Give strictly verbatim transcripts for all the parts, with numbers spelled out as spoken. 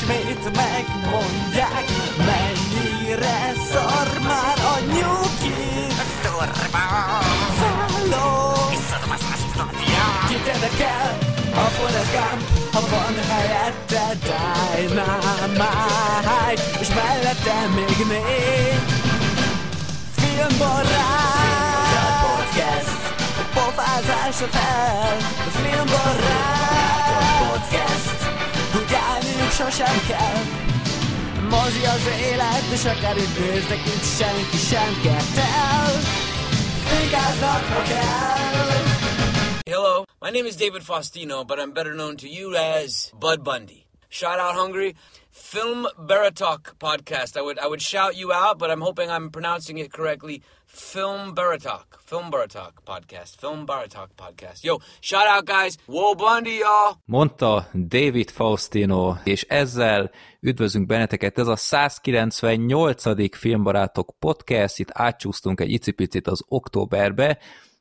ismét megmondják, mennyire szar már a nyugi. Szorba szálló, iszadom az asztatja. Kit érdekel a Forrest Gump, ha van helyette Dynamite, és mellette még négy filmbarát podcast, a pofázásra fel. A filmbarát podcast, hogy állniuk sosem kell. Mozi az élet, és akár itt néznek, itt senki sem kettel. Figáznak, ha kell. Hello, my name is David Faustino, but I'm better known to you as Bud Bundy. Shout out Hungary. Film Baratok podcast. I would I would shout you out, but I'm hoping I'm pronouncing it correctly. Film Baratok. Film Baratok podcast. Film Baratok podcast. Yo, shout out guys. Whoa Bundy, y'all. Mondta David Faustino, és ezzel üdvözlünk benneteket. Ez a százkilencvennyolcadik Filmbarátok podcast. Itt átcsúsztunk egy icipicit az októberbe,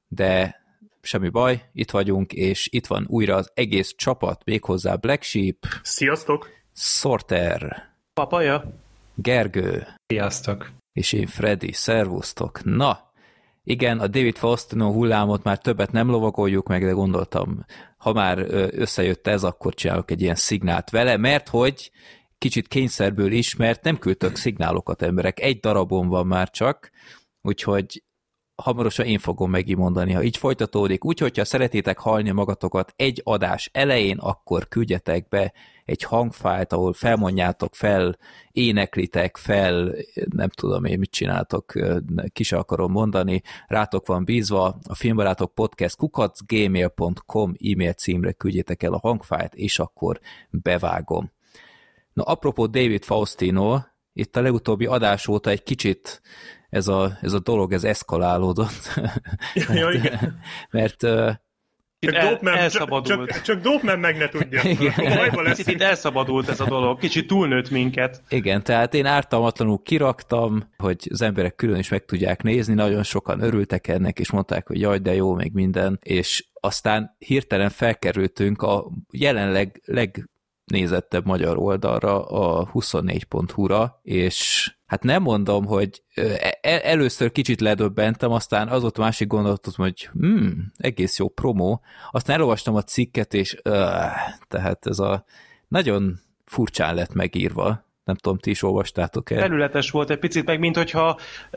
de semmi baj, itt vagyunk, és itt van újra az egész csapat, méghozzá Black Sheep. Sziasztok! Sorter. Papaja. Gergő. Sziasztok. És én Freddy. Szervusztok. Na, igen, a David Faustino hullámot már többet nem lovagoljuk meg, de gondoltam, ha már összejött ez, akkor csinálok egy ilyen szignált vele, mert hogy kicsit kényszerből is, mert nem küldtök szignálokat emberek. Egy darabon van már csak, úgyhogy hamarosan én fogom megimondani, ha így folytatódik. Úgyhogy, ha szeretitek hallni magatokat egy adás elején, akkor küldjetek be egy hangfájlt, ahol felmondjátok, fel éneklitek, fel nem tudom én mit csináltok, ki se akarom mondani, rátok van bízva, a Filmbarátok podcast kukac gmail pont com e-mail címre küldjétek el a hangfájlt, és akkor bevágom. Na, apropó David Faustino, itt a legutóbbi adás óta egy kicsit ez a, ez a dolog, ez eszkalálódott. Ja, igen. Mert uh, csak, el, Dopeman, elszabadult. csak, csak Dopeman meg ne tudja. Kicsit itt elszabadult ez a dolog, kicsit túlnőtt minket. Igen, tehát én ártalmatlanul kiraktam, hogy az emberek külön is meg tudják nézni, nagyon sokan örültek ennek, és mondták, hogy jaj, de jó, még minden, és aztán hirtelen felkerültünk a jelenleg legnézettebb magyar oldalra, a huszonnégy pont hu-ra, és hát nem mondom, hogy először kicsit ledöbbentem, aztán az ott másik gondolatot, hogy hmm, egész jó promó, aztán elolvastam a cikket, és uh, tehát ez a nagyon furcsán lett megírva. Nem tudom, ti is olvastátok el. Felületes volt egy picit, meg mint hogyha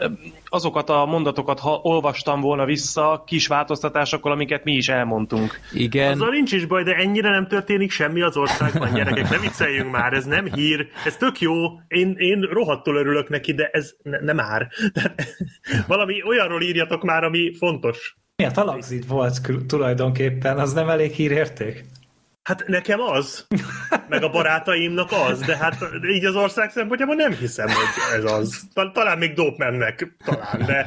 azokat a mondatokat, ha olvastam volna vissza, kis változtatásokkal, amiket mi is elmondtunk. Igen. Azzal nincs is baj, de ennyire nem történik semmi az országban, gyerekek. Ne vicceljünk már, ez nem hír, ez tök jó, én, én rohadtul örülök neki, de ez ne, nem ár. Tehát, valami olyanról írjatok már, ami fontos. Miért alakzít volt tulajdonképpen, az nem elég hírérték? Hát nekem az, meg a barátaimnak az, de hát így az ország szempontjából nem hiszem, hogy ez az. Talán még Dopemannek, talán, de...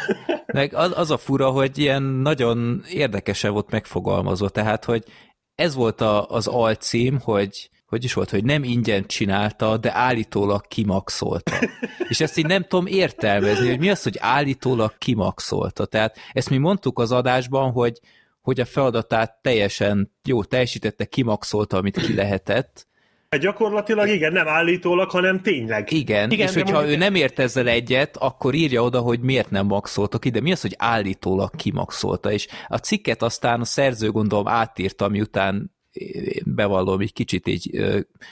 Meg az, az a fura, hogy ilyen nagyon érdekesen volt megfogalmazva, tehát, hogy ez volt a, az alcím, hogy hogy is volt, hogy nem ingyen csinálta, de állítólag kimaxolta. És ezt így nem tudom értelmezni, hogy mi az, hogy állítólag kimaxolta. Tehát ezt mi mondtuk az adásban, hogy hogy a feladatát teljesen jó teljesítette, kimaxolta, amit ki lehetett. Gyakorlatilag igen, nem állítólag, hanem tényleg. Igen, igen és hogyha mondjuk... ő nem ért ezzel egyet, akkor írja oda, hogy miért nem maxolta ki, de mi az, hogy állítólag kimaxolta, és a cikket aztán a szerző gondolom átírta, miután bevallom, így kicsit így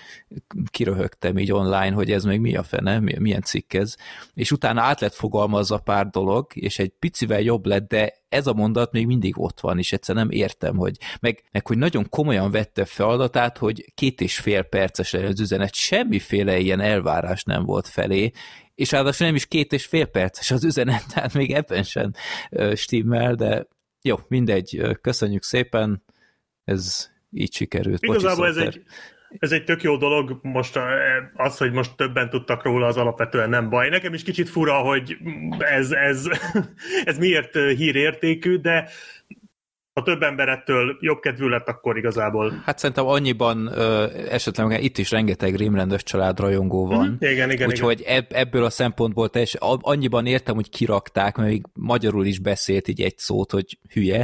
kiröhögtem így online, hogy ez meg mi a fene, milyen cikk ez, és utána át lett fogalmazva pár dolog, és egy picivel jobb lett, de ez a mondat még mindig ott van, és egyszer nem értem, hogy meg, meg hogy nagyon komolyan vette feladatát, hogy két és fél perces az üzenet, semmiféle ilyen elvárás nem volt felé, és ráadásul nem is két és fél perces az üzenet, tehát még ebben sem stimmel, de jó, mindegy, köszönjük szépen, ez így sikerült. Igazából ez egy, ez egy tök jó dolog, most az, hogy most többen tudtak róla, az alapvetően nem baj. Nekem is kicsit fura, hogy ez, ez, ez miért hírértékű, de ha több ember ettől jobb kedvű lett, akkor igazából... Hát szerintem annyiban ö, esetleg itt is rengeteg rémrendes család rajongó van. Mm-hmm. Igen, igen, úgyhogy igen. Ebb, ebből a szempontból teljes, annyiban értem, hogy kirakták, mert még magyarul is beszélt így egy szót, hogy hülye.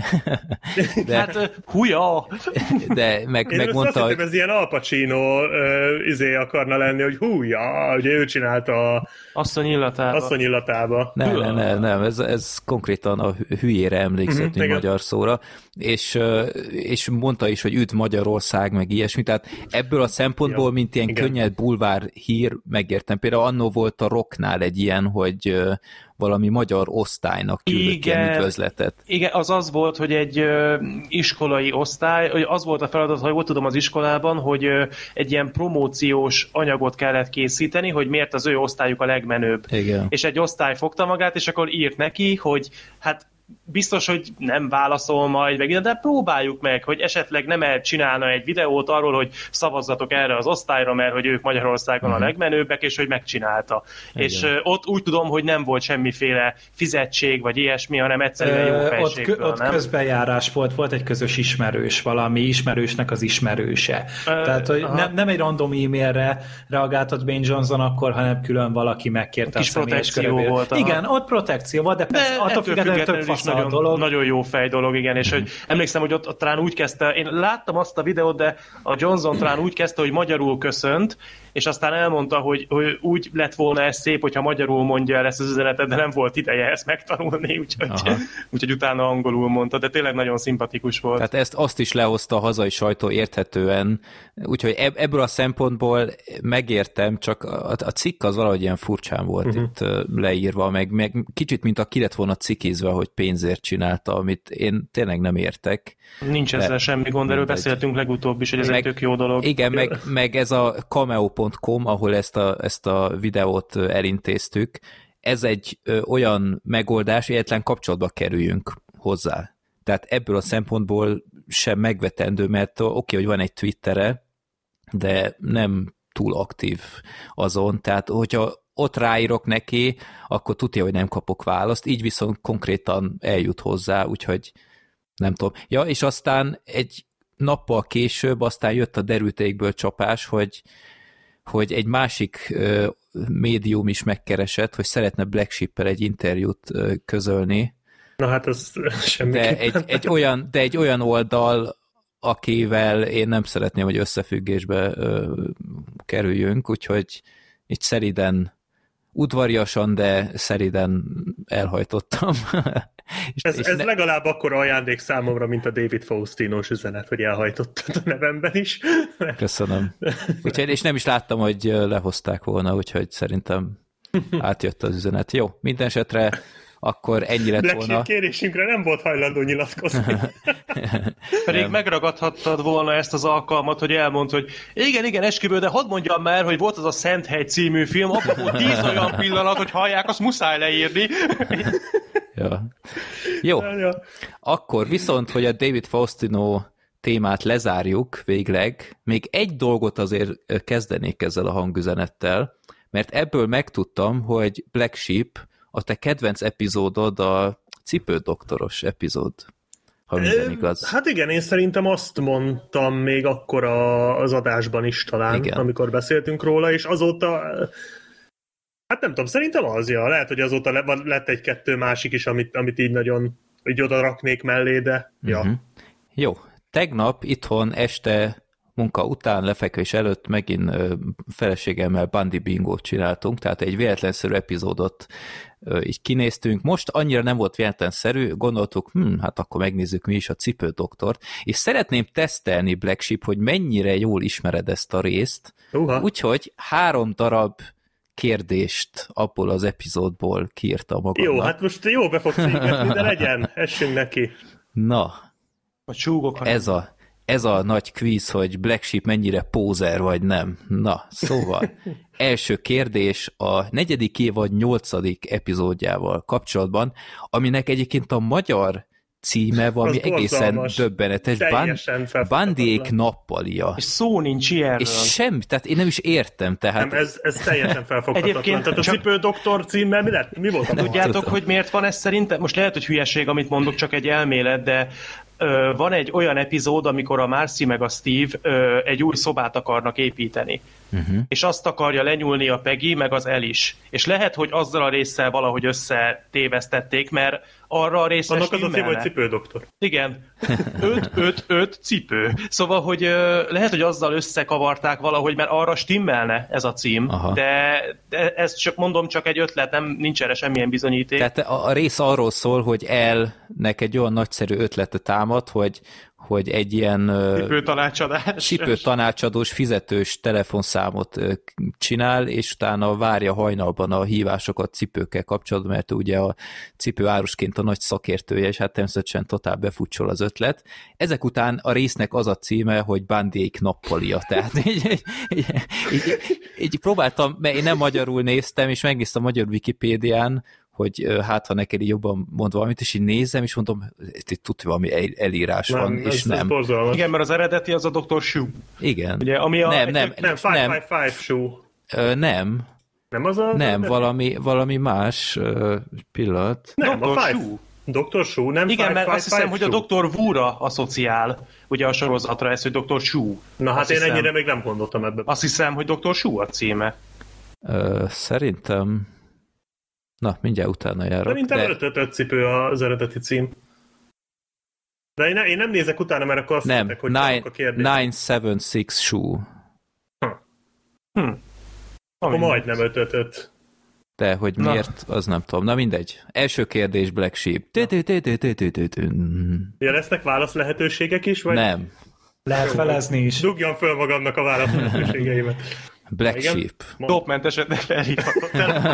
De, hát húja! De meg, Én megmondta, azt hittem, hogy... ez ilyen Al Pacino uh, izé akarna lenni, hogy húja, ugye ő csinálta a... Asszony illatába. Asszony illatába. Nem, nem, nem, nem. Ez, ez konkrétan a hülyére emlékszetünk uh-huh, magyar szóra, és, és mondta is, hogy üdv Magyarország, meg ilyesmi, tehát ebből a szempontból, ja, mint ilyen igen. könnyed bulvár hír, megértem. Például annó volt a Rocknál egy ilyen, hogy valami magyar osztálynak küldött ilyen üdvözletet. Igen, az az volt, hogy egy ö, iskolai osztály, hogy az volt a feladat, ha jól tudom az iskolában, hogy ö, egy ilyen promóciós anyagot kellett készíteni, hogy miért az ő osztályuk a legmenőbb. Igen. És egy osztály fogta magát, és akkor írt neki, hogy hát biztos, hogy nem válaszol majd, meg, de próbáljuk meg, hogy esetleg nem csinálna egy videót arról, hogy szavazzatok erre az osztályra, mert hogy ők Magyarországon uh-huh. a legmenőbbek, és hogy megcsinálta. Igen. És uh, ott úgy tudom, hogy nem volt semmiféle fizetség, vagy ilyesmi, hanem egyszerűen jó fejségből, Ott, ott közbejárás volt, volt egy közös ismerős, valami ismerősnek az ismerőse. Uh, Tehát, hogy nem, nem egy random e-mailre reagáltott Ben Johnson akkor, hanem külön valaki megkérte a személyes körülbelül. Volt. Aha. Igen, ott protekció volt, de persze de attól függetlenül nagyon, dolog. nagyon jó fej dolog, igen, és hogy emlékszem, hogy ott, ott talán úgy kezdte, én láttam azt a videót, de a Johnson talán úgy kezdte, hogy magyarul köszönt, és aztán elmondta, hogy, hogy úgy lett volna ez szép, hogyha magyarul mondja el ezt az üzenetet, de nem volt ideje ezt megtanulni, úgyhogy, úgyhogy utána angolul mondta, de tényleg nagyon szimpatikus volt. Tehát ezt azt is lehozta a hazai sajtó érthetően, úgyhogy ebből a szempontból megértem, csak a, a cikk az valahogy ilyen furcsán volt uh-huh. itt leírva, meg, meg kicsit, mint a ki lett volna cikizve, hogy pénzért csinálta, amit én tényleg nem értek. Nincs ezzel semmi gond, erről beszéltünk legutóbb is, hogy ez meg, egy tök jó dolog. Igen, meg, meg ez a cameo pont com, ahol ezt a, ezt a videót elintéztük, ez egy ö, olyan megoldás, hogy egyetlen kapcsolatba kerüljünk hozzá. Tehát ebből a szempontból sem megvetendő, mert oké, okay, hogy van egy Twittere, de nem túl aktív azon, tehát hogyha ott ráírok neki, akkor tudja, hogy nem kapok választ, így viszont konkrétan eljut hozzá, úgyhogy nem tudom. Ja, és aztán egy nappal később aztán jött a derültékből csapás, hogy, hogy egy másik uh, médium is megkeresett, hogy szeretne Black Sheep-el egy interjút uh, közölni. Na hát ez semmiképpen. De egy, egy olyan, de egy olyan oldal, akivel én nem szeretném, hogy összefüggésbe uh, kerüljünk, úgyhogy így szeriden udvariasan, de szeriden elhajtottam. és, ez és ez ne... legalább akkor ajándék számomra, mint a David Faustino-s üzenet, hogy elhajtottad a nevemben is. Köszönöm. Úgyhogy, és nem is láttam, hogy lehozták volna, úgyhogy szerintem átjött az üzenet. Jó, minden esetre akkor ennyi lett Black volna. Sheep kérésünkre nem volt hajlandó nyilatkozni. Pedig nem. Megragadhattad volna ezt az alkalmat, hogy elmondd, hogy igen, igen, esküvő, de hadd mondjam már, hogy volt az a Szenthegy című film, abban volt tíz olyan pillanat, hogy hallják, azt muszáj leírni. Ja. Jó, akkor viszont, hogy a David Faustino témát lezárjuk végleg, még egy dolgot azért kezdenék ezzel a hangüzenettel, mert ebből megtudtam, hogy Black Sheep a te kedvenc epizódod a cipődoktoros epizód, ha minden igaz. Hát igen, én szerintem azt mondtam még akkor a, az adásban is talán, igen. amikor beszéltünk róla, és azóta, hát nem tudom, szerintem az, ja, lehet, hogy azóta lett egy-kettő másik is, amit, amit így nagyon így oda raknék mellé, de ja. Uh-huh. Jó, tegnap itthon este munka után, lefekvés előtt megint ö, feleségemmel Bundy Bingót csináltunk, tehát egy véletlenszerű epizódot ö, így kinéztünk. Most annyira nem volt véletlenszerű, gondoltuk, hm, hát akkor megnézzük mi is a Cipődoktort, és szeretném tesztelni, Black Sheep, hogy mennyire jól ismered ezt a részt, uh-huh. úgyhogy három darab kérdést abból az epizódból kiírta magamnak. Jó, hát most jó be fogsz égetni, de legyen, essünk neki. Na, a csúgok, ez a Ez a nagy kvíz, hogy Black Sheep mennyire pózer vagy nem. Na, szóval, első kérdés a negyedik évad nyolcadik epizódjával kapcsolatban, aminek egyébként a magyar címe valami egészen döbbenetes. Bundyék nappalia. És szó nincs ilyenről. És semmi, tehát én nem is értem. Tehát... Nem, ez, ez teljesen felfoghatatlan. Egyébként tehát a csak... Cipődoktor címmel mi lett? Mi volt? Tudjátok, hogy miért van ez szerintem? Most lehet, hogy hülyeség, amit mondok, csak egy elmélet, de ö, van egy olyan epizód, amikor a Marcy meg a Steve ö, egy új szobát akarnak építeni. Uh-huh. És azt akarja lenyúlni a Peggy, meg az El is. És lehet, hogy azzal a résszel valahogy összetévesztették, mert arra a részre annak az a cím, hogy cipődoktor. Igen. öt öt öt cipő. Szóval, hogy ö, lehet, hogy azzal összekavarták valahogy, mert arra stimmelne ez a cím, de, de ez csak mondom, csak egy ötlet, nem, nincs erre semmilyen bizonyíték. Tehát a, a rész arról szól, hogy elnek egy olyan nagyszerű ötlete támad, hogy hogy egy ilyen cipőtanácsadás. cipőtanácsadós fizetős telefonszámot csinál, és utána várja hajnalban a hívásokat cipőkkel kapcsolatban, mert ugye a cipőárusként a nagy szakértője, és hát természetesen totál befutcsol az ötlet. Ezek után a résznek az a címe, hogy Bundyék nappalia. Tehát így, így, így, így, így próbáltam, mert én nem magyarul néztem, és megnéztem a magyar Wikipédián, hogy hát, ha neked így jobban mond valamit, és így nézem, és mondom, itt tud, valami elírás nem, van, és ez, nem. Ez igen, mert az eredeti az a doktor Shoe. Igen. Ugye, ami a, nem, nem, nem, five, nem. five, five Shoe. Ö, nem. Nem az a... Nem, valami, valami más uh, pillanat. Nem, doktor a Five. Shoe. doktor Shoe, nem igen, five, mert five, azt hiszem, five hogy Shoe. a doktor Wu-ra asszociál, ugye a sorozatra ez, hogy doktor Shoe. Na hát azt én hiszem, ennyire még nem gondoltam ebbe. Azt hiszem, hogy doktor Shoe a címe. Ö, szerintem... Na, mindjárt utána járok. Szerintem de... öt öt öt cipő az eredeti cím. De én, ne, én nem nézek utána, mert akkor azt nem, mondták, hogy nine, a kérdés. nine seven six shoe. Hm. Hm. Akkor majdnem öt öt öt. De hogy Na. miért, az nem tudom. Na mindegy. Első kérdés, Black Sheep. Ja, lesznek válasz lehetőségek is? Vagy? Nem. Lehet felezni is. Dugjam föl magamnak a válasz lehetőségeimet. Black Sheep. Topmenteset ne felhívhatod.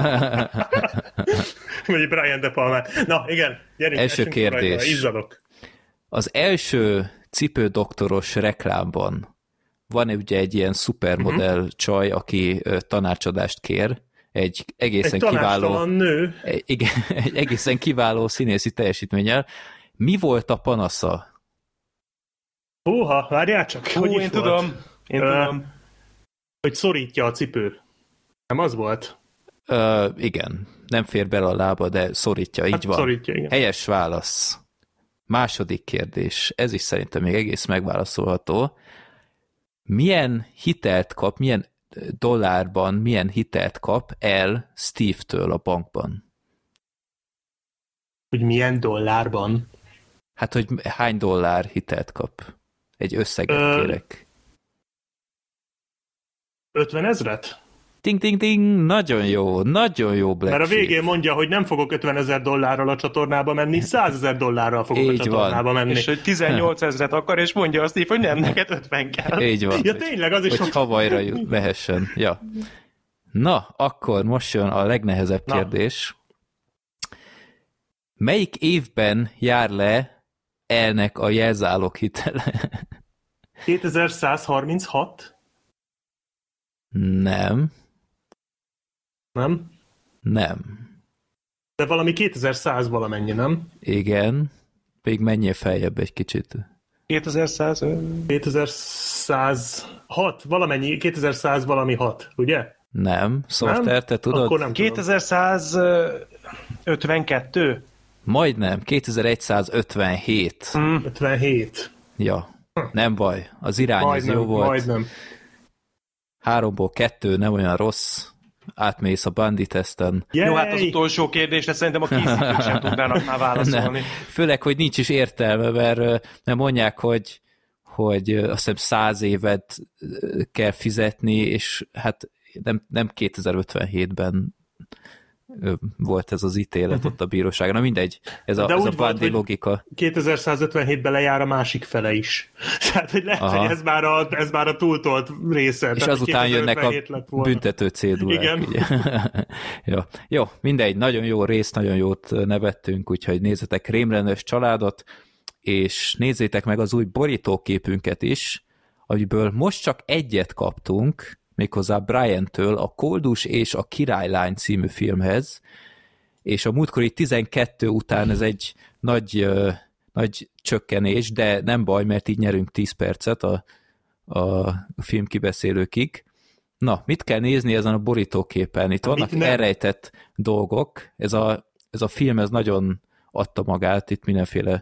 Vagy Brian De Palmát. Na, igen. Gyerünk, első kérdés. Izzadok. Az első cipődoktoros reklámban van ugye egy ilyen szupermodell uh-huh. csaj, aki tanácsadást kér, egy egészen egy kiváló nő. Egy, igen, egy egészen kiváló színészi teljesítménnyel. Mi volt a panasza? Húha, várjál csak. Hú, hogy én is tudom. Volt? Én uh, tudom. Hogy szorítja a cipő. Nem az volt? Uh, igen, nem fér bele a lába, de szorítja, így hát van. Szorítja, igen. Helyes válasz. Második kérdés, ez is szerintem még egész megválaszolható. Milyen hitelt kap, milyen dollárban, milyen hitelt kap el Steve-től a bankban? Hogy milyen dollárban? Hát, hogy hány dollár hitelt kap? Egy összeget Ö... kérek. ötven ezret? Ting, ting, ting, nagyon jó, nagyon jó Black Mert a végén Sheep. mondja, hogy nem fogok ötven ezer dollárral a csatornába menni, száz ezer dollárral fogok Így a csatornába van. menni. És hogy tizennyolc ezret akar, és mondja azt így, hogy nem, neked ötven kell. Így van. Ja, tényleg, az is hogy ott... Havajra jut, mehessen. Ja. Na, akkor most jön a legnehezebb Na. kérdés. Melyik évben jár le elnek a jelzálog hitele? kétezer-száz harminchat? Nem. Nem? Nem. De valami kétezer-száz valamennyi, nem? Igen. Még menjél feljebb egy kicsit. kétezer-száz kétezer-százhat, valamennyi, kétezer-száz valami hat, ugye? Nem. Szoftver, te tudod? Akkor nem tudom. kétezer-százötvenkettő? Majdnem. kétezer-egyszázötvenhét. Mm. ötvenhét. Ja. Nem baj. Az irány Majdnem, az jó volt. majdnem. Háromból kettő, nem olyan rossz. Átmész a Bundy teszten. Yay! Jó, hát az utolsó kérdésre szerintem a készítők sem tudnának már válaszolni. Nem. Főleg, hogy nincs is értelme, mert nem mondják, hogy, hogy azt hiszem száz évet kell fizetni, és hát nem, nem kétezer-ötvenhétben volt ez az ítélet ott a bíróságon. Na mindegy, ez a, ez a Bundy logika. kétezer-százötvenhétben lejár a másik fele is. Tehát, hogy lehet, Aha. hogy ez már, a, ez már a túltolt része. És Tehát azután jönnek a büntető cédulák. Igen. ja. Jó, mindegy, nagyon jó rész, nagyon jót nevettünk, úgyhogy nézzetek Rémlenős családot, és nézzétek meg az új borítóképünket is, amiből most csak egyet kaptunk, méghozzá Brian-től a Koldus és a Királylány című filmhez, és a múltkori tizenkettő után ez egy nagy, uh, nagy csökkenés, de nem baj, mert így nyerünk tíz percet a, a film kibeszélőkig. Na, mit kell nézni ezen a borítóképen? Itt vannak elrejtett dolgok. Ez a, ez a film ez nagyon adta magát, itt mindenféle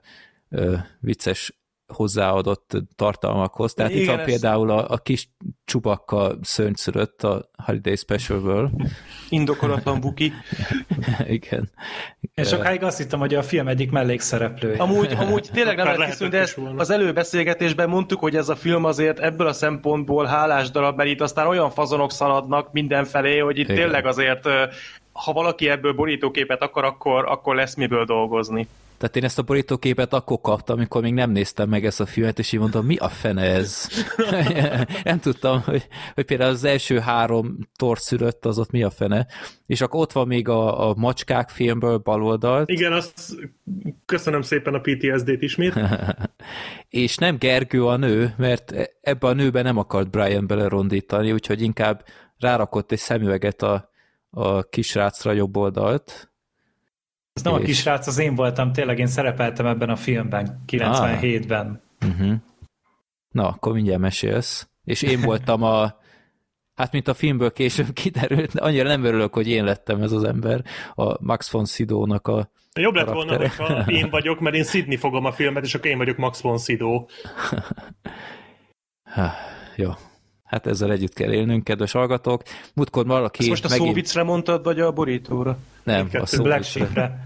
ö, vicces hozzáadott tartalmakhoz. Tehát igen, itt van ez... például a, a kis Csubakka szörnyszörött a Holiday Special-ből. Indokolatlan buki. Igen. És sokáig azt hittem, hogy a film egyik mellékszereplője. Amúgy, amúgy tényleg nem lehet hiszünk, de az előbeszélgetésben mondtuk, hogy ez a film azért ebből a szempontból hálás darab, mert itt aztán olyan fazonok szaladnak mindenfelé, hogy itt igen. tényleg azért, ha valaki ebből borítóképet akar, akkor, akkor lesz miből dolgozni. Tehát én ezt a borítóképet akkor kaptam, amikor még nem néztem meg ezt a filmet, és így mondtam, mi a fene ez? Nem tudtam, hogy, hogy például az első három torszülött, az ott mi a fene. És akkor ott van még a, a Macskák filmből baloldalt. Igen, azt köszönöm szépen a pé té es dét ismét. És nem Gergő a nő, mert ebbe a nőbe nem akart Brian belerondítani, úgyhogy inkább rárakott egy szemüveget a, a kisrácra jobb oldalt. Ez nem és... a kisrác, az én voltam, tényleg én szerepeltem ebben a filmben, kilencvenhétben. Ah. Uh-huh. Na, akkor mindjárt mesélsz. És én voltam a, hát mint a filmből később kiderült, annyira nem örülök, hogy én lettem ez az ember, a Max von Sydow-nak a Jobb lett volna, hogyha én vagyok, mert én szidni fogom a filmet, és akkor én vagyok Max von Sydow. Jó. Hát ezzel együtt kell élnünk, kedves hallgatók. Múltkor valaki... Ezt most a megint... szóviccre mondtad, vagy a borítóra? Nem, a szóviccre.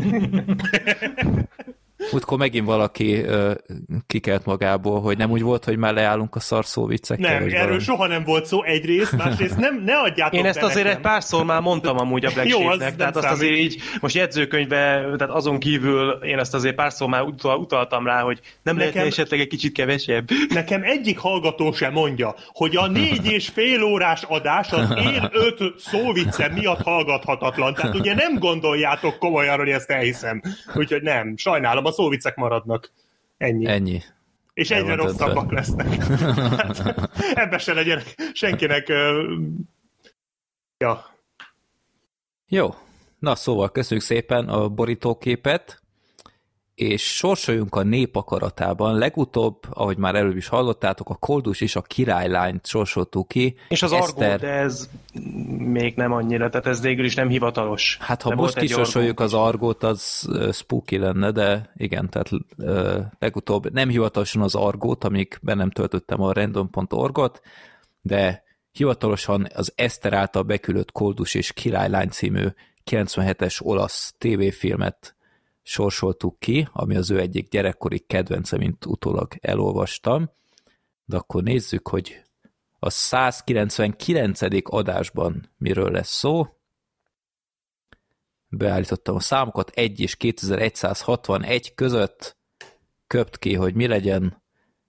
Múltkor megint valaki uh, kikelt magából, hogy nem úgy volt, hogy már leállunk a szar szóviccekkel. Nem, erről valami. Soha nem volt szó egyrészt, másrészt nem, ne adjátok. Én ezt azért nekem. Egy párszor már mondtam amúgy a Black Sheepnek, tehát azt azért így, most jegyzőkönyvbe, tehát azon kívül én ezt azért párszor már utal, utaltam rá, hogy nem nekem, lehetne esetleg egy kicsit kevesebb. Nekem egyik hallgató sem mondja, hogy a négy és fél órás adás az én öt szóviccem miatt hallgathatatlan. Tehát ugye nem gondoljátok komolyan, hogy ezt elhiszem. Úgyhogy nem, sajnálom, a szóviccek maradnak. Ennyi. Ennyi. És egyre rosszabbak lesznek. Hát, ebbe se legyen senkinek... Uh, ja. Jó. Na szóval köszönjük szépen a borítóképet, és sorsoljunk a nép akaratában. Legutóbb, ahogy már előbb is hallottátok, a Koldus és a királylányt sorsoltuk ki. És az Eszter... Argót, de ez még nem annyira, tehát ez végül is nem hivatalos. Hát ha de most kisorsoljuk az Argót, az uh, spooky lenne, de igen, tehát uh, legutóbb nem hivatalosan az Argót, amíg be nem töltöttem a random pont org-ot, de hivatalosan az Eszter által beküldött Koldus és királylány című kilencvenhetes olasz tévéfilmet sorsoltuk ki, ami az ő egyik gyerekkori kedvence, mint utólag elolvastam. De akkor nézzük, hogy a százkilencvenkilencedik adásban miről lesz szó. Beállítottam a számokat, egy és kétezer-egyszázhatvanegy között, köpt ki, hogy mi legyen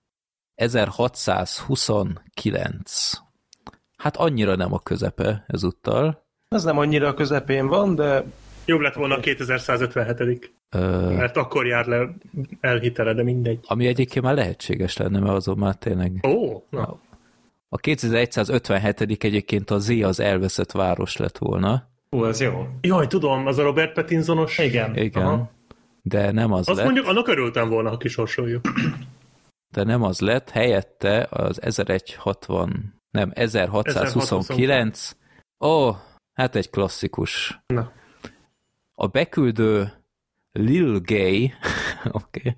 ezerhatszázhuszonkilenc. Hát annyira nem a közepe ezúttal. Ez nem annyira a közepén van, de... Jobb lett volna a kétezer-százötvenhetedik. Ö... Mert akkor jár le elhitele, de mindegy. Ami egyébként már lehetséges lenne, mert azon már tényleg... Ó, na. A kétezer-százötvenhetedik egyébként a Z az elveszett város lett volna. Ó, ez jó. Jaj, tudom, az a Robert Pattinsonos. Igen. Igen. Aha. De nem az Azt lett. Azt mondjuk, annak örültem volna, ha kisorsoljuk. De nem az lett, helyette az ezerszázhatvan, nem, ezerhatszázhuszonkilenc. Ó, oh, hát egy klasszikus. Na. A beküldő Lil Gay, oké,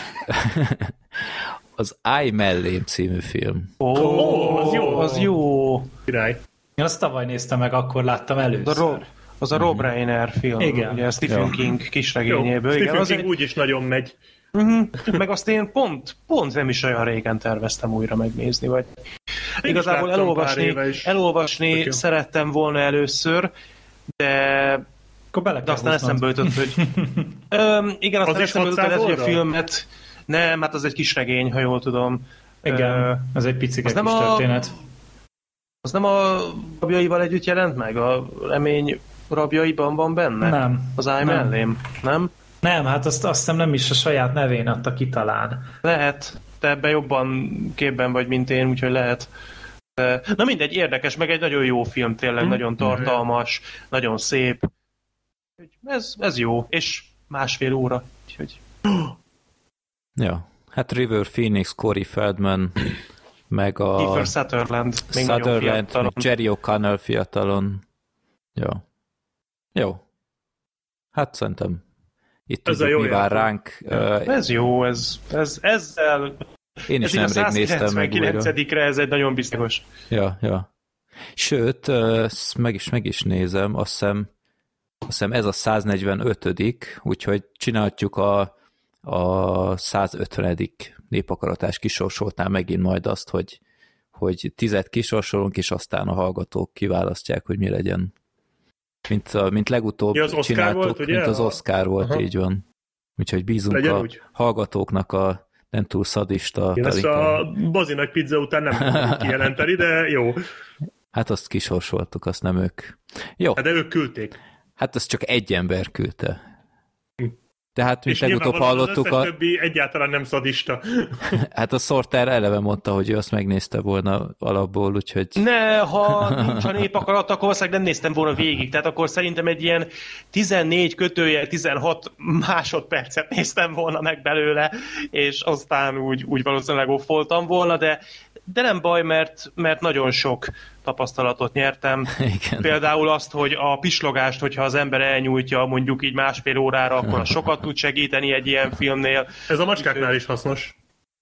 az Áj mellém című film. Ó, oh, az jó, az jó. Király. Én azt tavaly néztem meg, akkor láttam először. A Rob, az a Rob mm-hmm. Reiner film, igen. Ugye Stephen jó. King kisregényéből. Stephen igen, King egy... úgyis nagyon megy. Uh-huh. Meg azt én pont, pont nem is olyan régen terveztem újra megnézni, vagy én igazából elolvasni, elolvasni szerettem volna először, de de aztán eszembe jutott, hogy Öm, igen, aztán az eszembe jutott, hogy a filmet nem, hát az egy kis regény, ha jól tudom. Igen, uh, az egy picike kis történet. A, az nem a rabjaival együtt jelent meg? A remény rabjaiban van benne? Nem. Az Áj mellém, nem? Nem, hát azt, azt hiszem nem is a saját nevén adta ki talán. Lehet, te ebben jobban képben vagy, mint én, úgyhogy lehet. Na mindegy, érdekes, meg egy nagyon jó film, tényleg hmm. nagyon tartalmas, hmm. nagyon szép. Ez, ez jó, és másfél óra. Úgyhogy... Ja, hát River Phoenix, Corey Feldman, meg a... Kiefer Sutherland, még Sutherland, meg Jerry O'Connell fiatalon. Jó. Jó. Hát szerintem itt ez tudjuk, mi vár ránk. Ez jó, ez, ez ezzel én is ez nemrég néztem meg újra. százkilencedikre ez egy nagyon biztos. Ja, ja. Sőt, meg is, meg is nézem, azt hiszem, azt hiszem ez a száznegyvenötödik, úgyhogy csinálhatjuk a, a százötvenedik népakaratás kisorsoltnál megint majd azt, hogy, hogy tizet kisorsolunk, és aztán a hallgatók kiválasztják, hogy mi legyen. Mint, a, mint legutóbb ja, az csináltuk, volt, mint az Oscar volt, aha. Így van. Úgyhogy bízunk legyen a úgy. Hallgatóknak a nem túl szadista. Én ezt a bazinagy pizza után nem tudjuk kijelenteni, de jó. Hát azt kisorsoltuk, azt nem ők. Jó. Hát de ők küldték. Hát azt csak egy ember küldte. Tehát, mint és legutóbb hallottuk a... többi egyáltalán nem szadista. Hát a Sorter eleve mondta, hogy ő azt megnézte volna alapból, úgyhogy... Ne, ha nincs a népakarat, akkor valószínűleg nem néztem volna végig. Tehát akkor szerintem egy ilyen tizennégy kötője, tizenhat másodpercet néztem volna meg belőle, és aztán úgy, úgy valószínűleg offoltam volna, de, de nem baj, mert, mert nagyon sok tapasztalatot nyertem. Igen. Például azt, hogy a pislogást, hogyha az ember elnyújtja mondjuk így másfél órára, akkor az sokat tud segíteni egy ilyen filmnél. Ez a macskáknál is hasznos.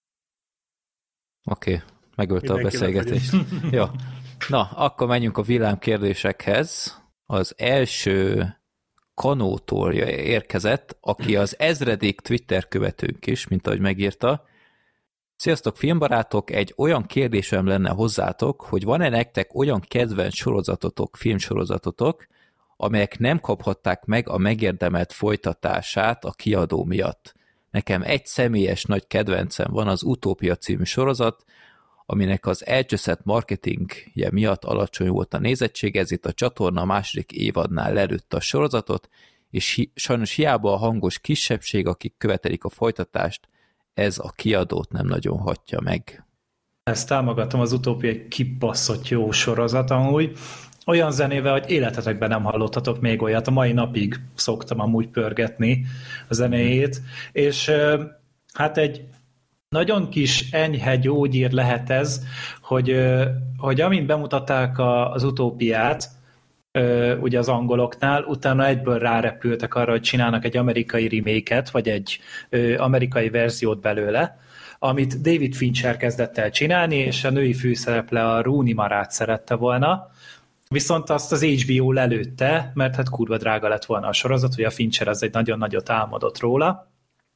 Oké, okay. Megölte a beszélgetést. Jó. Na, akkor menjünk a villám kérdésekhez. Az első Kanótól érkezett, aki az ezredik Twitter követőnk is, mint ahogy megírta. Sziasztok, filmbarátok! Egy olyan kérdésem lenne hozzátok, hogy van-e nektek olyan kedvenc sorozatotok, filmsorozatotok, amelyek nem kaphatták meg a megérdemelt folytatását a kiadó miatt. Nekem egy személyes nagy kedvencem van, az Utópia című sorozat, aminek az elcseszett marketingje miatt alacsony volt a nézettség, ez itt a csatorna második évadnál lelőtte a sorozatot, és hi- sajnos hiába a hangos kisebbség, akik követelik a folytatást, ez a kiadót nem nagyon hatja meg. Ezt támogatom, az Utópia egy kibaszott jó sorozat amúgy. Olyan zenével, hogy életetekben nem hallottatok még olyat. A mai napig szoktam amúgy pörgetni a zenéjét. És hát egy nagyon kis enyhe gyógyír lehet ez, hogy, hogy amint bemutatták az Utópiát, ugye az angoloknál, utána egyből rárepültek arra, hogy csinálnak egy amerikai remake-et, vagy egy amerikai verziót belőle, amit David Fincher kezdett el csinálni, és a női főszereplő a Rooney Marát szerette volna, viszont azt az há bé o lelőtte, mert hát kurva drága lett volna a sorozat, hogy a Fincher az egy nagyon nagyot álmodott róla,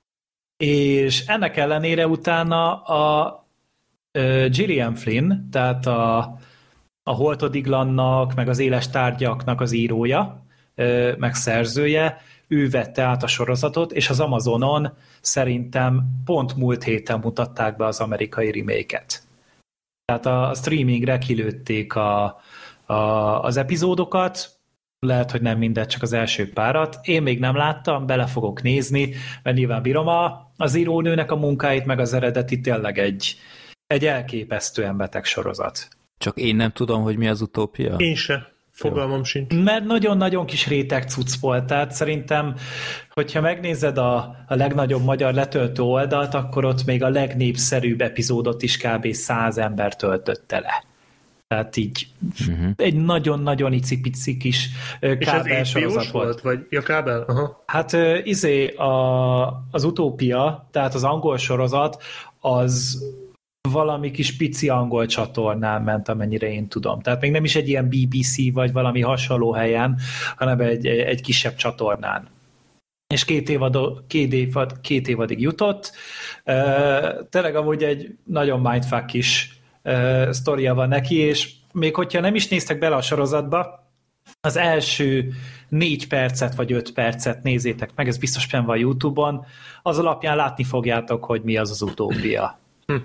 és ennek ellenére utána a Gillian Flynn, tehát a a Holtodiglannak, meg az Éles tárgyaknak az írója, meg szerzője, ő vette át a sorozatot, és az Amazonon szerintem pont múlt héten mutatták be az amerikai remake-et. Tehát a streamingre kilőtték a, a, az epizódokat, lehet, hogy nem mindegy, csak az első párat. Én még nem láttam, bele fogok nézni, mert nyilván bírom a, az írónőnek a munkáit, meg az eredeti tényleg egy, egy elképesztően beteg sorozat. Csak én nem tudom, hogy mi az Utópia? Én se. Fogalmam Jó. sincs. Mert nagyon-nagyon kis réteg cucc volt, tehát szerintem, hogyha megnézed a, a legnagyobb magyar letöltő oldalt, akkor ott még a legnépszerűbb epizódot is kb. száz ember töltötte le. Tehát így uh-huh. egy nagyon-nagyon icipici kis kábel sorozat volt. volt. Vagy ja, kábel? Aha. Hát izé a, az Utópia, tehát az angol sorozat, az valami kis pici angol csatornán ment, amennyire én tudom. Tehát még nem is egy ilyen bé bé cé vagy valami hasonló helyen, hanem egy, egy kisebb csatornán. És két, évad, két, évad, két évadig jutott. Uh, tényleg amúgy egy nagyon mindfuck is uh, sztoria van neki, és még hogyha nem is néztek bele a sorozatba, az első négy percet vagy öt percet nézzétek meg, ez biztos fenn van YouTube-on, az alapján látni fogjátok, hogy mi az az Utópia. Hm.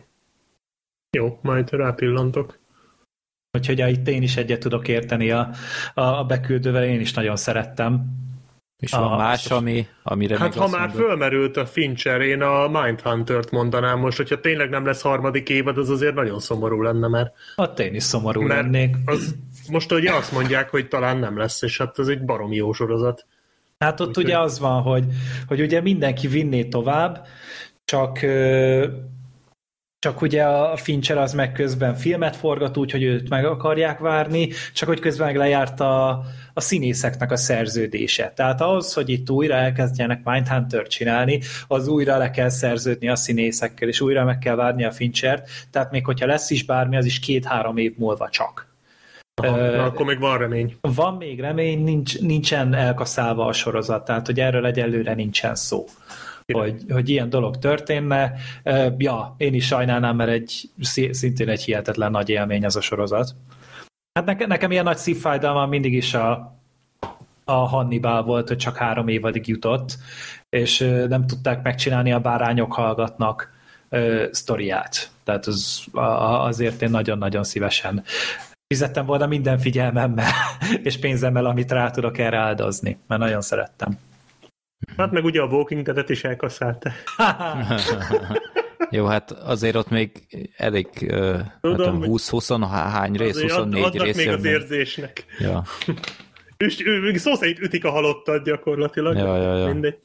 Jó, majd rápillantok. Úgyhogy itt én is egyet tudok érteni a, a beküldővel, én is nagyon szerettem. És van a, más, ami, amire hát még ha azt már mondod... fölmerült a Fincher, én a Mindhuntert mondanám most, hogyha tényleg nem lesz harmadik évad, az azért nagyon szomorú lenne, mert... Hát én is szomorú lennék. Az, most ugye azt mondják, hogy talán nem lesz, és hát ez egy baromi jó sorozat. Hát ott úgy, ugye hogy... az van, hogy, hogy ugye mindenki vinné tovább, csak... Csak ugye a Fincher az meg közben filmet forgat úgy, hogy őt meg akarják várni, csak hogy közben meg lejárt a, a színészeknek a szerződése. Tehát ahhoz, hogy itt újra elkezdjenek Mindhunter csinálni, az újra le kell szerződni a színészekkel, és újra meg kell várni a Finchert, tehát még hogyha lesz is bármi, az is két-három év múlva csak. Aha, uh, akkor még van remény. Van még remény, nincs, nincsen elkaszálva a sorozat, tehát hogy erről egyelőre nincsen szó. Hogy, hogy ilyen dolog történne. Ja, én is sajnálnám, mert egy, szintén egy hihetetlen nagy élmény ez a sorozat. Hát nekem, nekem ilyen nagy szívfájdalmam mindig is a, a Hannibal volt, hogy csak három évadig jutott, és nem tudták megcsinálni a Bárányok hallgatnak sztoriát. Tehát az, azért én nagyon-nagyon szívesen fizettem volna minden figyelmemmel és pénzemmel, amit rá tudok erre áldozni, mert nagyon szerettem. Hát meg ugye a Walking Dead-et is elkasszálta. Jó, hát azért ott még elég hát húsz-húsz hány rész, huszonnégy adnak rész. Még az érzésnek. Ja. ő, ő, szó szerint ütik a halottat gyakorlatilag. Ja, ja, ja. Mindegy.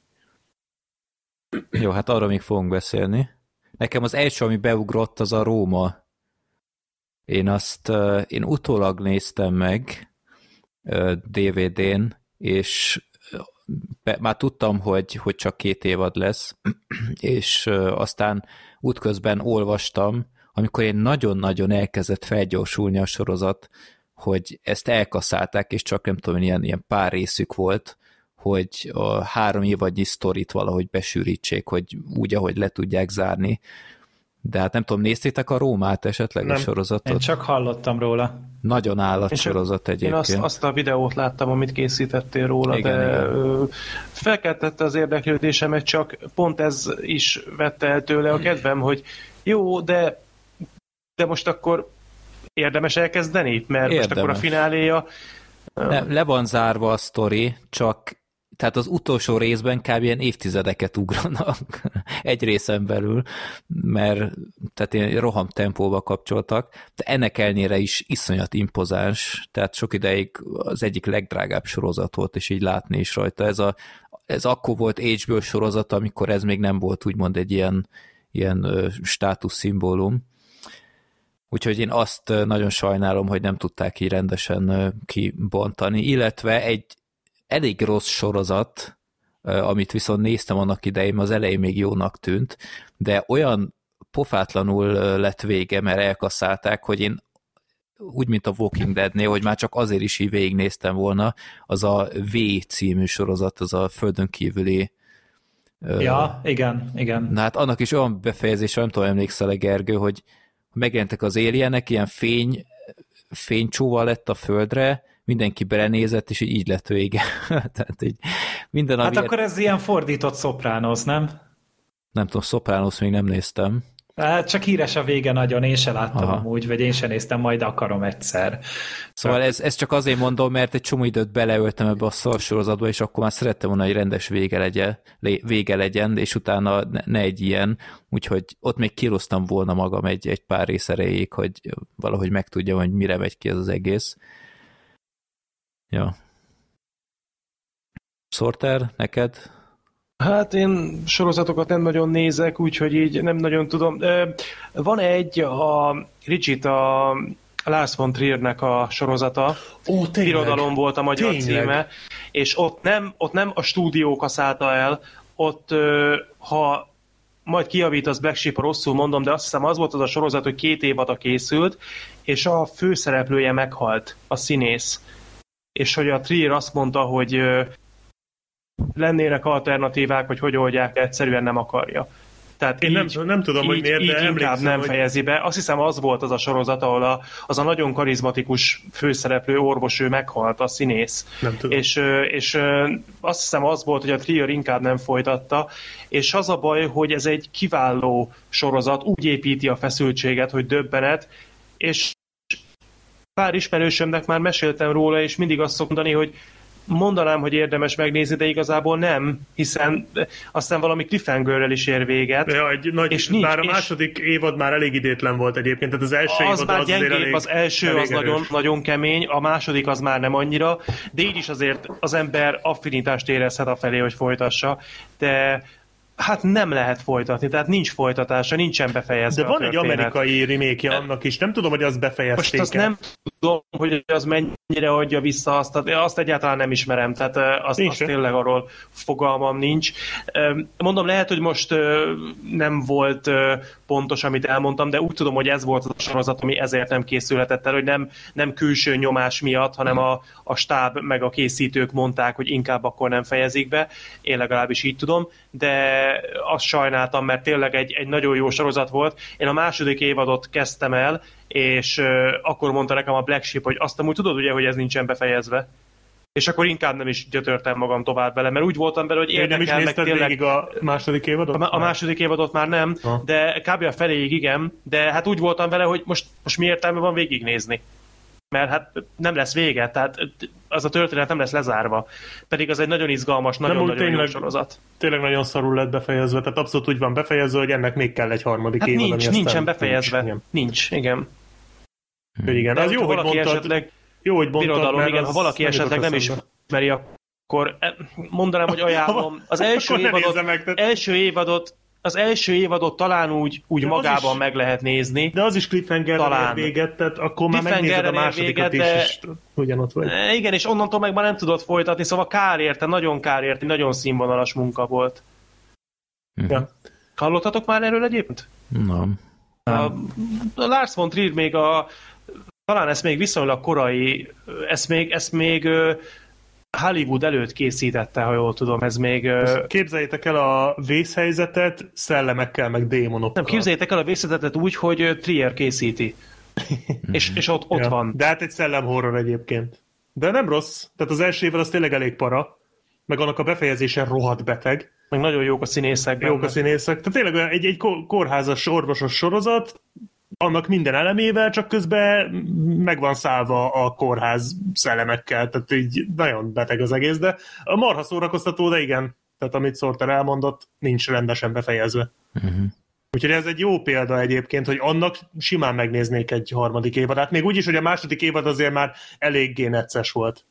Jó, hát arra még fogunk beszélni. Nekem az első, ami beugrott, az a Róma. Én azt, én utólag néztem meg dé vé dén, és Be, már tudtam, hogy, hogy csak két évad lesz, és uh, aztán útközben olvastam, amikor én nagyon-nagyon elkezdett felgyorsulni a sorozat, hogy ezt elkaszálták, és csak nem tudom, ilyen, ilyen pár részük volt, hogy a három évadnyi sztorit valahogy besűrítsék, hogy úgy, ahogy le tudják zárni. De hát nem tudom, néztétek a Rómát esetleg nem. A sorozatot? Én csak hallottam róla. Nagyon állatsorozat egyébként. Én azt, azt a videót láttam, amit készítettél róla, igen, de igen. Felkeltette az érdeklődésemet, csak pont ez is vette el tőle a kedvem, hogy jó, de, de most akkor érdemes elkezdeni? Mert érdemes. Most akkor a fináléja... Ne, le van zárva a sztori, csak tehát az utolsó részben kb. Ilyen évtizedeket ugranak egy részen belül, mert tehát ilyen roham tempóba kapcsoltak, de ennek ellenére is iszonyat impozáns, tehát sok ideig az egyik legdrágább sorozat volt, és így látni is rajta. Ez, a, ez akkor volt há bé o sorozat, amikor ez még nem volt úgymond egy ilyen, ilyen státuszszimbólum. Úgyhogy én azt nagyon sajnálom, hogy nem tudták így rendesen kibontani, illetve egy elég rossz sorozat, amit viszont néztem annak idején, az elején még jónak tűnt, de olyan pofátlanul lett vége, mert elkasszálták, hogy én úgy, mint a Walking Deadnél, hogy már csak azért is így végignéztem volna, az a V című sorozat, az a földön kívüli. Ja, igen, igen. Na hát annak is olyan befejezése, nem tudom, emlékszel-e, Gergő, hogy megjelentek az alienek, ilyen fény, fénycsóval lett a földre, mindenki belenézett, és így lett vége. Tehát így minden, hát akkor ez ilyen fordított Sopranos, nem? Nem tudom, Sopranos még nem néztem. Hát csak híres a vége nagyon, én se láttam Aha. amúgy, vagy én se néztem, majd akarom egyszer. Szóval ez, ez csak azért mondom, mert egy csomó időt beleöltem ebbe a szarsorozatba, és akkor már szerettem volna, hogy rendes vége legyen, vége legyen, és utána ne, ne egy ilyen, úgyhogy ott még kiloztam volna magam egy, egy pár rész erejéig, hogy valahogy megtudjam, hogy mire megy ki ez az egész. Ja. Sorter, neked? Hát én sorozatokat nem nagyon nézek, úgyhogy így nem nagyon tudom. Van egy, a Ricsit, a Lars von Triernek a sorozata. Ó, tényleg? Irodalom volt a magyar tényleg? Címe, és ott nem, ott nem a stúdió kaszálta el, ott ha majd kijavítasz Black Sheep, rosszul mondom, de azt hiszem az volt az a sorozat, hogy két évada készült, és a főszereplője meghalt, a színész. És hogy a Trier azt mondta, hogy lennének alternatívák, hogy hogy oldják, egyszerűen nem akarja. Tehát én így, nem, nem tudom, így, hogy miért, így de inkább nem hogy... fejezi be. Azt hiszem az volt az a sorozat, ahol a, az a nagyon karizmatikus főszereplő orvos, ő meghalt, a színész. Nem tudom. És, és azt hiszem az volt, hogy a Trier inkább nem folytatta, és az a baj, hogy ez egy kiváló sorozat, úgy építi a feszültséget, hogy döbbenet, és pár ismerősömnek már meséltem róla, és mindig azt szoktam mondani, hogy mondanám, hogy érdemes megnézni, de igazából nem, hiszen aztán valami cliffhangerrel is ér véget. Ja, egy nagy, és nincs, bár a második és évad már elég idétlen volt egyébként, tehát az első az évad már az gyengébb, azért elég, az első elég az nagyon, nagyon kemény, a második az már nem annyira, de így is azért az ember affinitást érezhet afelé, hogy folytassa, de Hát nem lehet folytatni, tehát nincs folytatása, nincsen befejezve. De van egy amerikai remake-je annak is, nem tudom, hogy az befejezték. Most azt nem tudom, hogy az mennyire adja vissza azt, azt egyáltalán nem ismerem, tehát azt, azt tényleg arról fogalmam nincs. Mondom, lehet, hogy most nem volt pontos, amit elmondtam, de úgy tudom, hogy ez volt az a sorozat, ami ezért nem készülhetett el, hogy nem, nem külső nyomás miatt, hanem a, a stáb meg a készítők mondták, hogy inkább akkor nem fejezik be. Én legalábbis így tudom, de azt sajnáltam, mert tényleg egy, egy nagyon jó sorozat volt. Én a második évadot kezdtem el, és uh, akkor mondta nekem a Black Sheep, hogy azt amúgy tudod ugye, hogy ez nincsen befejezve. És akkor inkább nem is gyötörtem magam tovább vele, mert úgy voltam vele, hogy érdekel meg tényleg... végig a második évadot? A, a második évadot már nem, ha. de kb. A feléig igen, de hát úgy voltam vele, hogy most, most mi értelme van végignézni. Mert hát nem lesz vége, tehát az a történet nem lesz lezárva. Pedig az egy nagyon izgalmas, nagyon-nagyon jó sorozat. Tényleg nagyon szarul lett befejezve, tehát abszolút úgy van befejezve, hogy ennek még kell egy harmadik hát évad. Nincs, nincsen befejezve. Nincs, nincs igen. Hm. Igen, ez jó, hogy mondtad. Esetleg, jó, hogy mondtad, birodalom, igen, ha valaki esetleg nem ismeri, akkor mondanám, hogy ajánlom. Az első évadot, meg, tehát... első évadot Az első évadot talán úgy, úgy magában is, meg lehet nézni. De az is cliffhangerrel ér véget, tehát akkor már megnézed a másodikat véget, is, és ugyanott vagy. Igen, és onnantól meg már nem tudod folytatni, szóval kár érte, nagyon kár érte, nagyon színvonalas munka volt. Uh-huh. Ja. Hallottatok már erről egyébként? Nem. A, a Lars von Trier még a, talán ez még viszonylag korai, ezt még, ezt még Hollywood előtt készítette, ha jól tudom, ez még... Képzeljétek el a vészhelyzetet szellemekkel, meg démonokkal. Nem, képzeljétek el a vészhelyzetet úgy, hogy Trier készíti. és, és ott, ott ja. van. De hát egy szellemhorror egyébként. De nem rossz. Tehát az első évvel az tényleg elég para. Meg annak a befejezése rohadt beteg. Meg nagyon jók a színészek. Jók benne. A színészek. Tehát tényleg egy, egy kórházas orvosos sorozat, annak minden elemével, csak közben meg van szállva a kórház szellemekkel, tehát így nagyon beteg az egész, de a marha szórakoztató, de igen, tehát amit Sorter elmondott, nincs rendesen befejezve. Uh-huh. Úgyhogy ez egy jó példa egyébként, hogy annak simán megnéznék egy harmadik évadát, még úgy is, hogy a második évad azért már eléggé necces volt.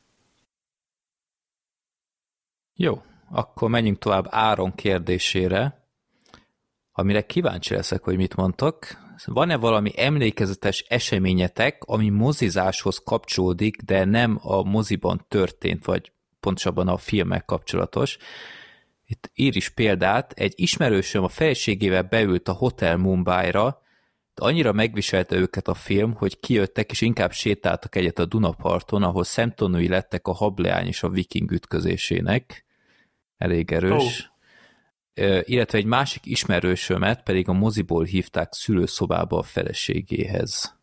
Jó, akkor menjünk tovább Áron kérdésére, amire kíváncsi leszek, hogy mit mondtok. Van-e valami emlékezetes eseményetek, ami mozizáshoz kapcsolódik, de nem a moziban történt, vagy pontosabban a filmek kapcsolatos? Itt ír is példát, egy ismerősöm a feleségével beült a Hotel Mumbai-ra, de annyira megviselte őket a film, hogy kijöttek és inkább sétáltak egyet a Dunaparton, ahol szemtanúi lettek a hableány és a viking ütközésének. Elég erős. Oh. Illetve egy másik ismerősömet pedig a moziból hívták szülőszobába a feleségéhez.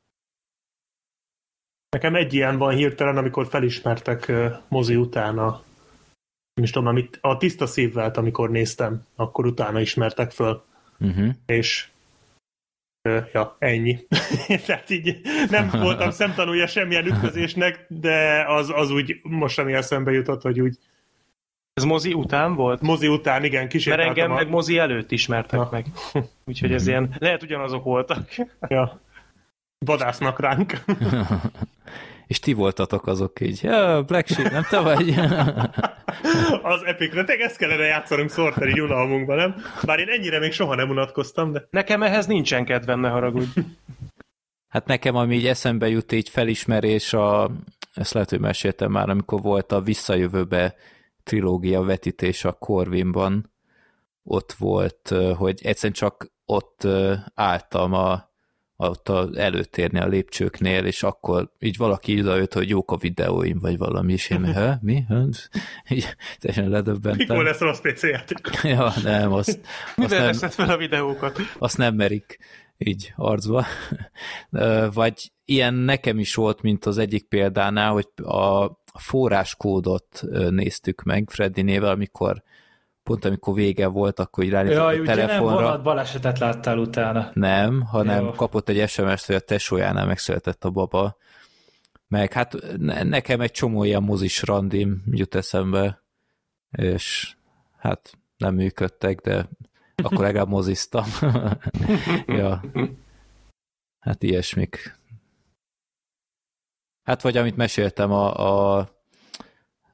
Nekem egy ilyen van hirtelen, amikor felismertek uh, mozi utána. Nem is tudom, amit, a Tiszta szívvelt, amikor néztem, akkor utána ismertek föl. Uh-huh. És uh, ja, ennyi. Tehát így nem voltam szemtanúja semmilyen ütközésnek, de az, az úgy most ami eszembe jutott, hogy úgy ez mozi után volt? Mozi után, igen, kísérteltem. Mert engem a... meg mozi előtt ismertek ja. meg. Úgyhogy ez ilyen, lehet ugyanazok voltak. Ja. Vadásznak ránk. És ti voltatok azok így. Ja, Black Sheep, nem te vagy? Az epikre, tényleg ezt kellene játszanunk Sorter így unalmunkban, nem? Bár én ennyire még soha nem unatkoztam, de... Nekem ehhez nincsen kedvem, ne haragudj. Hát nekem, ami így eszembe jut, így felismerés, a... ezt lehet, hogy meséltem már, amikor volt a Visszajövőbe trilógia vetítés a Corvinban, ott volt, hogy egyszerűen csak ott álltam a, ott a előtérnél, a lépcsőknél, és akkor így valaki idejött, hogy jók a videóim, vagy valami, és én, ha, mi? Így teljesen ledöbbentem. Mikor lesz rossz pé cé játék? Ja, nem, azt, azt nem, veszed fel a videókat? Azt nem merik így arcba. Vagy ilyen nekem is volt, mint az egyik példánál, hogy a a forráskódot néztük meg Freddy-nével, amikor pont amikor vége volt, akkor így ránézett a telefonra. Nem vonat balesetet láttál utána. Nem, hanem Jó. kapott egy es em es-t, hogy a tesójánál megszületett a baba. Meg hát nekem egy csomó ilyen mozis randim jut eszembe, és hát nem működtek, de akkor legalább moziztam. Ja. Hát ilyesmik. Hát vagy amit meséltem, a, a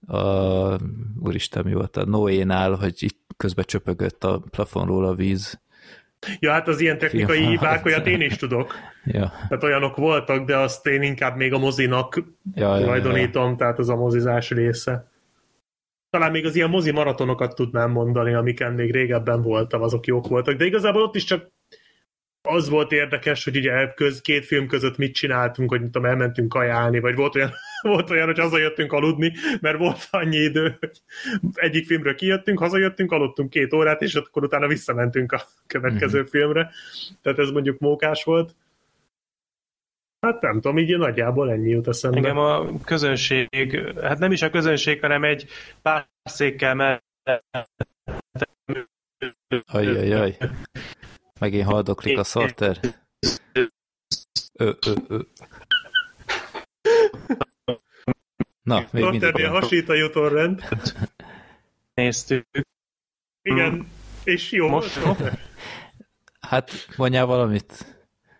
a úristen mi volt, a Noé-nál, hogy itt közben csöpögött a plafonról a víz. Ja, hát az ilyen technikai Film. hibák, olyat én is tudok. Ja. Tehát olyanok voltak, de azt én inkább még a mozinak Ja, ja, tulajdonítom, ja. tehát az a mozizás része. Talán még az ilyen mozi maratonokat tudnám mondani, amiken még régebben voltam, azok jók voltak, de igazából ott is csak az volt érdekes, hogy ugye köz, két film között mit csináltunk, hogy tudom, elmentünk kajálni, vagy volt olyan, volt olyan, hogy hazajöttünk aludni, mert volt annyi idő, hogy egyik filmről kijöttünk, hazajöttünk, aludtunk két órát, és akkor utána visszamentünk a következő mm-hmm. filmre. Tehát ez mondjuk mókás volt. Hát nem tudom, így nagyjából ennyi jut eszembe. Engem a közönség, hát nem is a közönség, hanem egy pár székkel mellett. Ajjajjaj. Megint haldoklik a szarter. Ö, ö, ö. Na, még mindig van. Hasít a jutorrend. Néztük. Igen, mm. és jó. Most volt. Hát, mondjál valamit?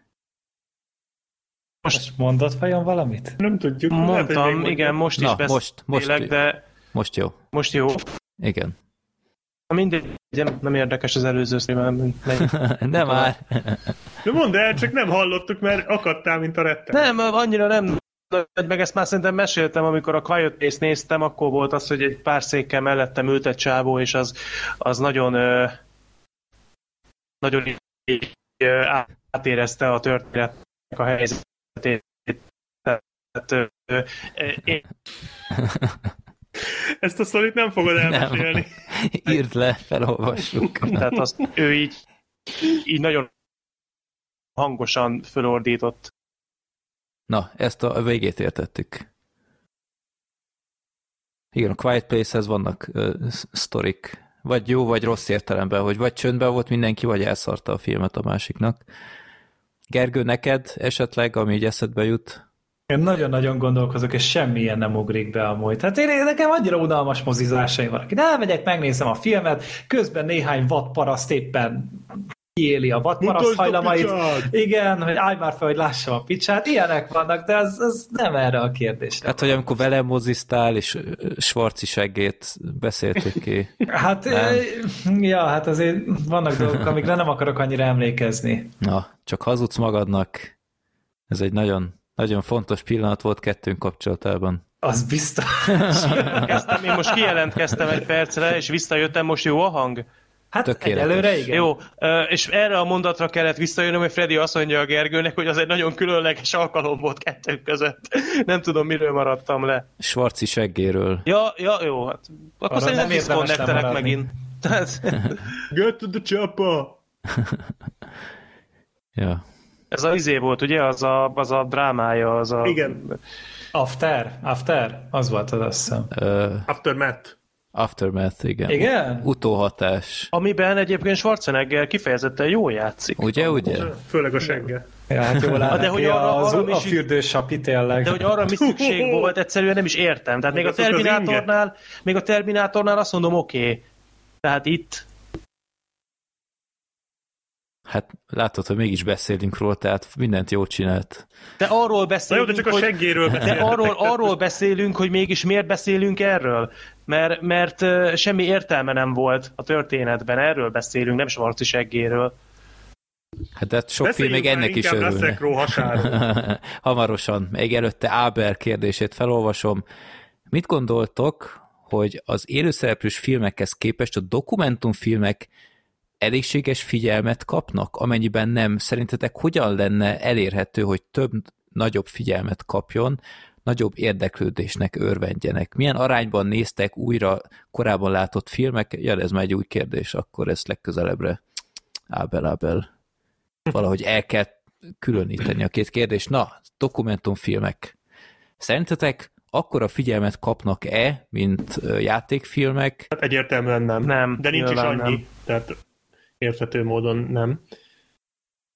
Most mondott vajon valamit? Nem tudjuk. Mondtam, lehet, igen, most Na, is beszélek, most, most, de... Most jó. Most jó. Igen. Mindegy, nem érdekes az előző streamem. Nem már. De mondd el, csak nem hallottuk, mert akadtál, mint a retten. Nem, annyira nem. Meg ezt már szerintem meséltem, amikor a Quiet Place néztem, akkor volt az, hogy egy pár székkel mellettem ült egy csávó, és az, az nagyon nagyon átérezte a történetnek a helyzetét. Tehát, én... Ezt a sztorit nem fogod elmesélni. Írd le, felolvassuk. Tehát azt ő így, így nagyon hangosan fölordított. Na, ezt a végét értettük. Igen, a Quiet Place-hez vannak uh, sztorik. Vagy jó, vagy rossz értelemben, hogy vagy csöndben volt mindenki, vagy elszarta a filmet a másiknak. Gergő, neked esetleg, ami így eszedbe jut? Én nagyon-nagyon gondolkozok, és semmilyen nem ugrik be amúgy. Tehát én, nekem annyira unalmas mozizásaim vannak. Én elmegyek, megnézem a filmet, közben néhány vadparaszt éppen kiéli a vadparaszt hajlamait. Igen, hogy állj már fel, hogy lássam a picsát. Ilyenek vannak, de az, az nem erre a kérdésre. Hát, hogy amikor velem moziztál, és Schwarzi seggét beszéltük ki. Hát, nem? ja, hát azért vannak dolgok, amikre nem akarok annyira emlékezni. Na, csak hazudsz magadnak. Ez egy nagyon Nagyon fontos pillanat volt kettőnk kapcsolatában. Az biztos. Kezdtem, én most kijelentkeztem egy percre, és visszajöttem, most jó a hang? Hát egyelőre igen. Jó, és erre a mondatra kellett visszajönnöm, hogy Freddy azt mondja a Gergőnek, hogy az egy nagyon különleges alkalom volt kettőnk között. Nem tudom, miről maradtam le. Schwarzi seggéről. Ja, ja, jó, hát akkor arra szerintem diszkonnektelek megint. Tehát... Get to the chopper! Ja. Ez az izé volt, ugye? Az a, az a drámája, az a... Igen. After? After? Az volt az, azt hiszem. Uh, Aftermath. Aftermath, igen. Igen? Utóhatás. Amiben egyébként Schwarzenegger kifejezetten jól játszik. Ugye, ugye? Főleg a segge. Ja, hát jól áll de hogy arra, az, arra a fürdősapi tényleg. De hogy arra mi szükség volt, egyszerűen nem is értem. Tehát még a Terminátornál, még a Terminátornál azt mondom, oké. Okay. Tehát itt... Hát látod, hogy mégis beszélünk róla, tehát mindent jól csinált. De arról beszélünk, jó, de csak a seggéről hogy, de arról, arról beszélünk, hogy mégis miért beszélünk erről. Mert, mert uh, semmi értelme nem volt a történetben, erről beszélünk, nem Schwarzi seggéről. Hát de sok film még ennek is örülne. Hamarosan, még előtte Ábel kérdését felolvasom. Mit gondoltok, hogy az élőszereplős filmekhez képest a dokumentumfilmek elégséges figyelmet kapnak? Amennyiben nem, szerintetek hogyan lenne elérhető, hogy több nagyobb figyelmet kapjon, nagyobb érdeklődésnek örvendjenek? Milyen arányban néztek újra korábban látott filmek? Ja, ez már egy új kérdés, akkor ezt legközelebbre. Ábel, Ábel. Valahogy el kell különíteni a két kérdést. Na, dokumentumfilmek. Szerintetek akkora figyelmet kapnak-e, mint játékfilmek? Hát egyértelműen nem. Nem. De nincs is annyi. Nem. Tehát érthető módon nem.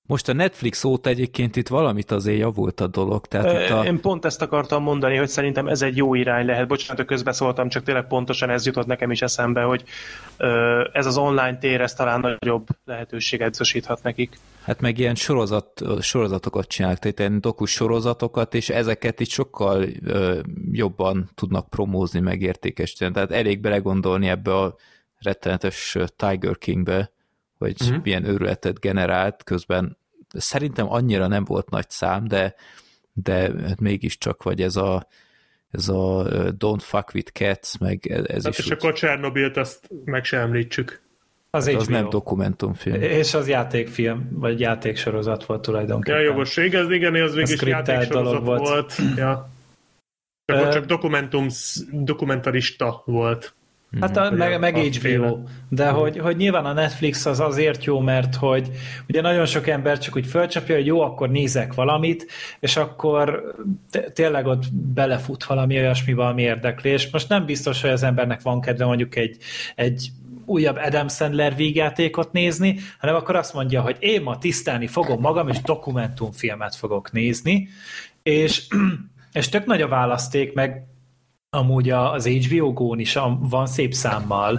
Most a Netflix óta egyébként itt valamit azért javult a dolog. Tehát itt a... Én pont ezt akartam mondani, hogy szerintem ez egy jó irány lehet. Bocsánat, hogy közbeszóltam, csak tényleg pontosan ez jutott nekem is eszembe, hogy ez az online tér, ez talán nagyobb lehetőséget biztosíthat nekik. Hát meg ilyen sorozat, sorozatokat csinálnak, tehát ilyen dokus sorozatokat, és ezeket itt sokkal ö, jobban tudnak promózni, meg értékesíteni. Tehát elég belegondolni ebbe a rettenetes Tiger Kingbe, hogy uh-huh. milyen őrületet generált, közben szerintem annyira nem volt nagy szám, de, de mégiscsak vagy ez a, ez a Don't Fuck with Cats, meg ez hát is... és úgy... akkor Csernobylt azt meg sem említsük. Az, hát az nem dokumentumfilm. És az játékfilm, vagy játéksorozat volt tulajdonképpen. Ja, jogos, igaz, igen, az végig játéksorozat volt. volt. Ja. Csak, csak dokumentum, dokumentarista volt. Hát a, meg, meg há bé o, de hmm. hogy, hogy nyilván a Netflix az azért jó, mert hogy ugye nagyon sok ember csak úgy fölcsapja, hogy jó, akkor nézek valamit, és akkor tényleg ott belefut valami olyasmi, valami érdeklés. Most nem biztos, hogy az embernek van kedve mondjuk egy, egy újabb Adam Sandler vígjátékot nézni, hanem akkor azt mondja, hogy én ma tisztelni fogom magam, és dokumentumfilmet fogok nézni, és, és tök nagy a választék, meg amúgy az há bé o Go-n is van szép számmal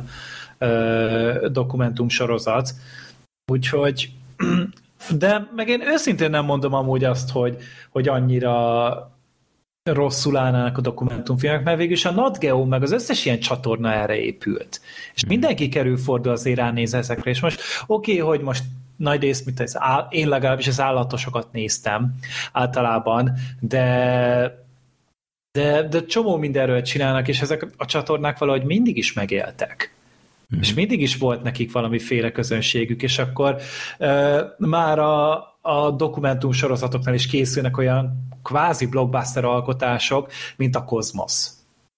ö, dokumentumsorozat, úgyhogy de meg én őszintén nem mondom amúgy azt, hogy, hogy annyira rosszul állnának a dokumentumfilmek, mert végülis a Nat Geo meg az összes ilyen csatorna erre épült. És mindenki kerülfordul azért ránéz ezekre, és most oké, okay, hogy most nagy rész, mint az áll, én legalábbis az állatosokat néztem általában, de De, de csomó mindenről csinálnak, és ezek a csatornák valahogy mindig is megéltek. Mm. És mindig is volt nekik valamiféle közönségük, és akkor uh, már a, a dokumentum sorozatoknál is készülnek olyan kvázi blockbuster alkotások, mint a Cosmos.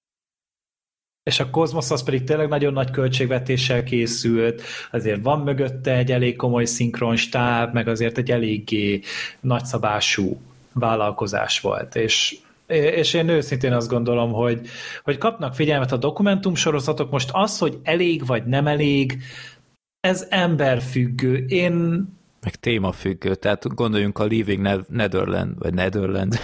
És a Cosmos az pedig tényleg nagyon nagy költségvetéssel készült, azért van mögötte egy elég komoly szinkronstáb, meg azért egy eléggé nagyszabású vállalkozás volt, és és én őszintén azt gondolom, hogy, hogy kapnak figyelmet a dokumentumsorozatok, most az, hogy elég vagy nem elég, ez emberfüggő. Én... Meg témafüggő, tehát gondoljunk a Leaving Netherland, vagy Netherland,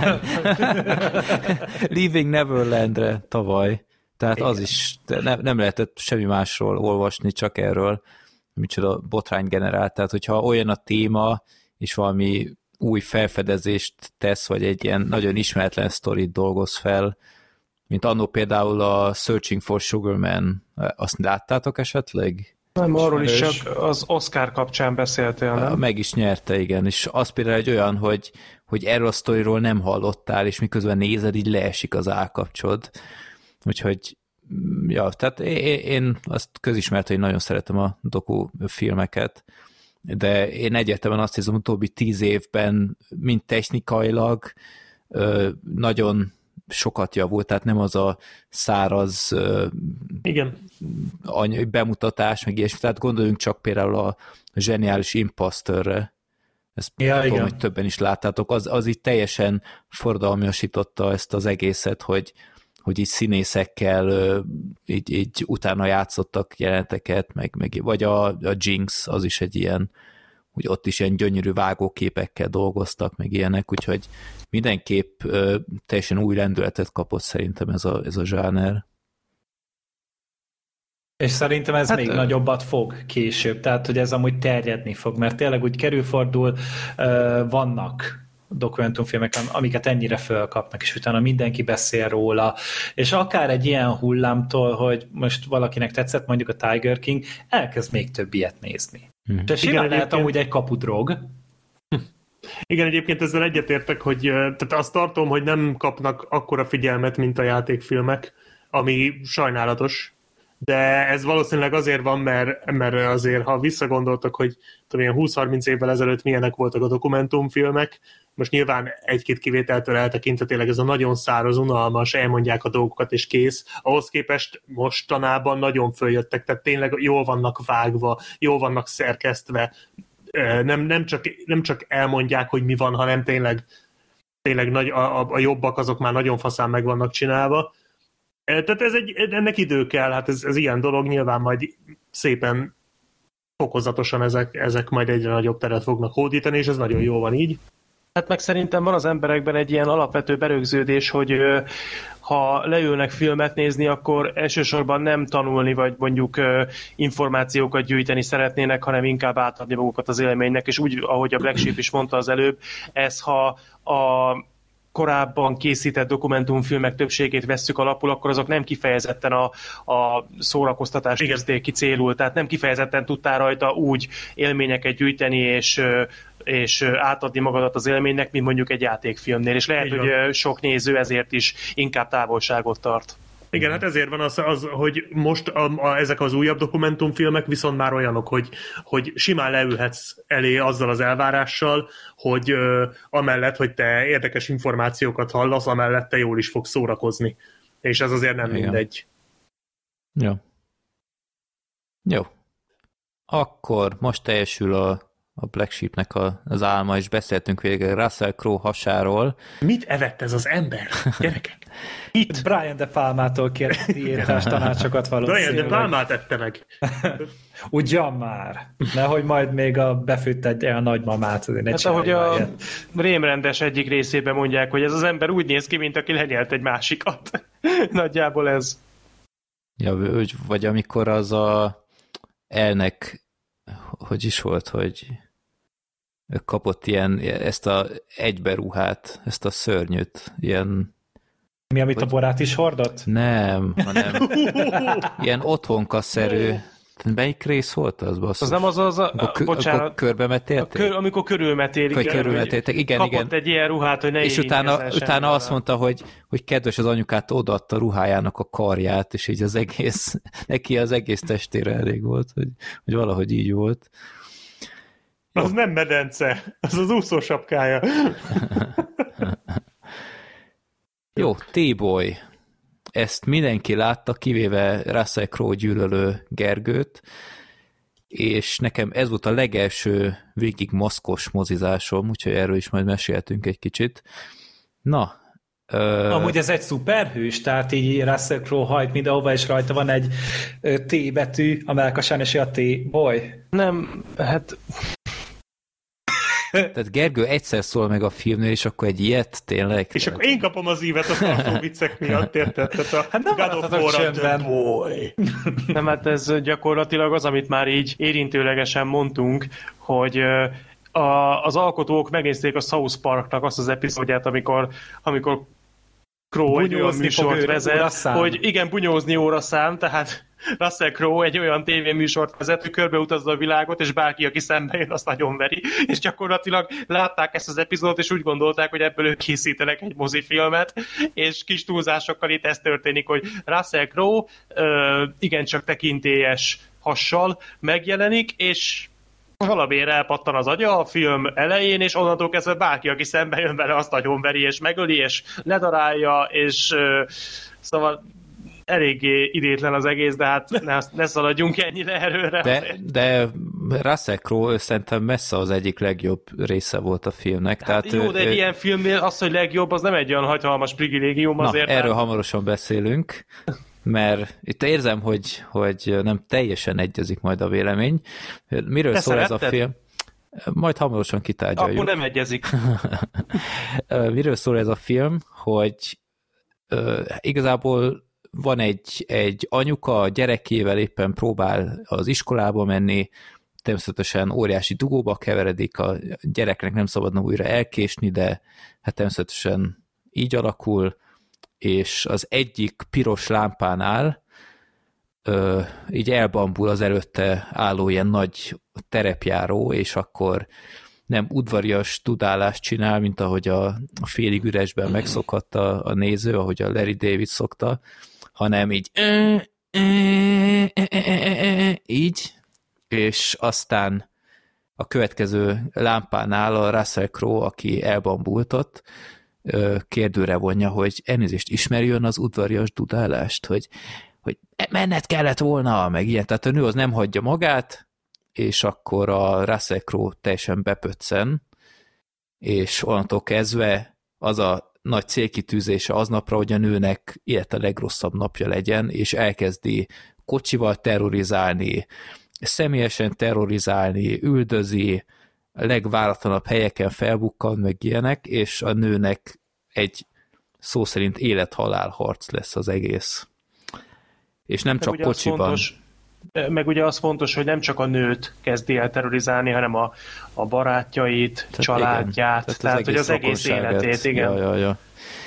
Leaving Neverlandre tavaly, tehát igen. Az is, nem, nem lehetett semmi másról olvasni, csak erről, micsoda botrány generált, tehát hogyha olyan a téma, és valami új felfedezést tesz, vagy egy ilyen nagyon ismeretlen sztorit dolgoz fel, mint annó például a Searching for Sugar Man. Azt láttátok esetleg? Nem, arról is csak az Oscar kapcsán beszéltél, nem? Meg is nyerte, igen, és az például egy olyan, hogy, hogy erről a sztoriról nem hallottál, és miközben nézed, így leesik az állkapcsod. Úgyhogy, ja, tehát én, én azt közismert, hogy nagyon szeretem a dokufilmeket, de én egyértelműen azt hiszem, utóbbi tíz évben, mint technikailag nagyon sokat javult, tehát nem az a száraz igen. bemutatás, meg ilyesmi, tehát gondoljunk csak például a zseniális Imposterre, ezt ja, tudom, hogy többen is láttátok, az, az így teljesen forradalmasította ezt az egészet, hogy hogy így színészekkel így, így utána játszottak jeleneteket, meg, meg, vagy a, a Jinx, az is egy ilyen, hogy ott is ilyen gyönyörű vágóképekkel dolgoztak, meg ilyenek, úgyhogy mindenképp ö, teljesen új lendületet kapott szerintem ez a, ez a zsáner. És szerintem ez hát, még ö... nagyobbat fog később, tehát hogy ez amúgy terjedni fog, mert tényleg úgy kerülfordul, ö, vannak dokumentumfilmek, amiket ennyire fölkapnak, és utána mindenki beszél róla, és akár egy ilyen hullámtól, hogy most valakinek tetszett mondjuk a Tiger King, elkezd még több ilyet nézni. Hmm. És simán lehet egyébként... amúgy egy kapudrog. Igen, egyébként ezzel egyetértek, hogy tehát azt tartom, hogy nem kapnak akkora figyelmet, mint a játékfilmek, ami sajnálatos, de ez valószínűleg azért van, mert, mert azért, ha visszagondoltak, hogy tudom, húsz-harminc évvel ezelőtt milyenek voltak a dokumentumfilmek, most nyilván egy-két kivételtől eltekintve tényleg ez a nagyon száraz, unalmas, elmondják a dolgokat és kész. Ahhoz képest mostanában nagyon följöttek, tehát tényleg jól vannak vágva, jól vannak szerkesztve, nem, nem, csak, nem csak elmondják, hogy mi van, hanem tényleg, tényleg nagy, a, a jobbak azok már nagyon faszán meg vannak csinálva. Tehát ez egy, ennek idő kell, hát ez, ez ilyen dolog, nyilván majd szépen fokozatosan ezek, ezek majd egyre nagyobb teret fognak hódítani, és ez nagyon jó van így. Hát meg szerintem van az emberekben egy ilyen alapvető berögződés, hogy ha leülnek filmet nézni, akkor elsősorban nem tanulni, vagy mondjuk információkat gyűjteni szeretnének, hanem inkább átadni magukat az élménynek, és úgy, ahogy a Black Sheep is mondta az előbb, ez ha a korábban készített dokumentumfilmek többségét vesszük alapul, akkor azok nem kifejezetten a, a szórakoztatást tűzték ki célul, tehát nem kifejezetten tudtál rajta úgy élményeket gyűjteni, és, és átadni magadat az élménynek, mint mondjuk egy játékfilmnél, és lehet, hogy sok néző ezért is inkább távolságot tart. Igen, hát ezért van az, az hogy most a, a, ezek az újabb dokumentumfilmek viszont már olyanok, hogy, hogy simán leülhetsz elé azzal az elvárással, hogy ö, amellett, hogy te érdekes információkat hallasz, amellett te jól is fogsz szórakozni. És ez azért nem Igen. mindegy. Jó. Jó. Akkor most teljesül a a Black Sheepnek a, az álma, és beszéltünk végig Russell Crowe hasáról. Mit evett ez az ember, gyerekek? Itt Brian De Palmától kért diétás tanácsokat valószínűleg. Brian De Palmát ette meg. Ugyan már. Nehogy majd még a befőtt egy olyan nagymamát. Hát ahogy a ilyet. Rémrendes egyik részében mondják, hogy ez az ember úgy néz ki, mint aki lenyelt egy másikat. Nagyjából ez. Ja, vagy amikor az a elnek hogy is volt, hogy kapott ilyen, ezt a egyberuhát, ezt a szörnyűt, ilyen... Mi, amit hogy... a Borát is hordott? Nem, hanem ilyen otthonkaszerű. Melyik rész volt az, basszus? Az nem az az, a, a, bocsánat. körbe metélték? Kör, amikor körülmetélik. Vagy körülmetéltek, igen, kapott igen. Kapott egy ilyen ruhát, hogy ne és utána, utána azt mondta, hogy, hogy kedves az anyukát, odaadta ruhájának a karját, és így az egész, neki az egész testére elég volt, hogy, hogy valahogy így volt. Jó. Az nem medence, az az úszósapkája. Jó, T-Boy. Ezt mindenki látta, kivéve Russell Crowe gyűlölő Gergőt, és nekem ez volt a legelső végig maszkos mozizásom, úgyhogy erről is majd meséltünk egy kicsit. Na. Ö... Amúgy ez egy szuperhős, tehát így Russell Crowe hajt mindenhova, és rajta van egy T betű, a melkasán, és a T-Boy. Nem, hát... Tehát Gergő egyszer szól meg a filmnél, és akkor egy ilyet tényleg. És akkor én kapom az ívet a tartó viccek miatt, érted? Tehát a hát nem maradhatok csöndben. Nem, hát ez gyakorlatilag az, amit már így érintőlegesen mondtunk, hogy a, az alkotók megnézték a South Parknak azt az epizódját, amikor, amikor Crowe egy olyan műsort vezet, hogy igen, bunyózni óra szám, tehát Russell Crowe egy olyan tévéműsort vezet, hogy körbeutazza a világot, és bárki, aki szembe jön, azt nagyon veri. És gyakorlatilag látták ezt az epizódot, és úgy gondolták, hogy ebből ők készítenek egy mozifilmet, és kis túlzásokkal itt ez történik, hogy Russell Crowe ö, igencsak tekintélyes hassal megjelenik, és valamiért elpattan az agya a film elején, és onnantól kezdve bárki, aki szembe jön vele, azt nagyon veri, és megöli, és ledarálja, és ö, szóval eléggé idétlen az egész, de hát ne, ne szaladjunk ennyire erőre. De, de Russell Crowe szerintem messze az egyik legjobb része volt a filmnek. Hát tehát, jó, de egy ő, ilyen filmnél az, hogy legjobb, az nem egy olyan hatalmas privilégium azért. Na, erről nem. Hamarosan beszélünk, mert itt érzem, hogy, hogy nem teljesen egyezik majd a vélemény. Miről Te szól szeretted? Ez a film? Majd hamarosan kitárgyaljuk. Akkor nem egyezik. Miről szól ez a film, hogy uh, igazából van egy, egy anyuka, a gyerekével éppen próbál az iskolába menni, természetesen óriási dugóba keveredik, a gyereknek nem szabadna újra elkésni, de hát természetesen így alakul, és az egyik piros lámpánál ö, így elbambul az előtte álló ilyen nagy terepjáró, és akkor nem udvarias tudálást csinál, mint ahogy a, a félig üresben megszokott a, a néző, ahogy a Larry David szokta, hanem így így, és aztán a következő lámpánál a Russell Crowe, aki elbambultott, kérdőre vonja, hogy elnézést, ismerjön az udvarias dudálást, hogy, hogy menned kellett volna, meg ilyen. Tehát a nő az nem hagyja magát, és akkor a Russell Crowe teljesen bepöccen, és onnantól kezdve az a nagy célkitűzése aznapra, hogy a nőnek ilyet a legrosszabb napja legyen, és elkezdi kocsival terrorizálni, személyesen terrorizálni, üldözi, a legváratlanabb helyeken felbukkan, meg ilyenek, és a nőnek egy szó szerint élet-halál harc lesz az egész. És nem csak kocsiban. Fontos, meg ugye az fontos, hogy nem csak a nőt kezdi el terrorizálni, hanem a, a barátjait, tehát családját, igen, tehát, tehát az hogy az egész életét. Igen. Ja, ja, ja.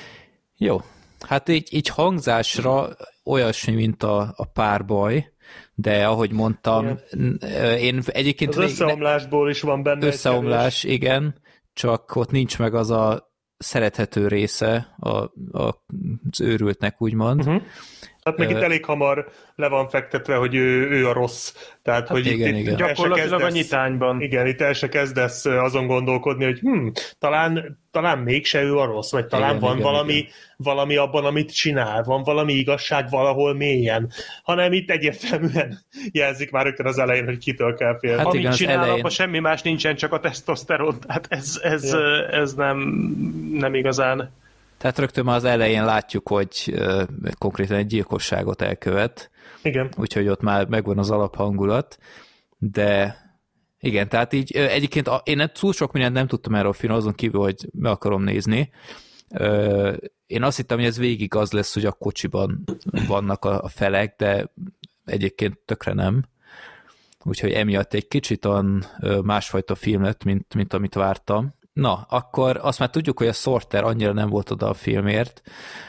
Jó, hát így, így hangzásra olyasmi, mint a, a párbaj, de ahogy mondtam, igen. én egyébként... Az összeomlásból is van benne. Összeomlás, igen, csak ott nincs meg az a szerethető része a, a, az őrültnek, úgymond. Uh-huh. Hát meg uh, itt elég hamar le van fektetve, hogy ő, ő a rossz. Tehát, hát hogy igen, itt, igen. Gyakorlatilag kezdesz, a nyitányban. Igen, itt el se kezdesz azon gondolkodni, hogy hm, talán, talán mégse ő a rossz, vagy talán igen, van igen, valami, igen. valami abban, amit csinál, van valami igazság valahol mélyen. Hanem itt egyértelműen jelzik már rögtön az elején, hogy kitől kell félni. Hát amit igen, csinál, elején... abban semmi más nincsen, csak a tesztoszteron. Hát ez, ez, ja. ez nem, nem igazán... Tehát rögtön már az elején látjuk, hogy uh, konkrétan egy gyilkosságot elkövet. Igen. Úgyhogy ott már megvan az alaphangulat. De igen, tehát így uh, egyébként a, én nem, túl sok mindent nem tudtam erről a film, azon kívül, hogy meg akarom nézni. Uh, én azt hittem, hogy ez végig az lesz, hogy a kocsiban vannak a, a felek, de egyébként tökre nem. Úgyhogy emiatt egy kicsit olyan uh, másfajta film lett, mint, mint amit vártam. Na, akkor azt már tudjuk, hogy a Sorter annyira nem volt oda a filmért.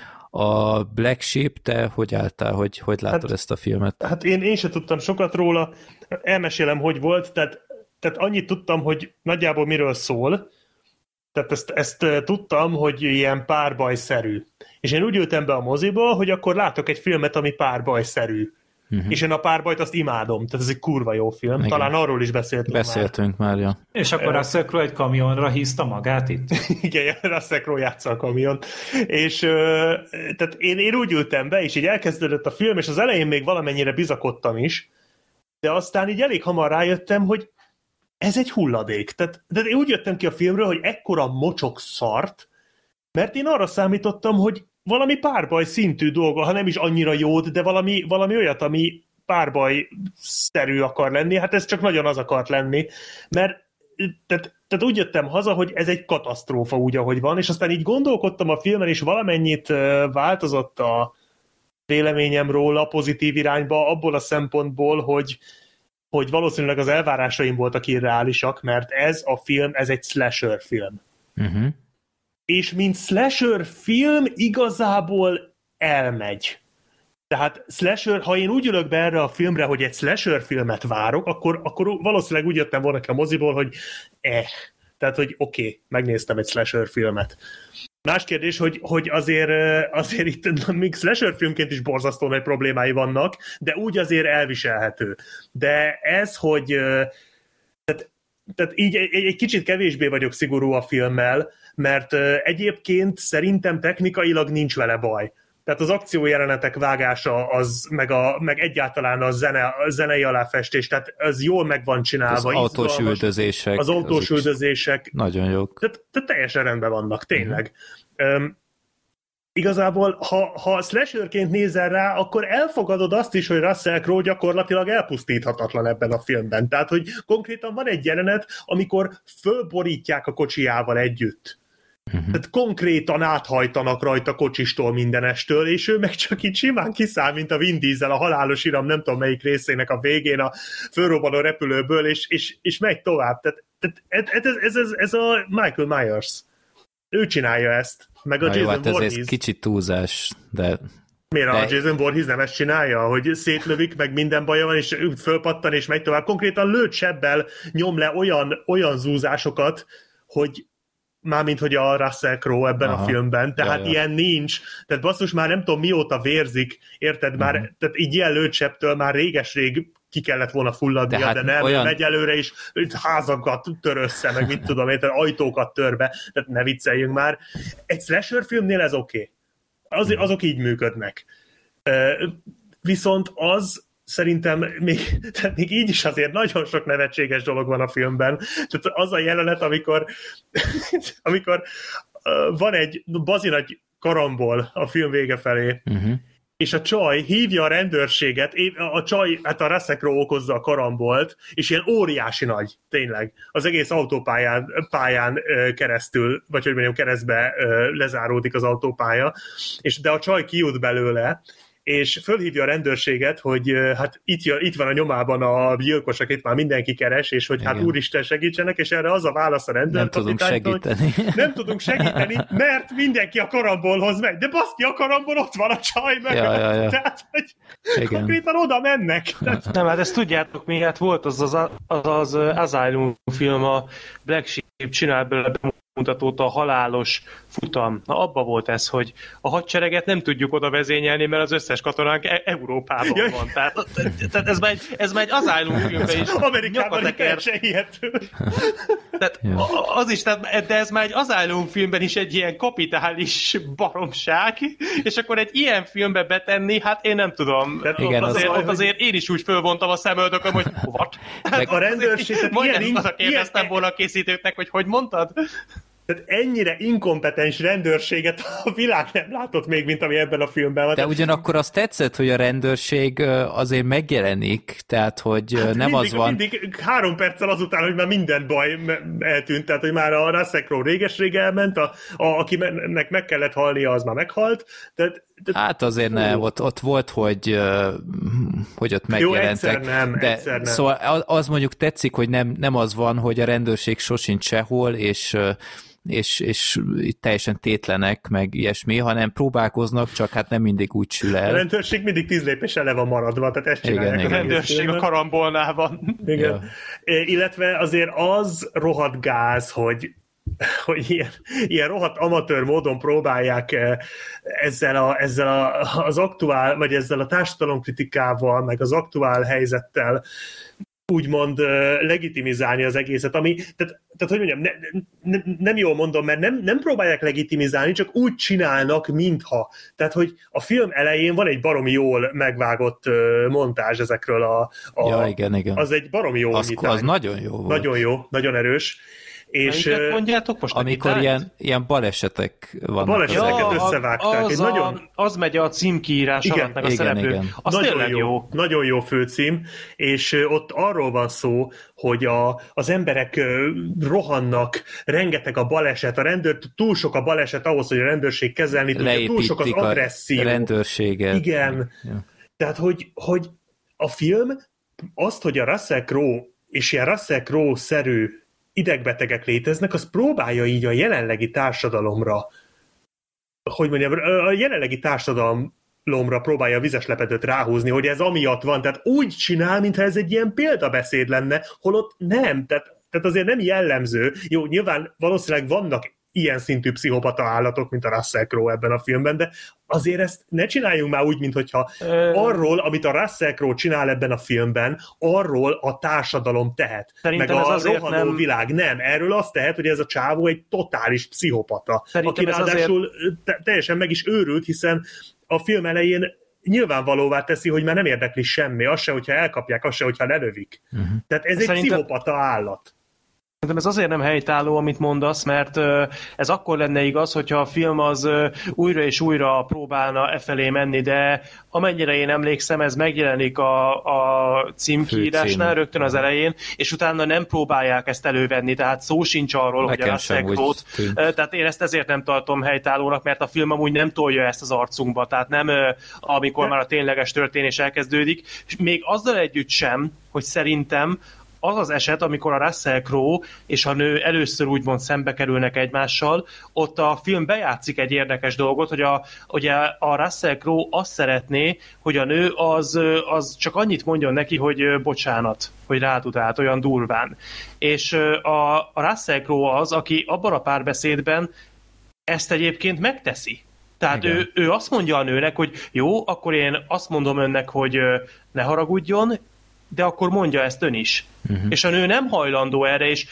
A Black Sheep, te hogy álltál, hogy, hogy látod hát, ezt a filmet? Hát én, én sem tudtam sokat róla, elmesélem, hogy volt, tehát, tehát annyit tudtam, hogy nagyjából miről szól, tehát ezt, ezt tudtam, hogy ilyen párbajszerű. És én úgy ültem be a moziba, hogy akkor látok egy filmet, ami párbajszerű. Uh-huh. És én a párbajt azt imádom, tehát ez egy kurva jó film. Igen. Talán arról is beszéltünk Beszéltünk már, már ja. És akkor Russell Crowe egy kamionra hízta magát itt? Igen, Russell Crowe játsza a kamiont. És tehát én, én úgy ültem be, és így elkezdődött a film, és az elején még valamennyire bizakodtam is, de aztán így elég hamar rájöttem, hogy ez egy hulladék. Tehát, tehát én úgy jöttem ki a filmről, hogy ekkora mocsok szart, mert én arra számítottam, hogy valami párbaj szintű dolga, ha nem is annyira jót, de valami, valami olyat, ami párbaj-szerű akar lenni, hát ez csak nagyon az akart lenni, mert tehát, tehát úgy jöttem haza, hogy ez egy katasztrófa úgy, ahogy van, és aztán így gondolkodtam a filmen, és valamennyit változott a véleményem róla pozitív irányba, abból a szempontból, hogy, hogy valószínűleg az elvárásaim voltak irreálisak, mert ez a film, ez egy slasher film. Uh-huh. És mint slasher film igazából elmegy. Tehát slasher, ha én úgy ülök be erre a filmre, hogy egy slasher filmet várok, akkor, akkor valószínűleg úgy jöttem volna ki a moziból, hogy eh. Tehát, hogy oké, okay, megnéztem egy slasher filmet. Más kérdés, hogy, hogy azért, azért itt még slasher filmként is borzasztó nagy problémái vannak, de úgy azért elviselhető. De ez, hogy tehát, tehát így egy, egy kicsit kevésbé vagyok szigorú a filmmel, mert egyébként szerintem technikailag nincs vele baj. Tehát az akciójelenetek vágása, az, meg, a, meg egyáltalán a, zene, a zenei aláfestés, tehát az jól meg van csinálva. Az autós üldözések. Az autós üldözések. Nagyon jók. Tehát, tehát teljesen rendben vannak, tényleg. Uh-huh. Um, igazából, ha, ha slasherként nézel rá, akkor elfogadod azt is, hogy Russell Crowe gyakorlatilag elpusztíthatatlan ebben a filmben. Tehát, hogy konkrétan van egy jelenet, amikor fölborítják a kocsijával együtt. Uh-huh. Tehát konkrétan áthajtanak rajta kocsistól mindenestől, és ő meg csak így simán kiszáll, mint a Vin Diesel a Halálos Iram nem tudom melyik részének a végén a fölrobbanó repülőből, és, és, és megy tovább. Tehát, tehát ez, ez, ez, ez a Michael Myers. Ő csinálja ezt. Meg a Na Jason jó, hát Voorhees. Ez kicsit túlzás, de... Miért de... a Jason Voorhees nem ezt csinálja? Hogy szétlövik, meg minden baja van, és fölpattan, és megy tovább. Konkrétan lőtt sebbel nyom le olyan, olyan zúzásokat, hogy mármint, hogy a Russell Crowe ebben Aha. a filmben, tehát ja, ja. ilyen nincs, tehát basszus már nem tudom mióta vérzik, érted, már, uh-huh. tehát így ilyen lőtsebbtől már réges-rég ki kellett volna fulladnia, de, hát de nem, olyan... megy előre is, házakat tör össze, meg mit tudom én, tehát ajtókat tör be, tehát ne vicceljünk már. Egy slasher filmnél ez oké. Okay. Az, uh-huh. Azok így működnek. Uh, viszont az szerintem még, tehát még így is azért nagyon sok nevetséges dolog van a filmben. Tehát az a jelenet, amikor, amikor uh, van egy bazi nagy karambol a film vége felé, uh-huh. és a csaj hívja a rendőrséget, a csaj, hát a Russell Crowe okozza a karambolt, és ilyen óriási nagy, tényleg, az egész autópályán pályán keresztül, vagy hogy mondjam, keresztbe lezáródik az autópálya, és de a csaj kijut belőle, és fölhívja a rendőrséget, hogy hát itt, itt van a nyomában a gyilkos, akit már mindenki keres, és hogy igen. Hát úristen segítsenek, és erre az a válasz a rendőrkapitánytól, nem tudunk segíteni. Hogy nem tudunk segíteni, mert mindenki a karambolhoz megy. De baszki, a karambol ott van a csaj meg. Ja, ja, ja. Tehát, hogy konkrétan oda mennek. Tehát... Nem, hát ezt tudjátok mi, hát volt az az, az, az Asylum film, a Black Sheep csinál belőle mutatót, a halálos futam. Na, abba volt ez, hogy a hadsereget nem tudjuk oda vezényelni, mert az összes katonánk e- Európában Jaj. van. Tehát, tehát ez már egy, ez már egy Asylum filmben is. Amerikában se hihető. Tehát az is, tehát, de ez már egy Asylum filmben is egy ilyen kapitális baromság, és akkor egy ilyen filmbe betenni, hát én nem tudom. Igen, azért, az, azért hogy... én is úgy fölvontam a szemöldököm, hogy what? Hát a rendőrség, majdnem ilyen, azt kérdeztem ilyen... volna a készítőknek, hogy hogy mondtad? Tehát ennyire inkompetens rendőrséget a világ nem látott még, mint ami ebben a filmben van. De ugyanakkor azt tetszett, hogy a rendőrség azért megjelenik, tehát hogy hát nem mindig, az van... Mindig három perccel azután, hogy már minden baj eltűnt, tehát hogy már a Russell Crowe réges-rég elment, a, a, akinek meg kellett halnia, az már meghalt. Tehát, tehát, hát azért nem, ott, ott volt, hogy, hogy ott megjelentek. Jó, egyszer nem, de egyszer nem. Szóval az mondjuk tetszik, hogy nem, nem az van, hogy a rendőrség sosincs sehol, és és, és teljesen tétlenek, meg ilyesmi, hanem próbálkoznak, csak hát nem mindig úgy sül el. A rendőrség mindig tíz lépéssel le van maradva, tehát ezt csinálják. Igen, a rendőrség a karambolnál van. Igen. Ja. Illetve azért az rohadt gáz, hogy hogy ilyen, ilyen rohadt amatőr módon próbálják ezzel, a, ezzel a, az aktuál, vagy ezzel a társadalomkritikával, meg az aktuál helyzettel úgymond uh, legitimizálni az egészet, ami, tehát, tehát hogy mondjam, ne, ne, nem jól mondom, mert nem, nem próbálják legitimizálni, csak úgy csinálnak, mintha. Tehát, hogy a film elején van egy baromi jól megvágott uh, montázs ezekről a... a ja, igen, igen. Az egy baromi jó az, az nagyon jó volt. Nagyon jó, nagyon erős. És mondjátok most? Amikor ilyen, ilyen balesetek vannak. A baleseteket ja, összevágták. Az, nagyon... a, az megy a címkiírás igen, alatt, meg a igen, szereplő. Igen. Az nagyon tényleg jó, jó. Nagyon jó főcím, és ott arról van szó, hogy a, az emberek rohannak, rengeteg a baleset, a rendőr, túl sok a baleset ahhoz, hogy a rendőrség kezelni tudja, túl sok az agresszió. A rendőrséget. Igen. Ja. Tehát, hogy, hogy a film azt, hogy a Russell Crowe és ilyen Russell Crowe-szerű idegbetegek léteznek, az próbálja így a jelenlegi társadalomra, hogy mondjam, a jelenlegi társadalomra próbálja a vizes lepedőt ráhúzni, hogy ez amiatt van, tehát úgy csinál, mintha ez egy ilyen példabeszéd lenne, holott nem, tehát, tehát azért nem jellemző. Jó, nyilván valószínűleg vannak ilyen szintű pszichopata állatok, mint a Russell Crowe ebben a filmben, de azért ezt ne csináljunk már úgy, mintha arról, amit a Russell Crowe csinál ebben a filmben, arról a társadalom tehet. Szerintem meg a ez rohanó nem... világ. Nem, erről azt tehet, hogy ez a csávó egy totális pszichopata. Szerintem aki ráadásul azért... teljesen meg is őrült, hiszen a film elején nyilvánvalóvá teszi, hogy már nem érdekli semmi, az se, hogyha elkapják, az se, hogyha lelövik. Uh-huh. Tehát ez Szerintem... egy pszichopata állat. Szerintem ez azért nem helytálló, amit mondasz, mert ez akkor lenne igaz, hogyha a film az újra és újra próbálna e felé menni, de amennyire én emlékszem, ez megjelenik a, a címkiírásnál rögtön az elején, és utána nem próbálják ezt elővenni, tehát szó sincs arról, Nekem hogy a Russell Crowe-t. Tehát én ezt ezért nem tartom helytállónak, mert a film amúgy nem tolja ezt az arcunkba, tehát nem amikor már a tényleges történés elkezdődik, és még azzal együtt sem, hogy szerintem az az eset, amikor a Russell Crowe és a nő először úgymond szembe kerülnek egymással, ott a film bejátszik egy érdekes dolgot, hogy a, ugye a Russell Crowe azt szeretné, hogy a nő az, az csak annyit mondjon neki, hogy bocsánat, hogy rá tud át olyan durván. És a, a Russell Crowe az, aki abban a párbeszédben ezt egyébként megteszi. Tehát ő, ő azt mondja a nőnek, hogy jó, akkor én azt mondom önnek, hogy ne haragudjon, de akkor mondja ezt ön is. Uh-huh. És a nő nem hajlandó erre, és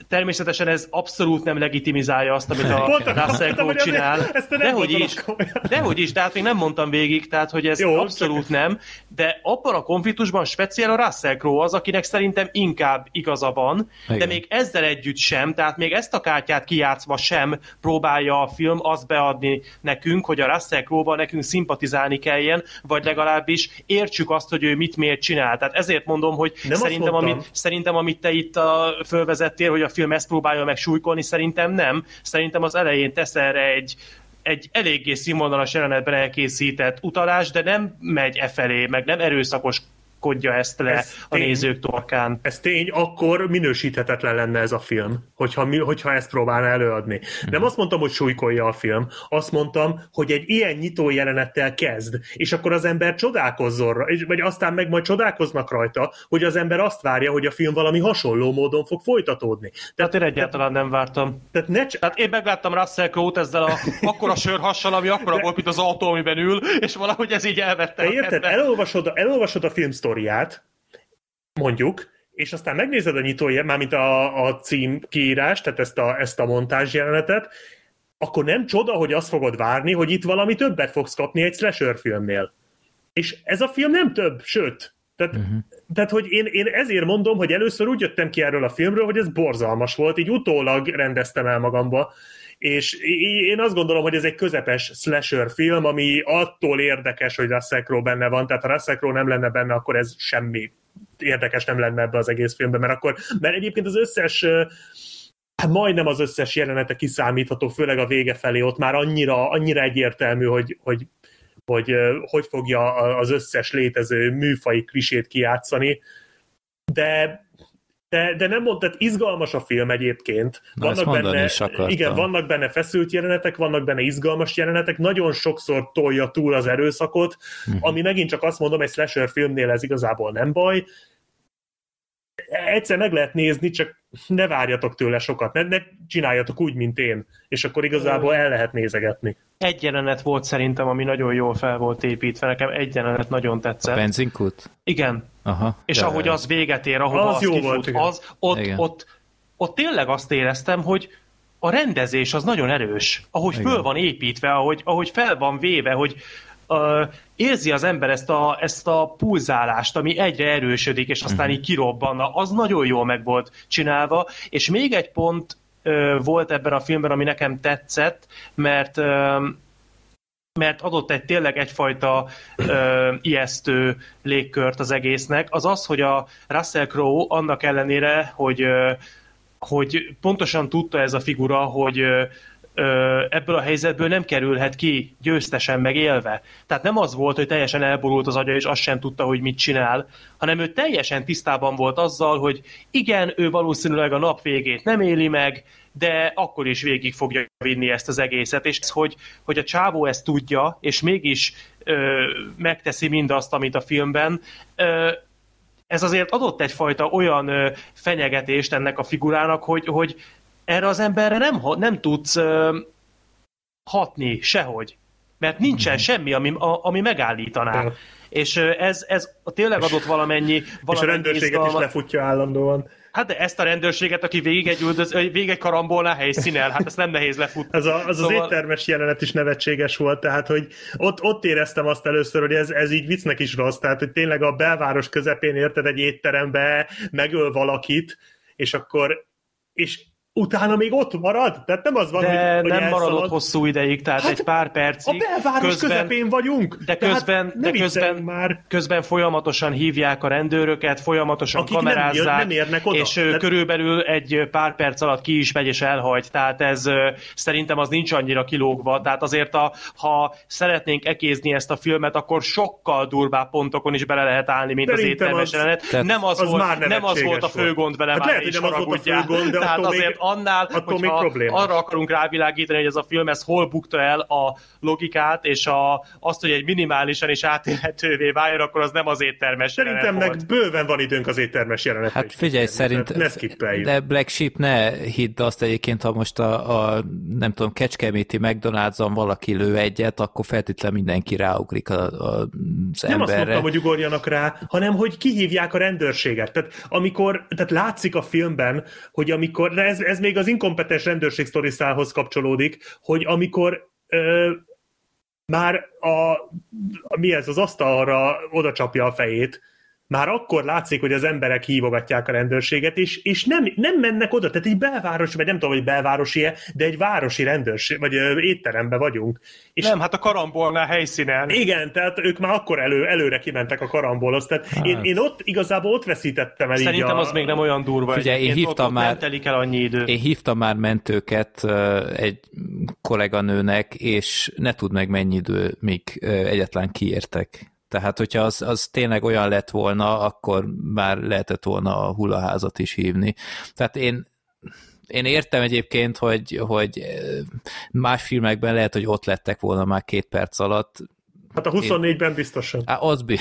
természetesen ez abszolút nem legitimizálja azt, amit a Russell Crowe csinál. Dehogy is, dehogy is, tehát még nem mondtam végig, tehát hogy ez jó, abszolút csak... nem, de abban a konfliktusban speciál a Russell Crowe az, akinek szerintem inkább igaza van, igen. De még ezzel együtt sem, tehát még ezt a kártyát kijátszva sem próbálja a film azt beadni nekünk, hogy a Russell Crowe-val nekünk szimpatizálni kelljen, vagy legalábbis értsük azt, hogy ő mit miért csinál. Tehát ezért mondom, hogy szerintem amit, szerintem amit te itt a, fölvezettél, hogy a film ezt próbálja meg súlykolni, szerintem nem. Szerintem az elején tesz erre egy, egy eléggé színvonalas jelenetben elkészített utalás, de nem megy e felé, meg nem erőszakos kodja ezt le ez a tény, nézők torkán. Ez tény, akkor minősíthetetlen lenne ez a film, hogyha, hogyha ezt próbálna előadni. Hmm. Nem azt mondtam, hogy súlykolja a film, azt mondtam, hogy egy ilyen nyitó jelenettel kezd, és akkor az ember csodálkozzon, vagy aztán meg majd csodálkoznak rajta, hogy az ember azt várja, hogy a film valami hasonló módon fog folytatódni. Tehát én egyáltalán nem vártam. Tehát, ne c- tehát én megláttam Russell Crowe-t ezzel a akkora sörhassal, ami akkora de... volt, mint az autó, amiben ül, és valahogy ez így elvette. De érted, elolvasod, elolvasod a film sztoriát, mondjuk, és aztán megnézed a nyitóját, mármint a, a cím kiírás, tehát ezt a, ezt a montázs jelenetet, akkor nem csoda, hogy azt fogod várni, hogy itt valami többet fogsz kapni egy slasher filmnél. És ez a film nem több, sőt. Tehát, uh-huh. tehát hogy én, én ezért mondom, hogy először úgy jöttem ki erről a filmről, hogy ez borzalmas volt, így utólag rendeztem el magamba, és én azt gondolom, hogy ez egy közepes slasher film, ami attól érdekes, hogy Russell Crowe benne van, tehát ha Russell Crowe nem lenne benne, akkor ez semmi érdekes nem lenne ebbe az egész filmben, mert akkor, mert egyébként az összes, hát majdnem az összes jelenete kiszámítható, főleg a vége felé, ott már annyira, annyira egyértelmű, hogy, hogy, hogy hogy fogja az összes létező műfai klisét kijátszani, de De, de nem mondtad, izgalmas a film egyébként. Vannak benne, igen, vannak benne feszült jelenetek, vannak benne izgalmas jelenetek, nagyon sokszor tolja túl az erőszakot, uh-huh. ami megint csak azt mondom, egy slasher filmnél ez igazából nem baj. Egyszer meg lehet nézni, csak ne várjatok tőle sokat, ne, ne csináljatok úgy, mint én, és akkor igazából el lehet nézegetni. Egy jelenet volt szerintem, ami nagyon jól fel volt építve, nekem egy jelenet nagyon tetszett. A benzinkút? Igen. Aha, és ahogy jaj. Az véget ér, ahova az, az kifut, volt, az, ott, ott, ott tényleg azt éreztem, hogy a rendezés az nagyon erős, ahogy igen. föl van építve, ahogy, ahogy fel van véve, hogy uh, érzi az ember ezt a, ezt a pulzálást, ami egyre erősödik, és aztán uh-huh. így kirobbanna, az nagyon jól meg volt csinálva, és még egy pont uh, volt ebben a filmben, ami nekem tetszett, mert uh, mert adott egy tényleg egyfajta ö, ijesztő légkört az egésznek, az az, hogy a Russell Crowe annak ellenére, hogy, ö, hogy pontosan tudta ez a figura, hogy ö, ö, ebből a helyzetből nem kerülhet ki győztesen meg élve. Tehát nem az volt, hogy teljesen elborult az agya, és azt sem tudta, hogy mit csinál, hanem ő teljesen tisztában volt azzal, hogy igen, ő valószínűleg a nap végét nem éli meg, de akkor is végig fogja vinni ezt az egészet, és hogy, hogy a csávó ezt tudja, és mégis ö, megteszi mindazt, amit a filmben, ö, ez azért adott egyfajta olyan ö, fenyegetést ennek a figurának, hogy, hogy erre az emberre nem, nem tudsz ö, hatni sehogy, mert nincsen mm-hmm. semmi, ami, a, ami megállítaná. De. És ö, ez, ez tényleg adott valamennyi, valamennyi és a rendőrséget izgalmat. Is lefutja állandóan. Hát de ezt a rendőrséget, aki végig egy, üldöz, végig egy karambolná helyszínen, hát ezt nem nehéz lefutni. Az, a, az szóval... az éttermes jelenet is nevetséges volt, tehát hogy ott, ott éreztem azt először, hogy ez, ez így viccnek is rossz, tehát hogy tényleg a belváros közepén érted egy étterembe, megöl valakit, és akkor és utána még ott marad? Tehát nem az van, de hogy, nem hogy maradott hosszú ideig, tehát hát egy pár percig. A belváros közben, közepén vagyunk. De közben, de közben, már. közben folyamatosan hívják a rendőröket, folyamatosan akik kamerázzák, nem, nem érnek oda. És de... körülbelül egy pár perc alatt ki is megy és elhagy. Tehát ez szerintem az nincs annyira kilógva. Tehát azért, a, ha szeretnénk ekézni ezt a filmet, akkor sokkal durvább pontokon is bele lehet állni, mint szerintem az éttermes jelenet. Nem az, az volt, nem az volt a fő gond vele, hát már lehet, is haragudjál. Tehát azért annál, hogyha arra akarunk rávilágítani, hogy ez a film, ez hol bukta el a logikát, és a, azt, hogy egy minimálisan is átélhetővé váljon, akkor az nem az éttermes Szerintem jelenet meg volt. bőven van időnk az éttermes jelenetre. Hát figyelj, szerint ne skippeljük. De Black Sheep ne hidd azt egyébként, ha most a, a nem tudom, Kecskeméti McDonald's-on valaki lő egyet, akkor feltétlenül mindenki ráugrik a, a, az nem emberre. azt mondtam, hogy ugorjanak rá, hanem hogy kihívják a rendőrséget. Tehát amikor, tehát látszik a filmben, hogy amikor, de ez, ez még az inkompetens rendőrség sztoriszához kapcsolódik, hogy amikor ö, már a, a mi ez, az asztalra oda csapja a fejét, már akkor látszik, hogy az emberek hívogatják a rendőrséget, és, és nem, nem mennek oda. Tehát egy belvárosi, vagy nem tudom, hogy belvárosi-e, de egy városi rendőrség, vagy ö, étteremben vagyunk. És nem, hát a karambolnál helyszínen. Igen, tehát ők már akkor elő, előre kimentek a karambolhoz. Tehát hát. én, én ott igazából ott veszítettem el. Szerintem így a... az még nem olyan durva. Figyelj, én hívtam ott, ott már, nem telik el annyi idő. Én hívtam már mentőket egy kolléganőnek, és ne tudd meg mennyi idő, míg egyetlen kiértek. Tehát, hogyha az, az tényleg olyan lett volna, akkor már lehetett volna a hullaházat is hívni. Tehát én, én értem egyébként, hogy, hogy más filmekben lehet, hogy ott lettek volna már két perc alatt. Hát a huszonnégyben én... biztosan. Á, az bi...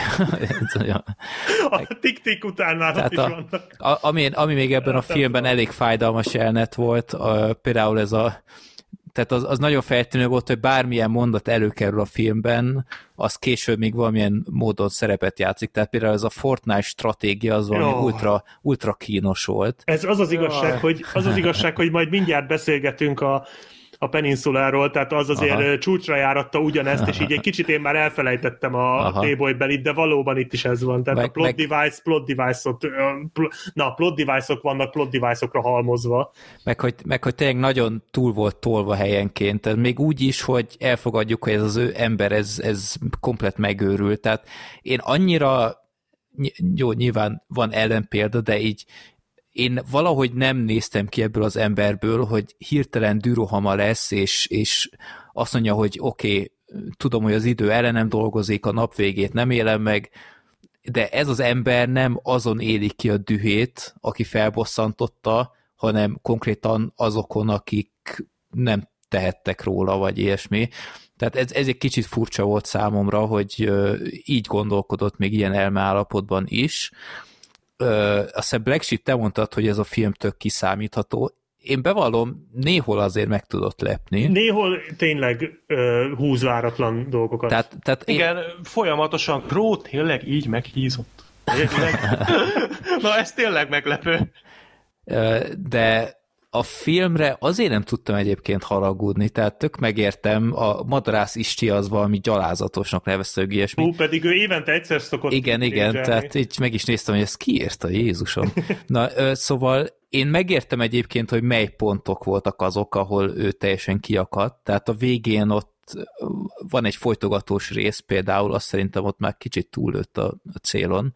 a tik-tik után már ott is a, vannak. A, ami, ami még ebben a filmben elég fájdalmas jelenet volt, a, például ez a tehát az, az nagyon feltűnő volt, hogy bármilyen mondat előkerül a filmben, az később még valamilyen módon szerepet játszik. Tehát például ez a Fortnite stratégia az valami ultra, ultra kínos volt. Ez az az igazság, hogy, az az igazság, hogy majd mindjárt beszélgetünk a a Peninsuláról, tehát az azért Aha. csúcsra járatta ugyanezt, és így egy kicsit én már elfelejtettem a T-boy belit, de valóban itt is ez van. Tehát meg, a plot meg, device, plot device-ot, na, plot device-ok vannak plot device-okra halmozva. Meg hogy, meg, hogy tényleg nagyon túl volt tolva helyenként. Tehát még úgy is, hogy elfogadjuk, hogy ez az ő ember, ez, ez komplet megőrült. Tehát én annyira, jó, nyilván van ellenpélda, de így én valahogy nem néztem ki ebből az emberből, hogy hirtelen dürohama lesz, és, és azt mondja, hogy oké, okay, tudom, hogy az idő ellenem dolgozik, a nap végét nem élem meg, de ez az ember nem azon éli ki a dühét, aki felbosszantotta, hanem konkrétan azokon, akik nem tehettek róla, vagy ilyesmi. Tehát ez, ez egy kicsit furcsa volt számomra, hogy így gondolkodott még ilyen elmeállapotban is. Ö, azt hiszem Black Sheep, te mondtad, hogy ez a film tök kiszámítható. Én bevallom, néhol azért meg tudott lepni. Néhol tényleg ö, húzváratlan dolgokat. Tehát, tehát Igen, én... folyamatosan Kró tényleg így meghízott. Na, ez tényleg meglepő. Ö, de a filmre azért nem tudtam egyébként haragudni, tehát tök megértem, a Madarász Isti az valami gyalázatosnak nevezte, hogy ilyesmi. Hú, pedig ő évente egyszer szokott. Igen, igen, tehát így meg is néztem, hogy ezt ki írta, Jézusom. Na, szóval én megértem egyébként, hogy mely pontok voltak azok, ahol ő teljesen kiakadt, tehát a végén ott van egy folytogatós rész például, azt szerintem ott már kicsit túllőtt a, a célon,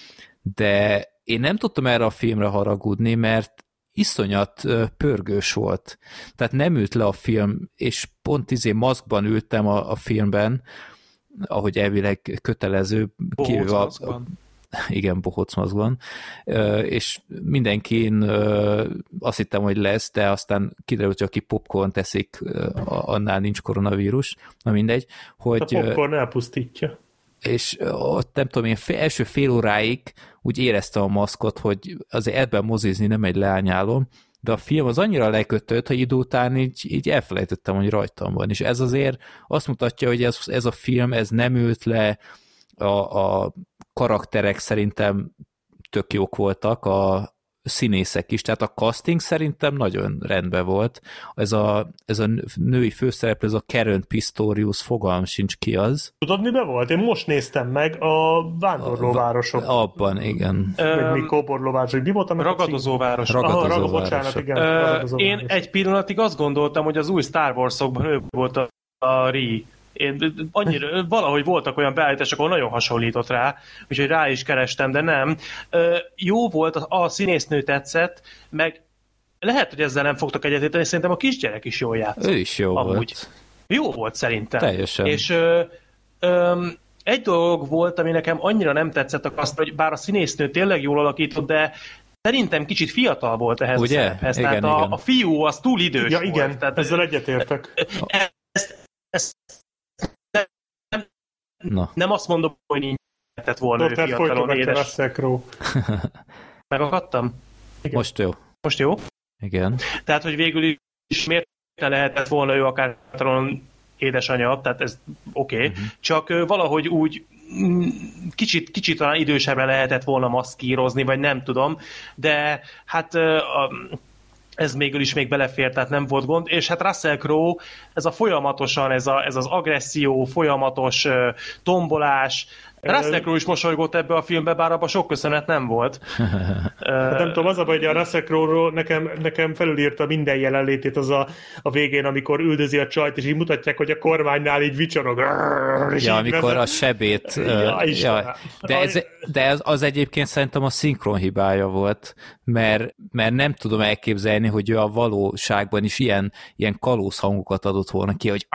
de én nem tudtam erre a filmre haragudni, mert iszonyat pörgős volt. Tehát nem ült le a film, és pont izé maszkban ültem a, a filmben, ahogy elvileg kötelező. Bohóc a, maszkban. Igen, bohóc maszkban. És mindenkin azt hittem, hogy lesz, de aztán kiderült, hogy aki popcorn teszik, annál nincs koronavírus. Na mindegy. Hogy, a popcorn elpusztítja. És ott nem tudom, én fél, első fél óráig úgy éreztem a maszkot, hogy azért ebben mozizni nem egy leányálom, de a film az annyira lekötött, hogy idő után így, így elfelejtettem, hogy rajtam van. És ez azért azt mutatja, hogy ez, ez a film, ez nem ült le, a, a karakterek szerintem tök jók voltak, a színészek is, tehát a casting szerintem nagyon rendben volt. Ez a, ez a női főszereplő, ez a Karen Pistorius, fogalm sincs ki az. Tudod, miben volt? Én most néztem meg a Vándorlóvárosok. Abban, igen. Vagy mi Kóborlóvárosok. Mi voltam? Ragadozóváros. Ragadozóvárosok. Aha, bocsánat, igen. Ö, Ragadozóváros. Én egy pillanatig azt gondoltam, hogy az új Star Wars-okban ő volt a, a Rey. Én annyira, valahogy voltak olyan beállítások, ahol nagyon hasonlított rá, úgyhogy rá is kerestem, de nem. Ö, jó volt, a, a színésznő tetszett, meg lehet, hogy ezzel nem fogtok egyetérteni, szerintem a kisgyerek is jól játszott. Ő is jó amúgy. volt. Jó volt szerintem. Teljesen. És ö, ö, egy dolog volt, ami nekem annyira nem tetszett, azt, hogy bár a színésznő tényleg jól alakított, de szerintem kicsit fiatal volt ehhez ugye? a szerephez. Igen, tehát igen. A, a fiú az túl idős Ja, volt. igen, Tehát, ezzel egyetértek. Ezt, ezt nem, Na. nem azt mondom, hogy nincs lehetett volna ő fiatalon édes. Russell Crowe. Megakadtam? Igen. Most jó. Most jó? Igen. Tehát, hogy végül is miért lehetett volna ő akár fiatalon édesanyja, tehát ez oké, okay. uh-huh. Csak uh, valahogy úgy kicsit, kicsit talán idősebbre lehetett volna maszkírozni, vagy nem tudom, de hát uh, a, ez mégül is még belefér, tehát nem volt gond, és hát Russell Crowe, ez a folyamatosan, ez, a, ez az agresszió, folyamatos uh, tombolás, Russell Crowe is mosolygott ebbe a filmbe, bár abban sok köszönet nem volt. Hát nem tudom, az a baj, hogy a Russell Crowe-ról nekem, nekem felülírta minden jelenlétét az a, a végén, amikor üldözi a csajt, és így mutatják, hogy a kormánynál így vicsorog. Ja, amikor vezet. A sebét... Ja, uh, ja. De, ez, de ez, az egyébként szerintem a szinkron hibája volt, mert, mert nem tudom elképzelni, hogy ő a valóságban is ilyen, ilyen kalóz hangokat adott volna ki, hogy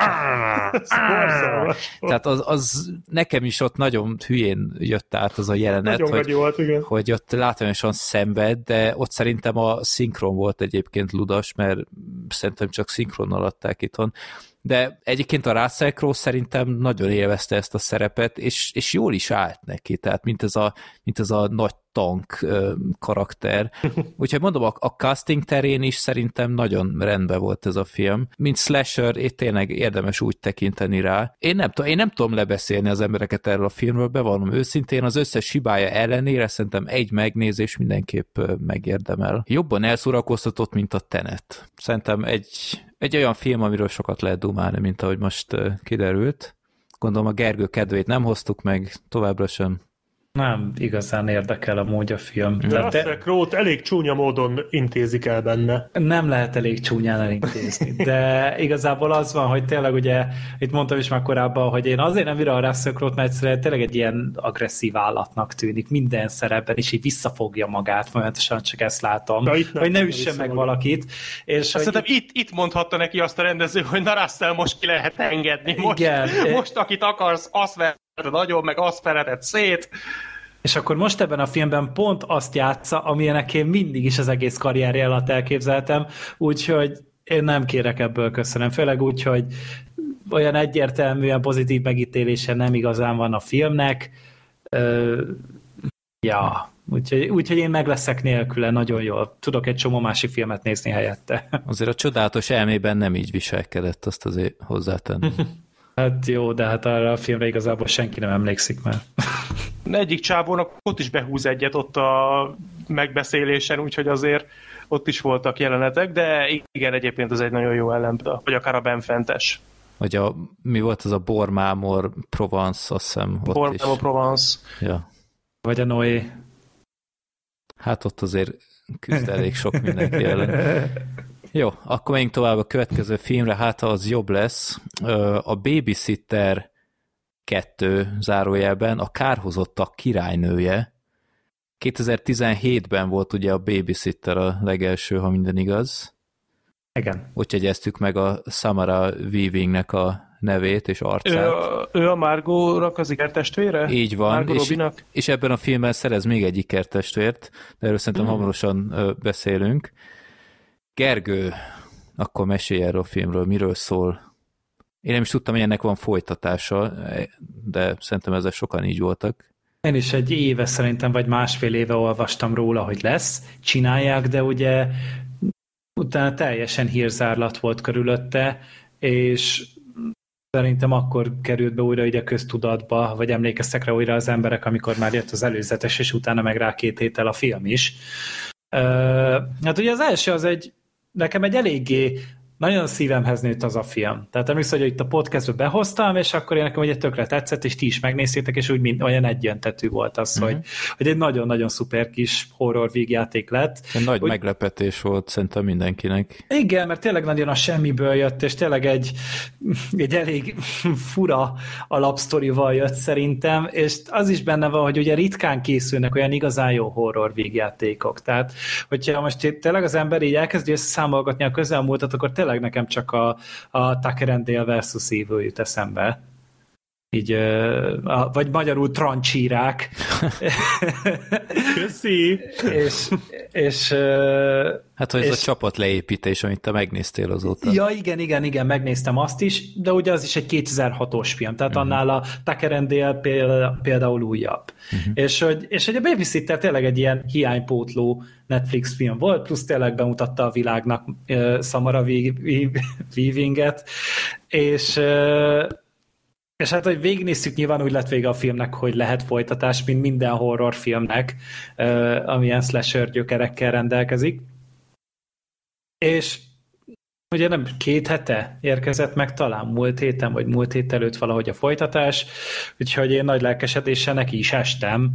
tehát az, az nekem is ott nagyon hülyén jött át az a jelenet, hogy, volt, igen. hogy ott látványosan szenved, de ott szerintem a szinkron volt egyébként ludas, mert szerintem csak szinkronnal adták itthon. De egyébként a Russell Crowe szerintem nagyon élvezte ezt a szerepet, és, és jól is állt neki, tehát mint ez a, mint ez a nagy tank uh, karakter. Úgyhogy mondom, a, a casting terén is szerintem nagyon rendben volt ez a film. Mint slasher, én tényleg érdemes úgy tekinteni rá. Én nem, én nem tudom lebeszélni az embereket erről a filmről, bevallom őszintén, az összes hibája ellenére szerintem egy megnézés mindenképp megérdemel. Jobban elszórakoztatott, mint a Tenet. Szerintem egy, egy olyan film, amiről sokat lehet dumálni, mint ahogy most uh, kiderült. Gondolom a Gergő kedvét nem hoztuk meg, továbbra sem. Nem igazán érdekel amúgy a film. De Russell Crowe-t elég csúnya módon intézik el benne. Nem lehet elég csúnyán elintézni, de igazából az van, hogy tényleg ugye, itt mondtam is már korábban, hogy én azért nem bírom a Russell Crowe-t, mert egyszerűen tényleg egy ilyen agresszív állatnak tűnik minden szerepben, és így visszafogja magát, folyamatosan csak ezt látom, ja, hogy ne üsse meg valakit. És hogy szerintem itt, itt mondhatta neki azt a rendező, hogy na Russell, most ki lehet engedni. Most, igen. most akit akarsz, azt ver nagyon, meg azt feledett szét. És akkor most ebben a filmben pont azt játsza, amilyenek én mindig is az egész karrierje alatt elképzeltem, úgyhogy én nem kérek ebből köszönöm. Főleg úgy, hogy olyan egyértelműen pozitív megítélése nem igazán van a filmnek. Ö, ja, úgyhogy, úgyhogy én meg leszek nélküle, nagyon jól. Tudok egy csomó másik filmet nézni helyette. Azért a csodálatos elmében nem így viselkedett, azt azért hozzátenni. Hát jó, de hát arra a filmre igazából senki nem emlékszik már. Egyik csávónak ott is behúz egyet ott a megbeszélésen, úgyhogy azért ott is voltak jelenetek, de igen, egyébként ez egy nagyon jó ellenpélda, vagy akár a Benfentes. Vagy a, mi volt az a Bormámor Provence, azt hiszem. Bormámor Provence. Ja. Vagy a Noé. Hát ott azért küzd elég sok mindenki ellen. Jó, akkor menjünk tovább a következő filmre, hát az jobb lesz. A Babysitter kettő zárójelben a kárhozottak királynője. kétezer-tizenhétben volt ugye a Babysitter a legelső, ha minden igaz. Igen. Úgy jegyeztük meg a Samara Weavingnek a nevét és arcát. Ő, ő a Margot-nak az ikertestvére? Így van, és, és ebben a filmben szerez még egy ikertestvért, de erről szerintem mm. hamarosan ö, beszélünk. Gergő, akkor mesélj erről a filmről, miről szól? Én nem is tudtam, hogy ennek van folytatása, de szerintem ezzel sokan így voltak. Én is egy éve szerintem, vagy másfél éve olvastam róla, hogy lesz, csinálják, de ugye utána teljesen hírzárlat volt körülötte, és szerintem akkor került be újra ide köztudatba, vagy emlékeztek rá újra az emberek, amikor már jött az előzetes, és utána meg rá két héttel a film is. Uh, hát ugye az első az egy, nekem egy eléggé nagyon szívemhez nőtt az a film. Tehát emlékszem, hogy itt a podcastbe behoztam, és akkor én nekem ugye tökre tetszett, és ti is megnéztétek, és úgy mind, olyan egyöntetű volt az, uh-huh. hogy, hogy egy nagyon-nagyon szuper kis horror vígjáték lett. Egy nagy hogy, meglepetés volt szerintem mindenkinek. Igen, mert tényleg nagyon a semmiből jött, és tényleg egy, egy elég fura alapsztorival jött szerintem, és az is benne van, hogy ugye ritkán készülnek olyan igazán jó horror vígjátékok. Tehát, hogyha most tényleg az ember így elkezdi összeszámolgatni a közelmúltat, akkor tényleg nekem csak a, a Tucker and Dale versus Evil jut eszembe. így, vagy magyarul trancsírák. Köszi! és, és, hát, hogy és, ez a csapatleépítés, amit te megnéztél azóta. Ja, igen, igen, igen, megnéztem azt is, de ugye az is egy kétezer-hatos film, tehát uh-huh. annál a Tucker and Dale például, például újabb. Uh-huh. És, hogy, és hogy a Babysitter tényleg egy ilyen hiánypótló Netflix film volt, plusz tényleg bemutatta a világnak uh, Samara Weaving-et, és uh, és hát, hogy végignéztük, nyilván úgy lett vége a filmnek, hogy lehet folytatás, mint minden horrorfilmnek, amilyen slasher gyökerekkel rendelkezik. És ugye nem két hete érkezett meg, talán múlt héten, vagy múlt hét előtt valahogy a folytatás, úgyhogy én nagy lelkesedéssel neki is estem,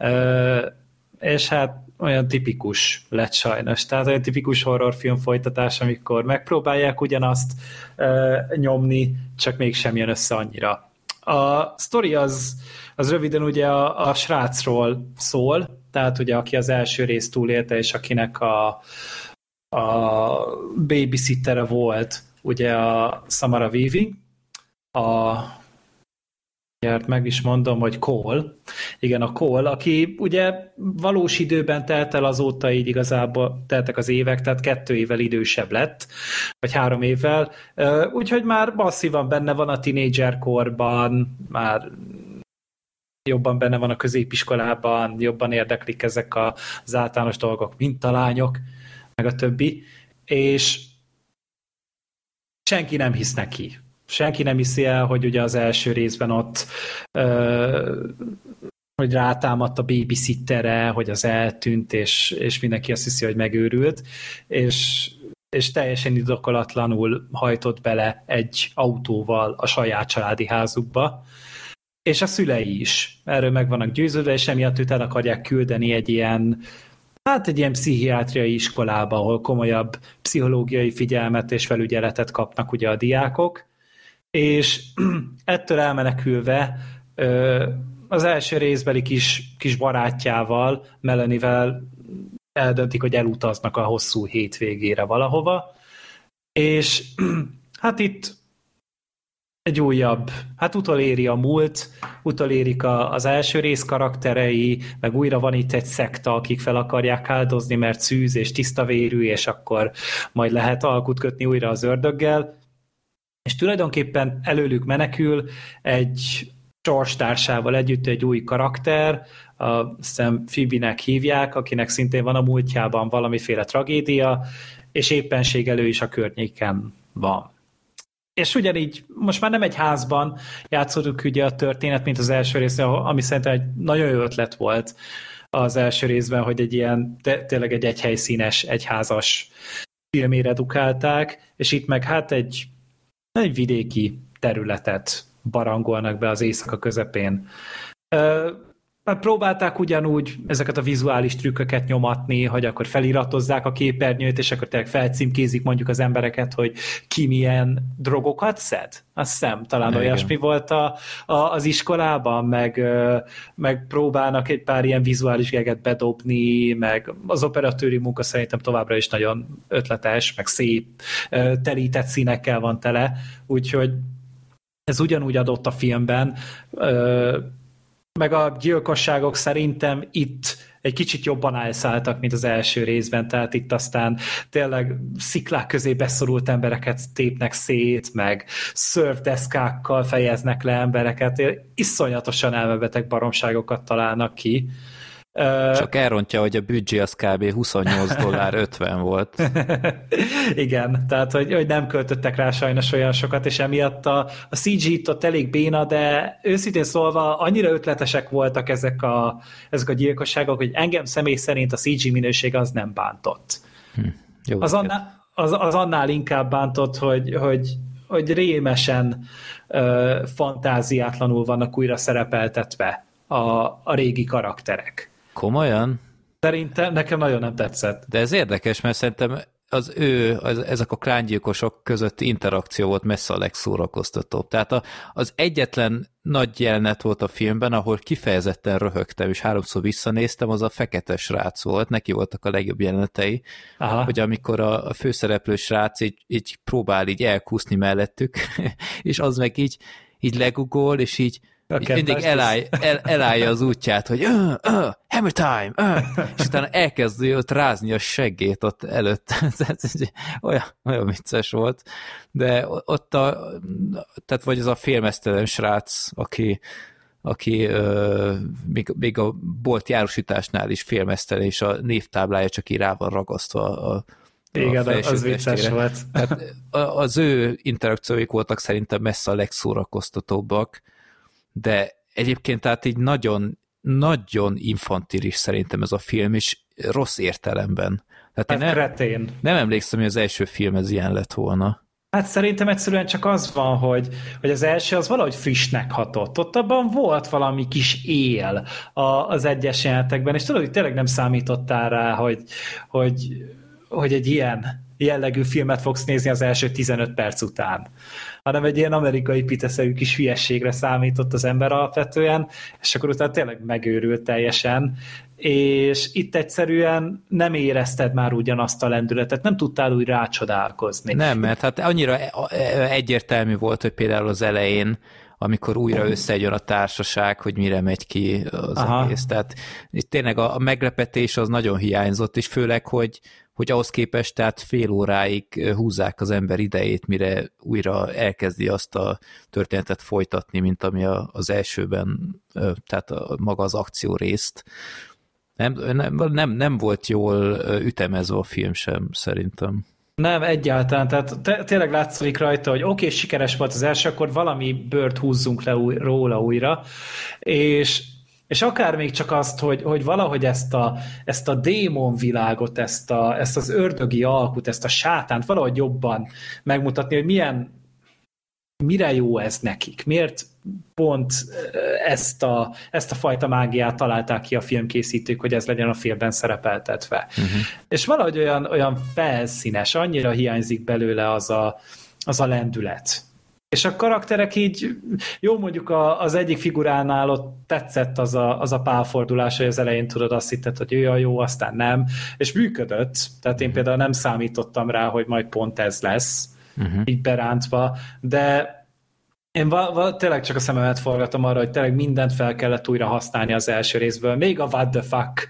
és hát olyan tipikus lett sajnos. Tehát olyan tipikus horrorfilm folytatás, amikor megpróbálják ugyanazt nyomni, csak mégsem jön össze annyira. A sztori az, az röviden ugye a, a srácról szól, tehát ugye aki az első részt túlélte, és akinek a, a babysittere volt ugye a Samara Weaving, a meg is mondom, hogy Cole. Igen, a Cole, aki ugye valós időben telt el azóta, így igazából teltek az évek, tehát kettő évvel idősebb lett, vagy három évvel, úgyhogy már masszívan benne van a tínédzser korban, már jobban benne van a középiskolában, jobban érdeklik ezek az általános dolgok, mint a lányok, meg a többi, és senki nem hisz neki. Senki nem hiszi el, hogy ugye az első részben ott ö, hogy rátámadt a babysittere, hogy az eltűnt, és, és mindenki azt hiszi, hogy megőrült, és, és teljesen indokolatlanul hajtott bele egy autóval a saját családi házukba, és a szülei is. Erről meg vannak győződve, és emiatt őt el akarják küldeni egy ilyen hát egy ilyen pszichiátriai iskolába, ahol komolyabb pszichológiai figyelmet és felügyeletet kapnak ugye a diákok, és ettől elmenekülve az első részbeli kis, kis barátjával, Melanie-vel eldöntik, hogy elutaznak a hosszú hétvégére valahova, és hát itt egy újabb, hát utoléri a múlt, utolérik a, az első rész karakterei, meg újra van itt egy szekta, akik fel akarják áldozni, mert szűz és tiszta vérű, és akkor majd lehet alkut kötni újra az ördöggel, és tulajdonképpen előlük menekül egy sorstársával együtt egy új karakter, a szem Phoebe-nek hívják, akinek szintén van a múltjában valamiféle tragédia, és éppenség elő is a környéken van. És ugyanígy most már nem egy házban játszódunk ugye a történet, mint az első részben, ami szerintem egy nagyon jó ötlet volt az első részben, hogy egy ilyen, tényleg egy egyhelyszínes, egyházas filmé redukálták, és itt meg hát egy, egy vidéki területet barangolnak be az éjszaka közepén. Próbálták ugyanúgy ezeket a vizuális trükköket nyomatni, hogy akkor feliratozzák a képernyőt, és akkor tényleg felcímkézik mondjuk az embereket, hogy ki milyen drogokat szed. Azt hiszem, talán igen. Olyasmi volt a, a, az iskolában, meg, meg próbálnak egy pár ilyen vizuális geget bedobni, meg az operatőri munka szerintem továbbra is nagyon ötletes, meg szép, telített színekkel van tele, úgyhogy ez ugyanúgy adott a filmben, meg a gyilkosságok szerintem itt egy kicsit jobban elszálltak, mint az első részben, tehát itt aztán tényleg sziklák közé beszorult embereket tépnek szét, meg szörfdeszkákkal fejeznek le embereket, iszonyatosan elmebeteg baromságokat találnak ki. Csak elrontja, hogy a büdzsé az kb. huszonnyolc dollár ötven volt. Igen, tehát hogy, hogy nem költöttek rá sajnos olyan sokat, és emiatt a, a cé gé-t ott elég béna, de őszintén szólva annyira ötletesek voltak ezek a, ezek a gyilkosságok, hogy engem személy szerint a cé gé minőség az nem bántott. Hm, jó az, annál, az, az annál inkább bántott, hogy, hogy, hogy rémesen uh, fantáziátlanul vannak újra szerepeltetve a, a régi karakterek. Komolyan? Szerintem nekem nagyon nem tetszett. De ez érdekes, mert szerintem az ő, az, ezek a klángyilkosok közötti interakció volt messze a legszórakoztatóbb. Tehát a, az egyetlen nagy jelenet volt a filmben, ahol kifejezetten röhögtem, és háromszor visszanéztem, az a fekete srác volt, neki voltak a legjobb jelenetei, aha, hogy amikor a, a főszereplő srác így, így próbál így elkúszni mellettük, és az meg így így legugol, és így, így mindig eláll, el, elállja az útját, hogy uh, uh, hammer time, uh, és utána elkezdi ott rázni a seggét ott előtt. olyan, olyan vicces volt. De ott a, tehát vagy az a félmeztelen srác, aki aki uh, még, még a bolt járusításnál is félmeztelen, és a névtáblája csak így rá van ragasztva a, igen, a az vicces volt. Hát az ő interakcióik voltak szerintem messze a legszórakoztatóbbak, de egyébként tehát így nagyon, nagyon infantilis szerintem ez a film, és rossz értelemben. Tehát hát én kretén. Nem emlékszem, hogy az első film ez ilyen lett volna. Hát szerintem egyszerűen csak az van, hogy, hogy az első az valahogy frissnek hatott. Ott abban volt valami kis él a, az egyes jelenetekben, és tudod, hogy tényleg nem számítottál rá, hogy, hogy, hogy egy ilyen jellegű filmet fogsz nézni az első tizenöt perc után, hanem egy ilyen amerikai piteszerű kis hülyességre számított az ember alapvetően, és akkor utána tényleg megőrült teljesen, és itt egyszerűen nem érezted már ugyanazt a lendületet, nem tudtál úgy rácsodálkozni. Nem, mert hát annyira egyértelmű volt, hogy például az elején, amikor újra összejön a társaság, hogy mire megy ki az Aha. egész. Tehát itt tényleg a meglepetés az nagyon hiányzott, és főleg, hogy, hogy ahhoz képest tehát fél óráig húzzák az ember idejét, mire újra elkezdi azt a történetet folytatni, mint ami a, az elsőben, tehát a, maga az akció részt. Nem, nem, nem, nem volt jól ütemezve a film sem, szerintem. Nem, egyáltalán, tehát te, tényleg látszik rajta, hogy oké, okay, sikeres volt az első, akkor valami bőrt húzzunk le új, róla újra, és, és akár még csak azt, hogy, hogy valahogy ezt a, ezt a démonvilágot, ezt, a, ezt az ördögi alkut, ezt a sátánt valahogy jobban megmutatni, hogy milyen, mire jó ez nekik, miért pont ezt a, ezt a fajta mágiát találták ki a filmkészítők, hogy ez legyen a filmben szerepeltetve. Uh-huh. És valahogy olyan, olyan felszínes, annyira hiányzik belőle az a, az a lendület. És a karakterek így, jó mondjuk a, az egyik figuránál ott tetszett az a, az a pálfordulás, hogy az elején tudod azt hitted, hogy ő a jó, aztán nem, és működött. Tehát én például nem számítottam rá, hogy majd pont ez lesz, uh-huh. így berántva, de én val- val- tényleg csak a szememet forgatom arra, hogy tényleg mindent fel kellett újra használni az első részből, még a what the fuck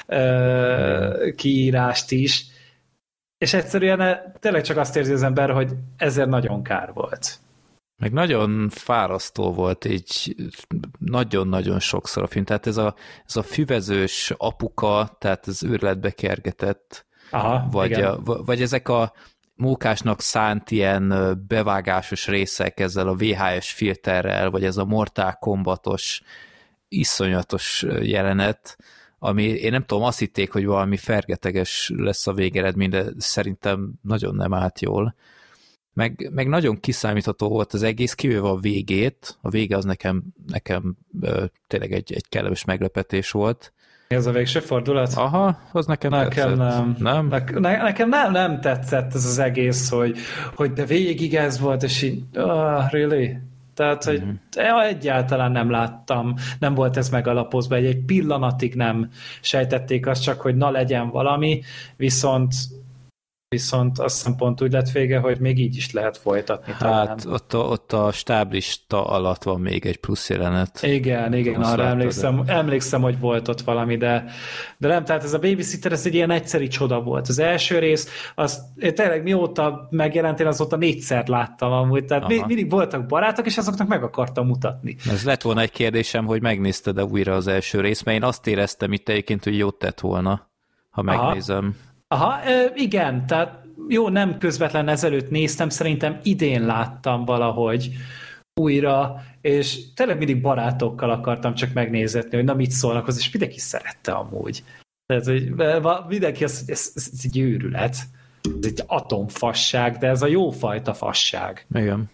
uh, kiírást is, és egyszerűen tényleg csak azt érzi az ember, hogy ezért nagyon kár volt. Meg nagyon fárasztó volt így nagyon-nagyon sokszor a film, tehát ez a, ez a füvezős apuka, tehát az őrületbe kergetett, Aha, vagy, a, vagy ezek a mókásnak szánt ilyen bevágásos részek ezzel a vé há es filterrel, vagy ez a Mortal Kombatos iszonyatos jelenet, ami én nem tudom, azt hitték, hogy valami fergeteges lesz a végeredmény, de szerintem nagyon nem állt jól. Meg, meg nagyon kiszámítható volt az egész, kivéve a végét. A vége az nekem, nekem ö, tényleg egy, egy kellemes meglepetés volt. Ez a végső fordulat? Aha, az nekem, nekem tetszett. Nem. Nem? Ne, nekem nem, nem tetszett ez az egész, hogy, hogy de végig ez volt, és így, oh, really? Tehát, hogy mm-hmm. egyáltalán nem láttam, nem volt ez megalapozva, egy, egy pillanatig nem sejtették azt csak, hogy na legyen valami, viszont viszont azt hiszem pont úgy lett vége, hogy még így is lehet folytatni. Hát talán. ott a, ott a stáblista alatt van még egy plusz jelenet. Igen, igen, arra emlékszem, emlékszem, hogy volt ott valami, de, de nem, tehát ez a Babysitter, ez egy ilyen egyszeri csoda volt. Az első rész, az tényleg mióta megjelent, én azóta négyszer láttam amúgy, tehát Aha. mindig voltak barátok, és azoknak meg akartam mutatni. Ez lett volna egy kérdésem, hogy megnézted-e újra az első részt, mert én azt éreztem itt egyébként, hogy jót tett volna, ha megnézem. Aha. Aha, igen, tehát jó, nem közvetlen ezelőtt néztem, szerintem idén láttam valahogy újra, és tényleg mindig barátokkal akartam csak megnézetni, hogy na mit szólnak hozzá, és mindenki szerette amúgy. Tehát, hogy mindenki azt, hogy ez, ez egy őrület, ez egy atomfasság, de ez a jó fajta fasság. Igen.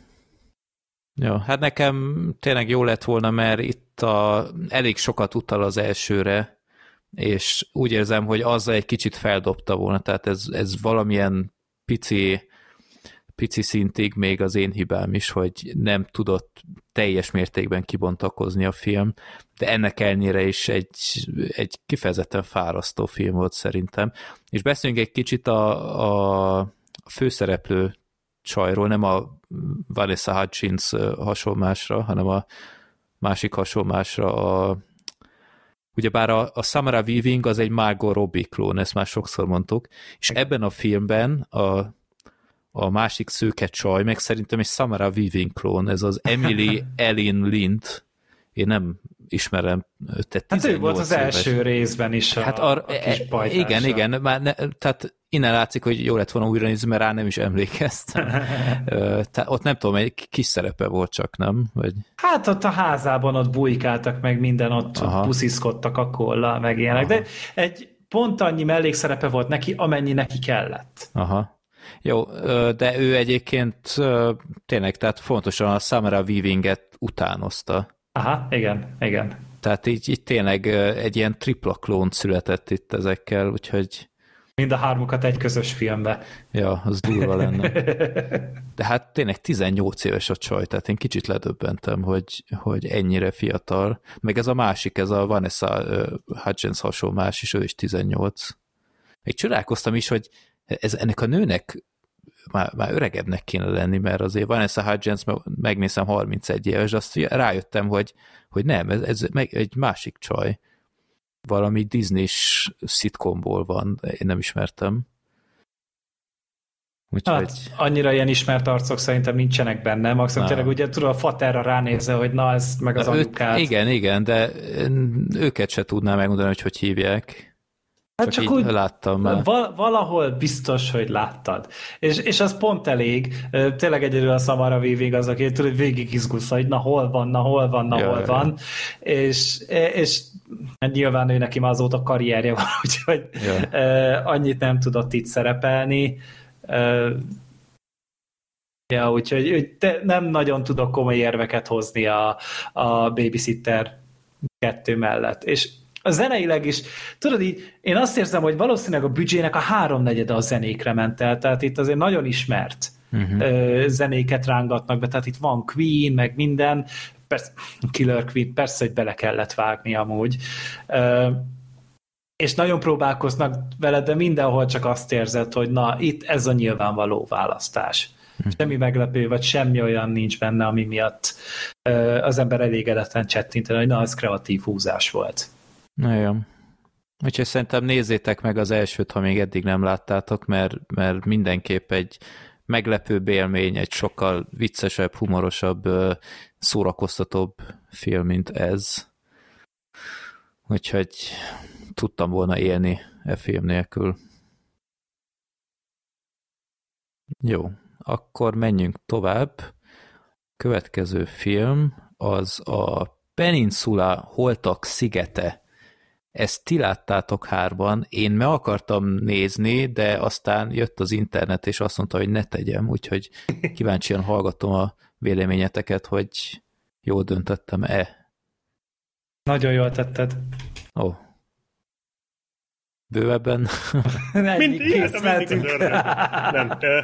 Jó, hát nekem tényleg jó lett volna, mert itt a, elég sokat utal az elsőre, és úgy érzem, hogy azzal egy kicsit feldobta volna, tehát ez, ez valamilyen pici, pici szintig még az én hibám is, hogy nem tudott teljes mértékben kibontakozni a film, de ennek ellenére is egy, egy kifejezetten fárasztó film volt szerintem. És beszéljünk egy kicsit a, a főszereplő csajról, nem a Vanessa Hudgens hasonlásra, hanem a másik hasonlásra a ugyebár a, a Samara Weaving az egy Margot Robbie klón, ezt már sokszor mondtuk, és ebben a filmben a, a másik szőke csaj, meg szerintem egy Samara Weaving klón, ez az Emily Ellen Lind, én nem ismerem őt. Hát ő volt az éves. első részben is a, hát ar, a kis pajtása. Igen, igen, már ne, tehát innen látszik, hogy jó lett volna újra nézni, mert rá nem is emlékeztem. Tehát ott nem tudom, egy kis szerepe volt csak, nem? Vagy... Hát ott a házában ott bujkáltak meg minden, ott Aha. pusziszkodtak a kollal, meg ilyenek, de egy pont annyi mellékszerepe volt neki, amennyi neki kellett. Aha. Jó, de ő egyébként tényleg, tehát fontosan a Samara Weaving-et utánozta. Aha, igen, igen. Tehát így, így tényleg egy ilyen tripla klón született itt ezekkel, úgyhogy... Mind a hármukat egy közös filmbe. Ja, az durva lenne. De hát tényleg tizennyolc éves a csaj, tehát én kicsit ledöbbentem, hogy, hogy ennyire fiatal. Meg ez a másik, ez a Vanessa Hudgens hasonlás is, ő is tizennyolc. Még csodálkoztam is, hogy ez, ennek a nőnek már, már öregebbnek kéne lenni, mert azért Vanessa Hudgens, megnézem harmincegy éves, azt rájöttem, hogy, hogy nem, ez, ez egy másik csaj. Valami Disney-s szitkomból van, én nem ismertem. Úgyhogy... Hát, annyira ilyen ismert arcok szerintem nincsenek benne, maximum tényleg ugye tudod a faterra ránézze, hogy na ez meg az anyukát. Igen, igen, de őket se tudnám megmondani, hogy hogy hívják. Hát csak, csak úgy láttam már. Val- valahol biztos, hogy láttad. És, és az pont elég. Tényleg egyedül a Samara Weaving az, aki tudod, végig izgulsz, hogy na hol van, na hol van, na ja, hol van. Ja. És, és hát nyilván ő neki már azóta karrierje van, úgyhogy ja. annyit nem tudott itt szerepelni. Ja, úgyhogy nem nagyon tudok komoly érveket hozni a, a Babysitter kettő mellett. És a zeneileg is, tudod így, én azt érzem, hogy valószínűleg a büdzsének a háromnegyede a zenékre ment el, tehát itt azért nagyon ismert uh-huh. zenéket rángatnak be, tehát itt van Queen, meg minden, persze, Killer Queen, persze, hogy bele kellett vágni amúgy, és nagyon próbálkoznak vele, de mindenhol csak azt érzed, hogy na, itt ez a nyilvánvaló választás. Uh-huh. Semmi meglepő, vagy semmi olyan nincs benne, ami miatt az ember elégedetlen csettinteni, hogy na, ez kreatív húzás volt. Na jó. Úgyhogy szerintem nézzétek meg az elsőt, ha még eddig nem láttátok, mert, mert mindenképp egy meglepőbb élmény, egy sokkal viccesebb, humorosabb, szórakoztatóbb film, mint ez. Úgyhogy tudtam volna élni e film nélkül. Jó, akkor menjünk tovább. Következő film az a Peninsula Holtak szigete. Ezt ti láttátok hárban, én meg akartam nézni, de aztán jött az internet, és azt mondta, hogy ne tegyem, úgyhogy kíváncsian hallgatom a véleményeteket, hogy jól döntöttem-e. Nagyon jól tetted. Ó. Oh. Bővebben? Mind, igen, nem. Uh,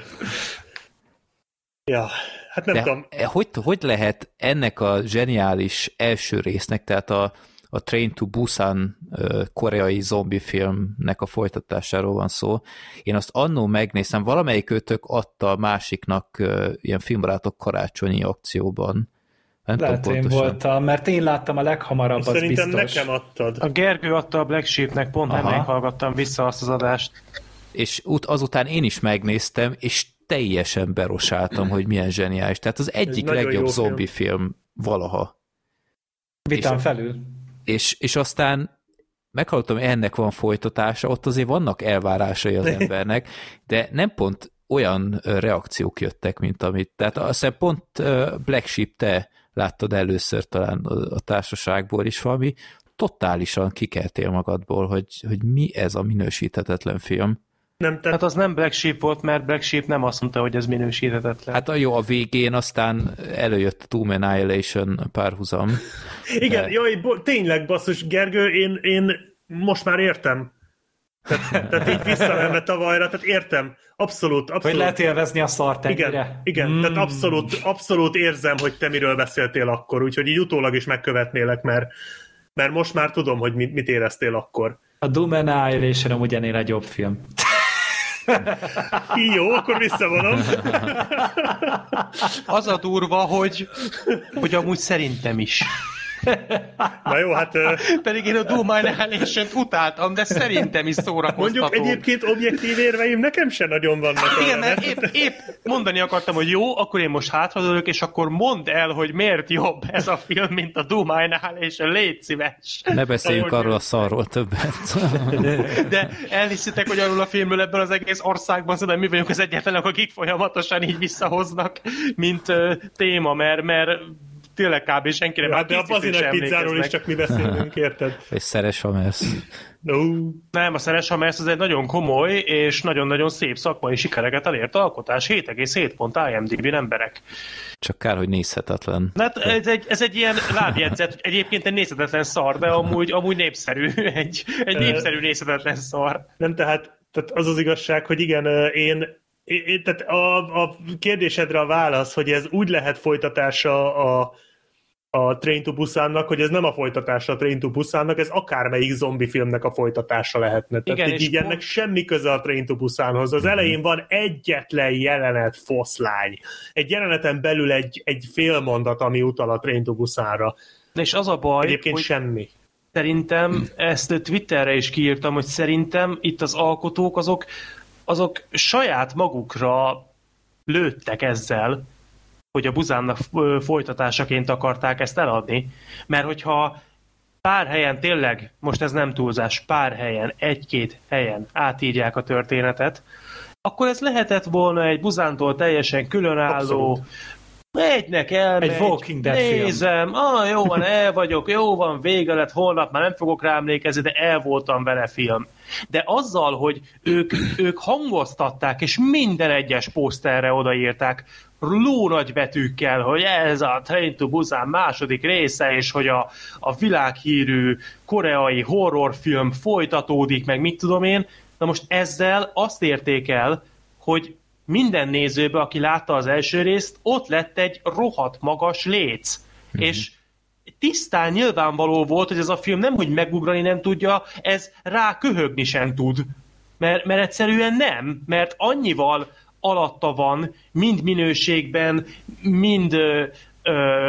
ja, hát nem de tudom. Hogy, hogy lehet ennek a zseniális első résznek, tehát a a Train to Busan koreai zombi filmnek a folytatásáról van szó. Én azt annó megnéztem, valamelyik őtök adta a másiknak ilyen filmbarátok karácsonyi akcióban. Nem lehet én voltam, mert én láttam a leghamarabb, az Szerintem biztos. Nekem adtad. A Gergő adta a Black Sheepnek, pont nem meghallgattam vissza azt az adást. És azután én is megnéztem, és teljesen berosáltam, hogy milyen zseniális. Tehát az egyik legjobb zombi film. film valaha. Vitán felül. És, és aztán meghallottam, ennek van folytatása, ott azért vannak elvárásai az embernek, de nem pont olyan reakciók jöttek, mint amit. Tehát azt hiszem pont Black Sheep, te láttad először talán a társaságból is, valami totálisan kikeltél magadból, hogy, hogy mi ez a minősíthetetlen film. Nem, te... Hát az nem Black Sheep volt, mert Black Sheep nem azt mondta, hogy ez minősíthetetlen. Hát a jó, a végén aztán előjött a Doom Annihilation párhuzam. Igen, de... jaj, bo- tényleg basszus, Gergő, én, én most már értem. Tehát, tehát így visszamenve tavalyra, tehát értem. Abszolút, abszolút. Hogy lehet élvezni a szart ennyire. Igen, igen mm. tehát abszolút, abszolút érzem, hogy te miről beszéltél akkor, úgyhogy így utólag is megkövetnélek, mert, mert most már tudom, hogy mit, mit éreztél akkor. A Doom Annihilation amúgy ennél egy jobb film. Jó, akkor visszavonom. Az a durva, hogy, hogy amúgy szerintem is. Na jó, hát... Uh... Pedig én a Doom Annihilation-t utáltam, de szerintem is szórakoztató. Mondjuk egyébként objektív érveim nekem sem nagyon vannak. Hát igen, mert épp, épp mondani akartam, hogy jó, akkor én most hátradőlök, és akkor mondd el, hogy miért jobb ez a film, mint a Doom Annihilation, légy szíves. Ne beszéljünk arról a szarról többet. De elhiszitek, hogy arról a filmről ebben az egész országban, szóval mi vagyunk az egyetlenek, akik folyamatosan így visszahoznak, mint uh, téma, mert, mert tényleg kb. Senki nem. Hát de a Bazinek pizzáról is csak mi beszélünk, érted? És Szeres Hamersz. No. Nem, a Szeres Hamersz az egy nagyon komoly és nagyon-nagyon szép szakmai sikereket elért alkotás. hét egész hét pont I M D B emberek. Csak kár, hogy nézhetetlen. Hát ez egy, ez egy ilyen lábjegyzet, hogy egyébként egy nézhetetlen szar, de amúgy, amúgy népszerű. Egy, egy népszerű nézhetetlen szar. Nem, tehát, tehát az az igazság, hogy igen, én én, tehát a, a kérdésedre a válasz, hogy ez úgy lehet folytatása a, a Train to Busannak, hogy ez nem a folytatása a Train to Busannak, ez akármelyik zombi filmnek a folytatása lehetne. Tehát igen, így, így ennek pont... semmi köze a Train to Busanhoz. Az elején van egyetlen jelenet foszlány. Egy jeleneten belül egy, egy félmondat, ami utal a Train to Busanra. És az a baj, egyébként hogy... semmi. Szerintem, ezt Twitterre is kiírtam, hogy szerintem itt az alkotók azok azok saját magukra lőttek ezzel, hogy a Busannak folytatásaként akarták ezt eladni, mert hogyha pár helyen tényleg, most ez nem túlzás, pár helyen, egy-két helyen átírják a történetet, akkor ez lehetett volna egy Busantól teljesen különálló, abszolút. Egynek elmegy, egy Walking Dead nézem, ah, jó van, el vagyok, jó van, vége lett, holnap már nem fogok rá emlékezni, de el voltam vele film. De azzal, hogy ők, ők hangoztatták, és minden egyes poszterre odaírták lónagy betűkkel, hogy ez a Train to Busan második része, és hogy a, a világhírű koreai horrorfilm folytatódik, meg mit tudom én, na most ezzel azt érték el, hogy minden nézőbe, aki látta az első részt, ott lett egy rohadt magas léc. Mm-hmm. És tisztán nyilvánvaló volt, hogy ez a film nem, hogy megugrani nem tudja, ez rá köhögni sem tud. Mert, mert egyszerűen nem, mert annyival alatta van, mind minőségben, mind ö, ö,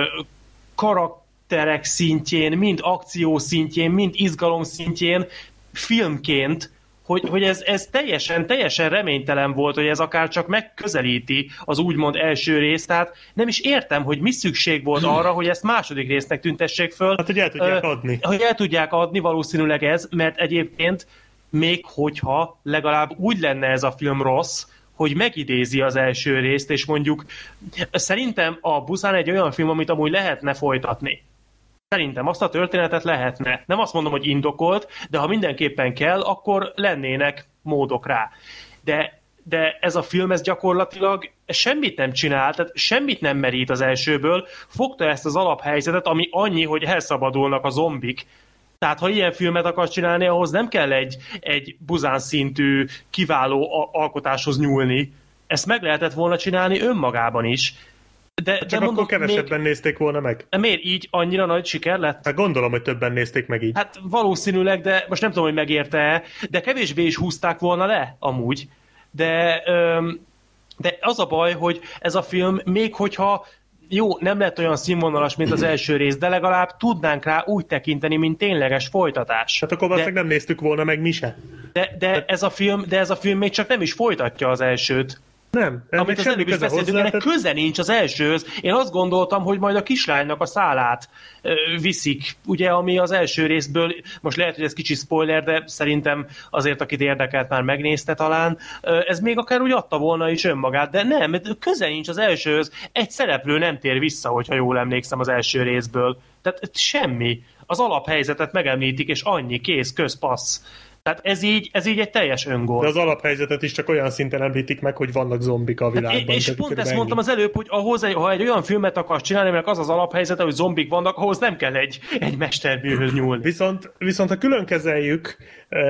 karakterek szintjén, mind akció szintjén, mind izgalom szintjén, filmként, hogy, hogy ez, ez teljesen, teljesen reménytelen volt, hogy ez akár csak megközelíti az úgymond első részt, tehát nem is értem, hogy mi szükség volt arra, hogy ezt második résznek tüntessék föl. Hát, hogy el tudják uh, adni. Hogy el tudják adni, valószínűleg ez, mert egyébként még hogyha legalább úgy lenne ez a film rossz, hogy megidézi az első részt, és mondjuk szerintem a Busan egy olyan film, amit amúgy lehetne folytatni. Szerintem azt a történetet lehetne. Nem azt mondom, hogy indokolt, de ha mindenképpen kell, akkor lennének módok rá. De, de ez a film, ez gyakorlatilag semmit nem csinál, tehát semmit nem merít az elsőből, fogta ezt az alaphelyzetet, ami annyi, hogy elszabadulnak a zombik. Tehát ha ilyen filmet akarsz csinálni, ahhoz nem kell egy, egy Busan szintű kiváló alkotáshoz nyúlni. Ezt meg lehetett volna csinálni önmagában is. De, Csak de akkor mondom, kevesebben még... nézték volna meg. De miért így annyira nagy siker lett? Hát gondolom, hogy többen nézték meg így. Hát valószínűleg, de most nem tudom, hogy megérte-e, de kevésbé is húzták volna le, amúgy. De, öm, de az a baj, hogy ez a film, még hogyha jó, nem lett olyan színvonalas, mint az első rész, de legalább tudnánk rá úgy tekinteni, mint tényleges folytatás. Hát akkor valószínűleg nem néztük volna meg mi se. De, de, ez a film, de ez a film még csak nem is folytatja az elsőt. Nem, amit az előbb is beszéltünk, ennek köze nincs az elsőhöz. Én azt gondoltam, hogy majd a kislánynak a szálát ö, viszik, ugye, ami az első részből, most lehet, hogy ez kicsi spoiler, de szerintem azért, akit érdekelt, már megnézte talán, ö, ez még akár úgy adta volna is önmagát, de nem, köze nincs az elsőhöz. Egy szereplő nem tér vissza, hogyha jól emlékszem az első részből. Tehát semmi. Az alaphelyzetet megemlítik, és annyi, kész, közpassz. Tehát ez így, ez így egy teljes öngól. De az alaphelyzetet is csak olyan szinten említik meg, hogy vannak zombik a világban. Hát, és pont ezt mondtam az előbb, hogy ahhoz, ha egy olyan filmet akarsz csinálni, mert az az alaphelyzete, hogy zombik vannak, ahhoz nem kell egy, egy mesterműhöz nyúlni. Viszont, viszont ha külön kezeljük,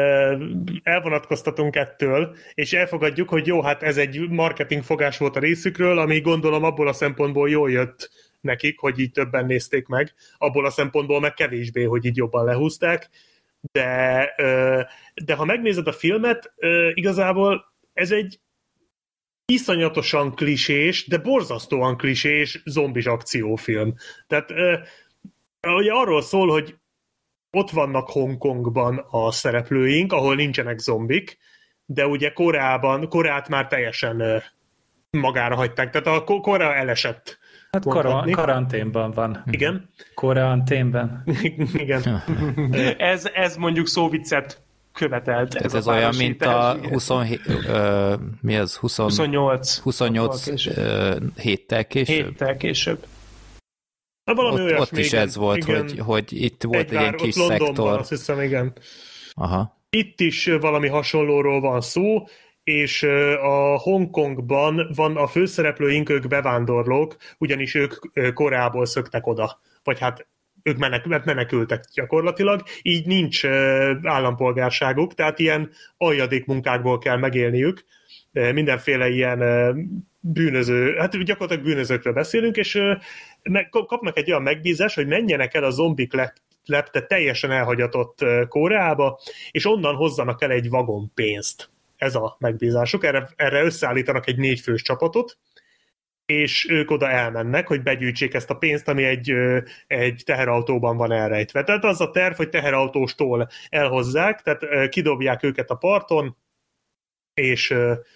elvonatkoztatunk ettől, és elfogadjuk, hogy jó, hát ez egy marketing fogás volt a részükről, ami gondolom abból a szempontból jól jött nekik, hogy így többen nézték meg, abból a szempontból meg kevésbé, hogy így jobban lehúzták. De, de ha megnézed a filmet, igazából ez egy iszonyatosan klisés, de borzasztóan klisés zombis akciófilm. Tehát ugye arról szól, hogy ott vannak Hongkongban a szereplőink, ahol nincsenek zombik, de ugye Koreában, Koreát már teljesen magára hagyták, tehát a Korea elesett. Hát kor- karanténban van. Igen. Karanténban. Igen. ez, ez mondjuk szóviccet követelt. Ez, ez olyan, mint a huszonhét, uh, mi az? húsz, huszonnyolc. huszonnyolc uh, héttel később? Héttel később. Na, valami ott, ott is ez volt, hogy, hogy itt volt egy, egy ilyen kis szektor. Azt hiszem, igen. Aha. Itt is valami hasonlóról van szó, és a Hongkongban van a főszereplőink, ők bevándorlók, ugyanis ők Koreából szöktek oda. Vagy hát ők menek, menekültek gyakorlatilag, így nincs állampolgárságuk, tehát ilyen aljadék munkákból kell megélniük, mindenféle ilyen bűnöző, hát gyakorlatilag bűnözőkről beszélünk, és kapnak egy olyan megbízást, hogy menjenek el a zombik lepte teljesen elhagyatott Koreába, és onnan hozzanak el egy vagon pénzt. Ez a megbízásuk. Erre, erre összeállítanak egy négyfős csapatot, és ők oda elmennek, hogy begyűjtsék ezt a pénzt, ami egy, egy teherautóban van elrejtve. Tehát az a terv, hogy teherautóstól elhozzák, tehát kidobják őket a parton, és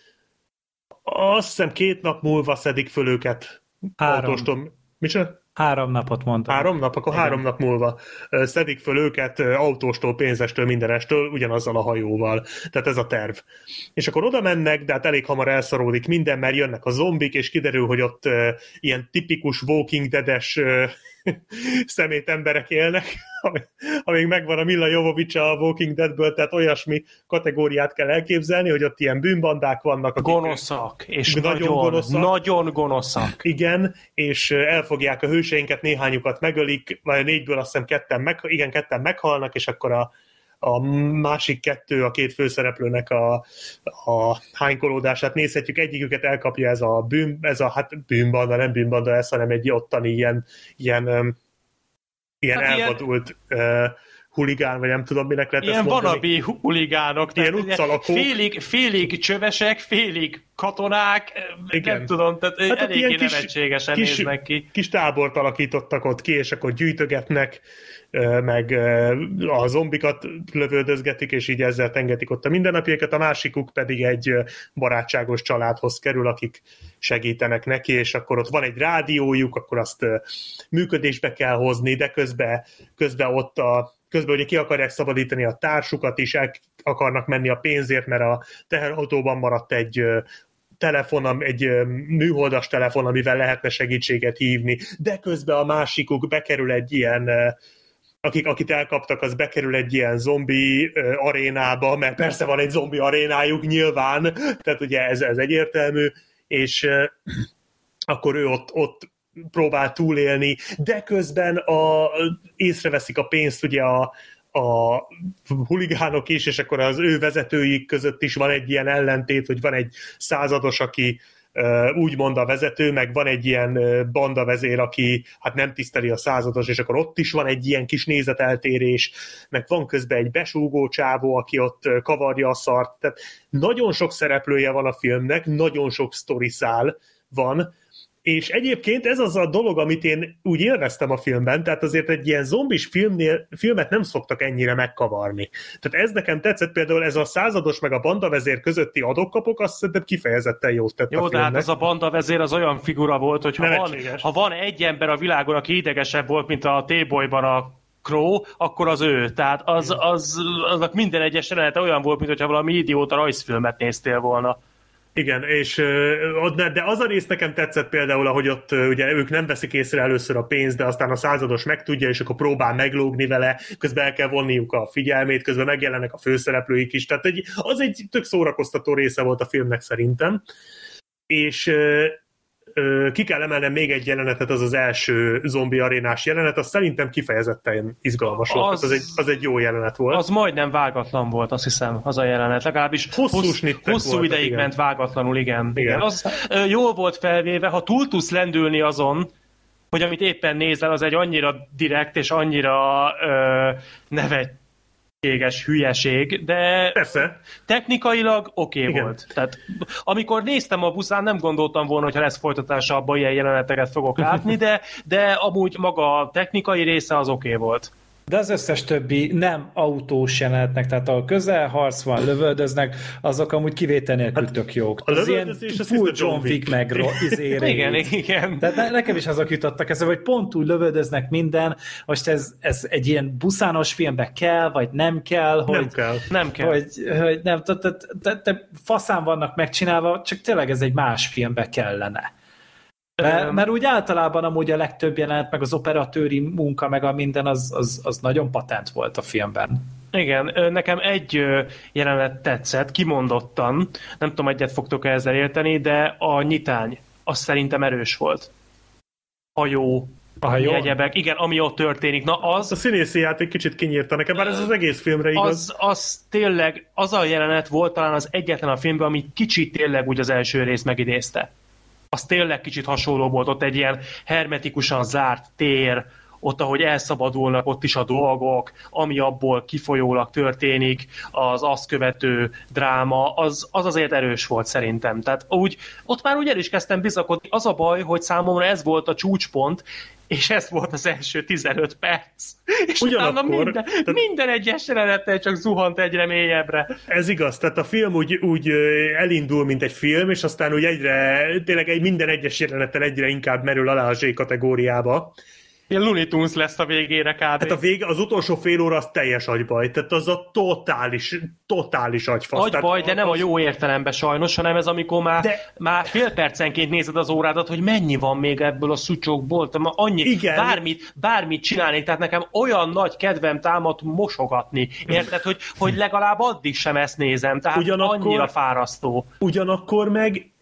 azt hiszem két nap múlva szedik föl őket autóstól. Micsoda? Három napot mondtam. Három nap? Akkor igen. Három nap múlva szedik föl őket autóstól, pénzestől, mindenestől, ugyanazzal a hajóval. Tehát ez a terv. És akkor oda mennek, de hát elég hamar elszaródik minden, mert jönnek a zombik, és kiderül, hogy ott uh, ilyen tipikus Walking Dead-es uh, szemét emberek élnek, amíg megvan a Milla Jovovich a Walking Deadből, tehát olyasmi kategóriát kell elképzelni, hogy ott ilyen bűnbandák vannak. Akik gonoszak, és nagyon, nagyon gonoszak. Nagyon gonoszak. Igen, és elfogják a hőseinket, néhányukat megölik, vagy négyből azt hiszem ketten, meg, igen, ketten meghalnak, és akkor a a másik kettő, a két főszereplőnek a, a hánykolódását nézhetjük, egyiküket elkapja ez a bűn, ez a hát bűnbanda, nem bűnbanda ez, hanem egy ottani ilyen, ilyen, um, ilyen hát elvadult ilyen... Uh, huligán, vagy nem tudom, minek lehet ilyen ezt mondani. Ilyen wannabe huligánok. Ilyen utcalakók. Félig, félig csövesek, félig katonák, igen. Nem tudom, tehát hát eléggé nevetségesen kis, néznek ki. Kis tábort alakítottak ott ki, és akkor gyűjtögetnek, meg a zombikat lövöldözgetik, és így ezzel tengetik ott a mindennapjaikat, a másikuk pedig egy barátságos családhoz kerül, akik segítenek neki, és akkor ott van egy rádiójuk, akkor azt működésbe kell hozni, de közben, közben ott a közben ugye ki akarják szabadítani a társukat is, el akarnak menni a pénzért, mert a teherautóban maradt egy telefon, egy műholdas telefon, amivel lehetne segítséget hívni, de közben a másikuk bekerül egy ilyen, akik, akit elkaptak, az bekerül egy ilyen zombi arénába, mert persze van egy zombi arénájuk nyilván, tehát ugye ez, ez egyértelmű, és akkor ő ott, ott próbál túlélni, de közben a, észreveszik a pénzt ugye a, a huligánok is, és akkor az ő vezetőik között is van egy ilyen ellentét, hogy van egy százados, aki uh, úgymond a vezető, meg van egy ilyen uh, bandavezér, aki hát nem tiszteli a százados, és akkor ott is van egy ilyen kis nézeteltérés, meg van közben egy besúgó csávó, aki ott uh, kavarja a szart, tehát nagyon sok szereplője van a filmnek, nagyon sok sztoriszál van, és egyébként ez az a dolog, amit én úgy élveztem a filmben, tehát azért egy ilyen zombis filmnél, filmet nem szoktak ennyire megkavarni. Tehát ez nekem tetszett, például ez a százados meg a bandavezér közötti adok-kapok, azt szerintem kifejezetten jót tett. Jó, a de hát az a bandavezér az olyan figura volt, hogy ha van, ha van egy ember a világon, aki idegesebb volt, mint a T-Boyban a Crow, akkor az ő. Tehát az, az, aznak minden egyes jelenete olyan volt, mintha valami idióta rajzfilmet néztél volna. Igen, és, de az a rész nekem tetszett például, ahogy ott ugye ők nem veszik észre először a pénzt, de aztán a százados megtudja, és akkor próbál meglógni vele, közben el kell vonniuk a figyelmét, közben megjelennek a főszereplőik is, tehát egy, az egy tök szórakoztató része volt a filmnek szerintem. És ki kell emelnem még egy jelenetet, az az első zombi arénás jelenet, az szerintem kifejezetten izgalmas volt, az, az, egy, az egy jó jelenet volt. Az majdnem vágatlan volt, azt hiszem, az a jelenet, legalábbis hosszú, hossz, hosszú voltak, ideig igen. ment vágatlanul, igen. igen. igen. Az jól volt felvéve, ha túl tudsz lendülni azon, hogy amit éppen nézel, az egy annyira direkt és annyira ö, nevet, éges hülyeség, de persze. Technikailag oké okay volt. Tehát amikor néztem a buszán, nem gondoltam volna, hogy ha lesz folytatása, abban ilyen jeleneteket fogok látni, de, de amúgy maga a technikai része az oké okay volt. De az összes többi nem autós jelenetnek, tehát a közelharc van, lövöldöznek, azok amúgy kivétel nélkül hát, tök jók. Az ilyen full John Wick meg izére. Igen, igen. Tehát nekem is azok jutottak ezzel, hogy pont úgy lövöldöznek minden, most ez, ez egy ilyen buszános filmbe kell, vagy nem kell, hogy... Nem kell. Nem kell. Hogy, hogy nem, te, te, te, te faszán vannak megcsinálva, csak tényleg ez egy más filmbe kellene. Mert, mert úgy általában amúgy a legtöbb jelenet, meg az operatőri munka, meg a minden, az, az, az nagyon patent volt a filmben. Igen, nekem egy jelenet tetszett, kimondottan, nem tudom, egyet fogtok ezzel érteni, de a nyitány, az szerintem erős volt. Hajó, hajó? Egyebek, igen, ami ott történik. Na az... A színészi játék kicsit kinyírta nekem, bár ez az egész filmre igaz. Az, az tényleg, az a jelenet volt talán az egyetlen a filmben, ami kicsit tényleg úgy az első rész megidézte. Az tényleg kicsit hasonló volt, ott egy ilyen hermetikusan zárt tér, ott, ahogy elszabadulnak ott is a dolgok, ami abból kifolyólag történik, az azt követő dráma, az, az azért erős volt szerintem. Tehát úgy, ott már úgy el is kezdtem bizakodni. Az a baj, hogy számomra ez volt a csúcspont, és ez volt az első tizenöt perc. És utána minden, tehát, minden egyes jelenettel csak zuhant egyre mélyebbre. Ez igaz, tehát a film úgy, úgy elindul, mint egy film, és aztán úgy egyre, tényleg egy minden egyes jelenettel egyre inkább merül alá a Z kategóriába. Ilyen Looney Tunes lesz a végére kb. Hát a vége, az utolsó fél óra az teljes agybaj, tehát az a totális, totális agyfasz. Agybaj, de nem a jó értelemben sajnos, hanem ez amikor már, de... már fél percenként nézed az órádat, hogy mennyi van még ebből a szucsokból, tehát annyi, igen. Bármit, bármit csinálnék, tehát nekem olyan nagy kedvem támad mosogatni, érted, hogy, hogy legalább addig sem ezt nézem, tehát ugyanakkor, annyira fárasztó. Ugyanakkor meg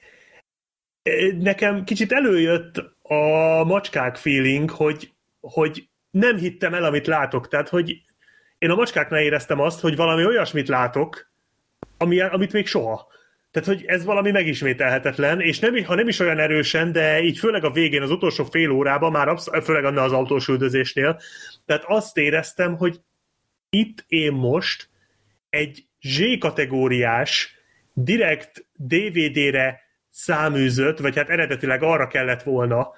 nekem kicsit előjött a macskák feeling, hogy hogy nem hittem el, amit látok. Tehát, hogy én a macskáknál éreztem azt, hogy valami olyasmit látok, ami, amit még soha. Tehát, hogy ez valami megismételhetetlen, és nem, ha nem is olyan erősen, de így főleg a végén, az utolsó fél órában, már absz- főleg annál az autós üldözésnél, tehát azt éreztem, hogy itt én most egy Z-kategóriás, direkt dé vé dére száműzött, vagy hát eredetileg arra kellett volna,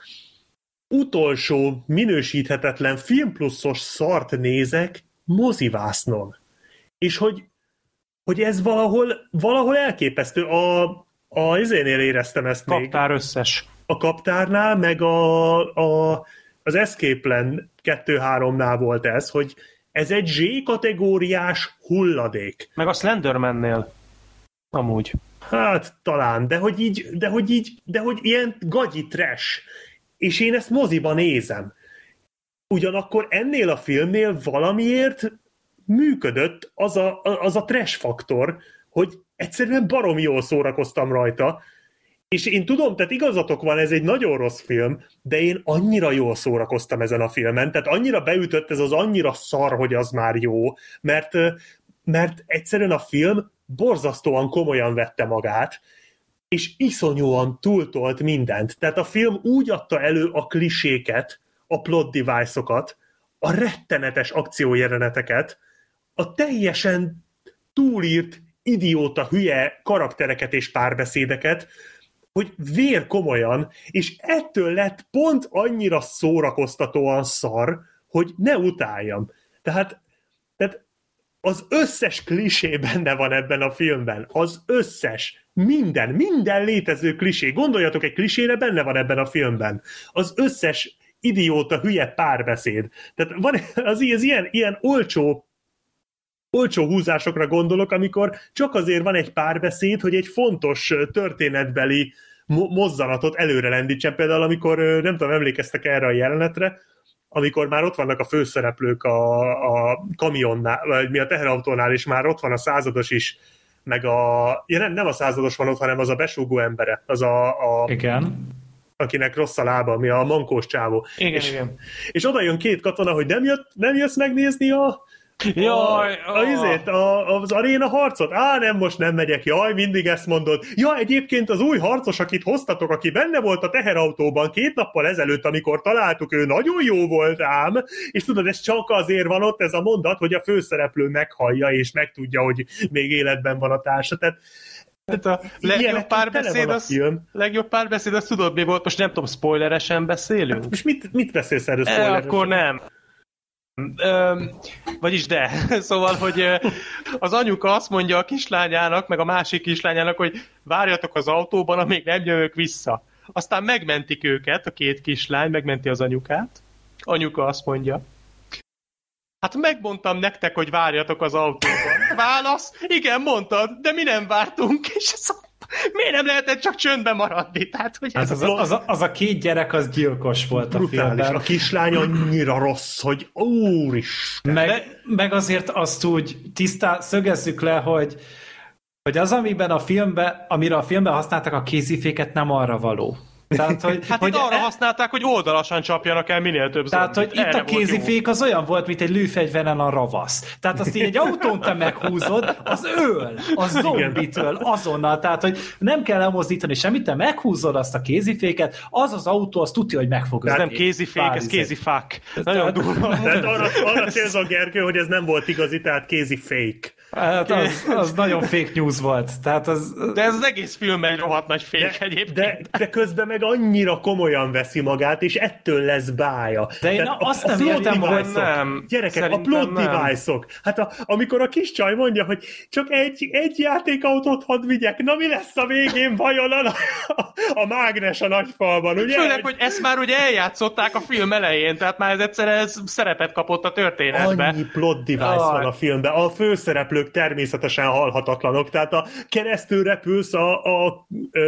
utolsó minősíthetetlen filmpluszos szart nézek mozivásznon. És hogy, hogy ez valahol, valahol elképesztő. A, a izénél éreztem ezt Kaptár még. Kaptár összes. A Kaptárnál, meg a, a, az Escape Plan kettő háromnál volt ez, hogy ez egy Z-kategóriás hulladék. Meg a Slendermannél. Amúgy. Hát talán, de hogy így, de hogy így, de hogy ilyen gagyi trash. És én ezt moziban nézem. Ugyanakkor ennél a filmnél valamiért működött az a, az a trash faktor, hogy egyszerűen baromi jól szórakoztam rajta, és én tudom, tehát igazatok van, ez egy nagyon rossz film, de én annyira jól szórakoztam ezen a filmen, tehát annyira beütött ez az annyira szar, hogy az már jó, mert, mert egyszerűen a film borzasztóan komolyan vette magát, és iszonyúan túltolt mindent. Tehát a film úgy adta elő a kliséket, a plot device-okat, a rettenetes akciójeleneteket, a teljesen túlírt, idióta, hülye karaktereket és párbeszédeket, hogy vér komolyan, és ettől lett pont annyira szórakoztatóan szar, hogy ne utáljam. Tehát, tehát az összes klisé benne van ebben a filmben. Az összes. Minden, minden létező klisé. Gondoljatok, egy klisére benne van ebben a filmben. Az összes idióta, hülye párbeszéd. Tehát van az, az ilyen, ilyen olcsó, olcsó húzásokra gondolok, amikor csak azért van egy párbeszéd, hogy egy fontos történetbeli mozzanatot előre lendítsen. Például, amikor, nem tudom, emlékeztek erre a jelenetre, amikor már ott vannak a főszereplők a, a kamionnál, vagy mi a teherautónál, és már ott van a százados is, meg a... Ja, nem, nem a százados van ott, hanem az a besúgó embere, az a... a igen. Akinek rossz a lába, mi a mankós csávó. Igen, és, igen. És oda jön két katona, hogy nem, jött, nem jössz megnézni a, Jaj, a, a, izét, a, az aréna harcot? Á, nem, most nem megyek, jaj, mindig ezt mondod. Ja, egyébként az új harcos, akit hoztatok, aki benne volt a teherautóban két nappal ezelőtt, amikor találtuk, ő nagyon jó volt ám, és tudod, ez csak azért van ott ez a mondat, hogy a főszereplő meghallja, és megtudja, hogy még életben van a társa. Tehát Tehát a legjobb párbeszéd, az, legjobb párbeszéd, az tudod mi volt? Most nem tudom, spoileresen beszélünk? Most mit, mit beszélsz erről spoileresen? E, akkor nem. Ö, vagyis de. Szóval, hogy az anyuka azt mondja a kislányának, meg a másik kislányának, hogy várjatok az autóban, amíg nem jövök vissza. Aztán megmentik őket, a két kislány, megmenti az anyukát. Anyuka azt mondja, hát megmondtam nektek, hogy várjatok az autóban. Válasz? Igen, mondtad, de mi nem vártunk, és ez a... miért nem lehetett csak csöndben maradni? Tehát, hogy ez az, az, az, a, az a két gyerek, az gyilkos volt brutális. A filmben. A kislány annyira rossz, hogy úristen. Meg, de... meg azért azt úgy tisztán szögezzük le, hogy, hogy az, amiben a filmben, amire a filmben használtak a kéziféket, nem arra való. Tehát, hogy, hát hogy itt arra e... használták, hogy oldalasan csapjanak el minél több Tehát, zombit. Hogy itt a kézifék az olyan volt, mint egy lőfegyveren a ravasz. Tehát azt így egy autón te meghúzod, az öl, az zombitől azonnal. Tehát, hogy nem kell elmozdítani semmit, te meghúzod azt a kéziféket, az az autó, az tudja, hogy meg fog Ez nem kézifék, ez kézifák. Nagyon durva. Tehát arra, arra célz a Gergő, hogy ez nem volt igazi, tehát kézifake. Hát az, az nagyon fake news volt. Tehát az... De ez az egész film egy rohadt nagy fake de, egyébként. De, de közben meg annyira komolyan veszi magát, és ettől lesz bája. De én Tehát azt a, nem értem, hogy nem. Gyerekek, Szerintem a plot device-ok. Hát a, amikor a kis csaj mondja, hogy csak egy, egy játékautót hadd vigyek, na mi lesz a végén vajon a, a, a mágnes a nagyfalban, ugye? Főleg, hogy ezt már ugye eljátszották a film elején, tehát már ez egyszerűen ez szerepet kapott a történetbe. Annyi plot device ah. van a filmben. A főszereplők természetesen halhatatlanok, tehát a keresztül repülsz a, a, a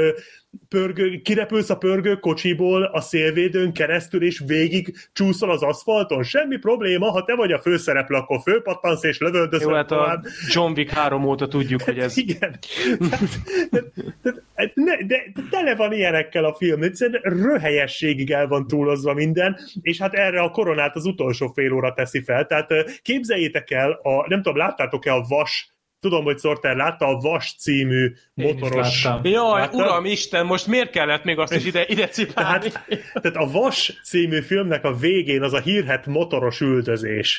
pörgő, kirepülsz a pörgő kocsiból a szélvédőn keresztül, és végig csúszol az aszfalton. Semmi probléma, ha te vagy a főszereplő, akkor fölpattansz és lövöldözöl. Jó, hát a John Wick három óta tudjuk, hogy ez... Igen. De, de, de, de tele van ilyenekkel a film. Egyszerűen röhelyességig el van túlozva minden, és hát erre a koronát az utolsó fél óra teszi fel. Tehát képzeljétek el, a, nem tudom, láttátok-e a Vas, tudom, hogy Sorter látta a Vas című motoros... Jaj, látta? Uram Isten, most miért kellett még azt is ide, ide cipálni? Tehát, tehát a Vas című filmnek a végén az a hírhedt motoros üldözés,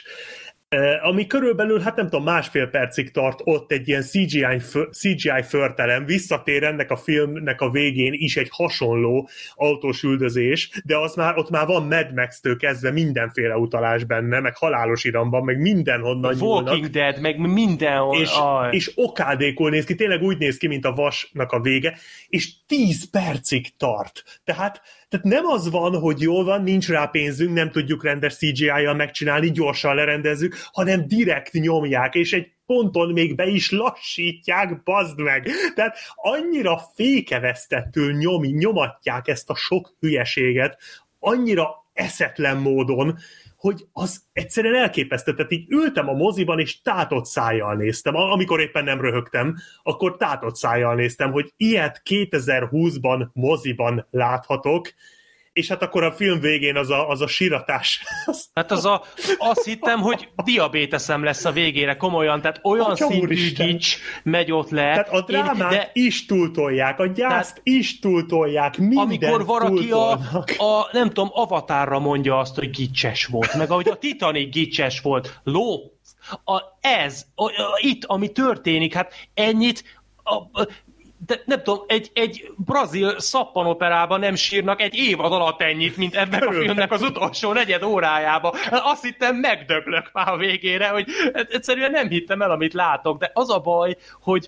ami körülbelül, hát nem tudom, másfél percig tart ott egy ilyen cé gé í, cé gé í förtelem, visszatér ennek a filmnek a végén is egy hasonló autós üldözés, de az már, ott már van Mad Max-től kezdve mindenféle utalás benne, meg halálos iramban, meg mindenhonnan nyúlnak. Walking Dead, meg mindenhol. És, és okádékul néz ki, tényleg úgy néz ki, mint a Vasnak a vége, és tíz percig tart. Tehát Tehát nem az van, hogy jól van, nincs rá pénzünk, nem tudjuk rendes cé gé í-jal megcsinálni, gyorsan lerendezzük, hanem direkt nyomják, és egy ponton még be is lassítják, bazd meg. Tehát annyira fékevesztettül nyomi, nyomatják ezt a sok hülyeséget, annyira eszetlen módon, hogy az egyszerűen elképesztő. Tehát így ültem a moziban, és tátott szájjal néztem. Amikor éppen nem röhögtem, akkor tátott szájjal néztem, hogy ilyet kétezer-húszban moziban láthatok, és hát akkor a film végén az a, az a síratás. Hát az a, azt hittem, hogy diabéteszem lesz a végére, komolyan, tehát olyan Atya szintű gics megy ott le. Tehát a drámát én, de, is túltolják, a gyászt is túltolják, mindent amikor valaki a, a, nem tudom, Avatarra mondja azt, hogy gicses volt, meg ahogy a Titanic gicses volt, ló, a, ez, a, a, itt, ami történik, hát ennyit, a, a, de nem tudom, egy, egy brazil szappanoperában nem sírnak egy évad alatt ennyit, mint ennek a filmnek az utolsó negyed órájába. Azt hittem, megdöglök már a végére, hogy egyszerűen nem hittem el, amit látok, de az a baj, hogy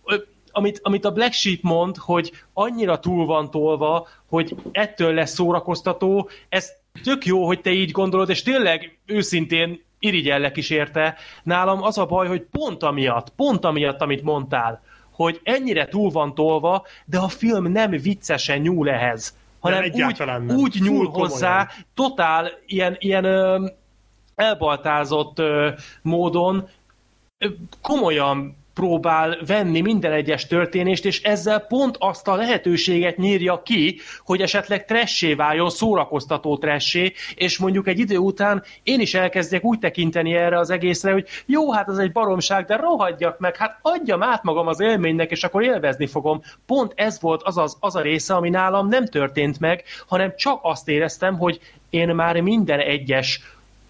amit, amit a Black Sheep mond, hogy annyira túl van tolva, hogy ettől lesz szórakoztató, ez tök jó, hogy te így gondolod, és tényleg őszintén irigyellek is érte. Nálam az a baj, hogy pont amiatt, pont amiatt, amit mondtál, hogy ennyire túl van tolva, de a film nem viccesen nyúl ehhez, hanem úgy, úgy nyúl Full hozzá, komolyan. Totál ilyen, ilyen ö, elbaltázott ö, módon, ö, komolyan próbál venni minden egyes történést, és ezzel pont azt a lehetőséget nyírja ki, hogy esetleg trashé váljon, szórakoztató trashé, és mondjuk egy idő után én is elkezdjek úgy tekinteni erre az egészre, hogy jó, hát ez egy baromság, de rohadjak meg, hát adjam át magam az élménynek, és akkor élvezni fogom. Pont ez volt az, az, az a része, ami nálam nem történt meg, hanem csak azt éreztem, hogy én már minden egyes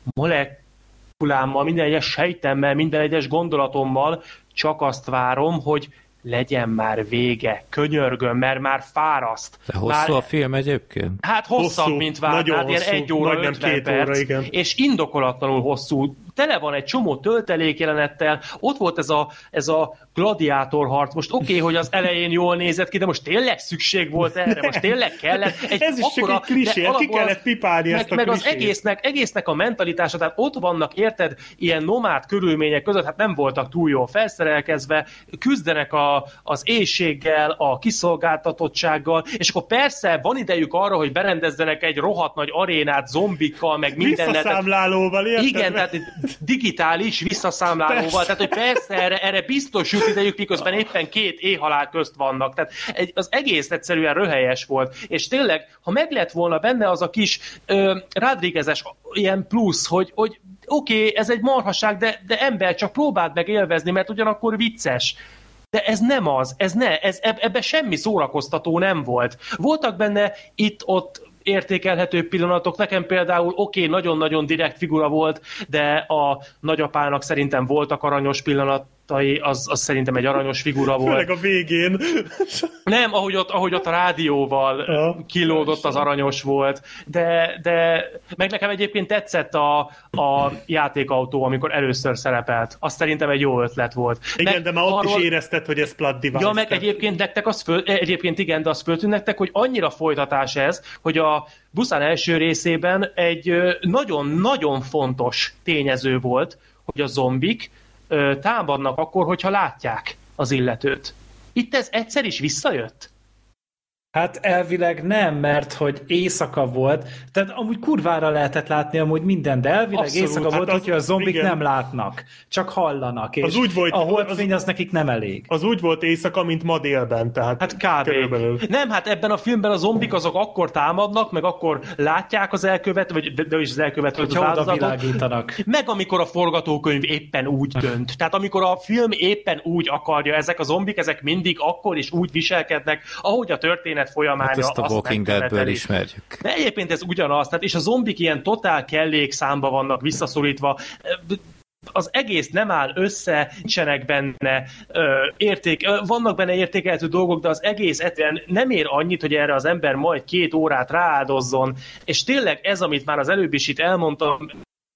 molekulámmal, minden egyes sejtemmel, minden egyes gondolatommal csak azt várom, hogy legyen már vége, könyörgöm, mert már fáraszt. De hosszú már... a film egyébként? Hát hosszabb, hosszú, mint várnád, ilyen egy óra, ötven perc, óra, igen. És indokolatlanul hosszú. Tele van egy csomó töltelékjelenettel, ott volt ez a, ez a gladiátorharc. Most oké, okay, hogy az elején jól nézett ki, de most tényleg szükség volt erre, most tényleg kellett. Egy ez is akkora, csak egy klisé, ki kellett pipálni meg, ezt a meg klisét. az egésznek, egésznek a mentalitása, tehát ott vannak, érted, ilyen nomád körülmények között, hát nem voltak túl jól felszerelkezve, küzdenek a, az éhséggel, a kiszolgáltatottsággal, és akkor persze van idejük arra, hogy berendezzenek egy rohadt nagy arénát zombikkal, meg mindennel. Visszaszámlálóval, érted? Igen, tehát digitális visszaszámlálóval, persze. Tehát hogy persze erre, erre biztos jut idejük, miközben éppen két éhhalál közt vannak. Tehát egy, az egész egyszerűen röhelyes volt. És tényleg, ha meg lett volna benne az a kis Rodriguez-es ilyen plusz, hogy, hogy oké, okay, ez egy marhaság, de, de ember, csak próbáld meg élvezni, mert ugyanakkor vicces. De ez nem az, ez ne, ez, ebbe semmi szórakoztató nem volt. Voltak benne itt-ott értékelhető pillanatok. Nekem például oké, okay, nagyon-nagyon direkt figura volt, de a nagyapának szerintem voltak aranyos pillanatai, az, az szerintem egy aranyos figura volt. Főleg a végén. Nem, ahogy ott, ahogy ott a rádióval ja, kilódott, az aranyos volt, de, de meg nekem egyébként tetszett a, a játékautó, amikor először szerepelt. Azt szerintem egy jó ötlet volt. Igen, meg de már ott arról... is érezted, hogy ez plot device. Ja, meg egyébként nektek az föl, egyébként igen, de az föltűnt nektek, hogy annyira folytatás ez, hogy a Busan első részében egy nagyon-nagyon fontos tényező volt, hogy a zombik támadnak akkor, hogyha látják az illetőt. Itt ez egyszer is visszajött? Hát elvileg nem, mert hogy éjszaka volt, tehát amúgy kurvára lehetett látni amúgy minden, de elvileg abszolút, éjszaka hát volt, az, hogyha a zombik igen. nem látnak, csak hallanak, és az úgy volt, a holdfény az, az nekik nem elég. Az úgy volt éjszaka, mint ma délben, tehát hát kb. Körülbelül. Nem, hát ebben a filmben a zombik azok akkor támadnak, meg akkor látják az elkövetőt, vagy de, de is az elkövetőt, az áldozatot, meg amikor a forgatókönyv éppen úgy dönt. Tehát amikor a film éppen úgy akarja, ezek a zombik, ezek mindig akkor is úgy viselkednek, ahogy a történet folyamányra. Hát ezt a Walking Deadből ismerjük. De egyébként ez ugyanaz, tehát és a zombik ilyen totál kellékszámba vannak visszaszorítva, az egész nem áll össze, nincsenek benne ö, érték, ö, vannak benne értékelhető dolgok, de az egész egyszerűen nem ér annyit, hogy erre az ember majd két órát rááldozzon, és tényleg ez, amit már az előbb is itt elmondtam,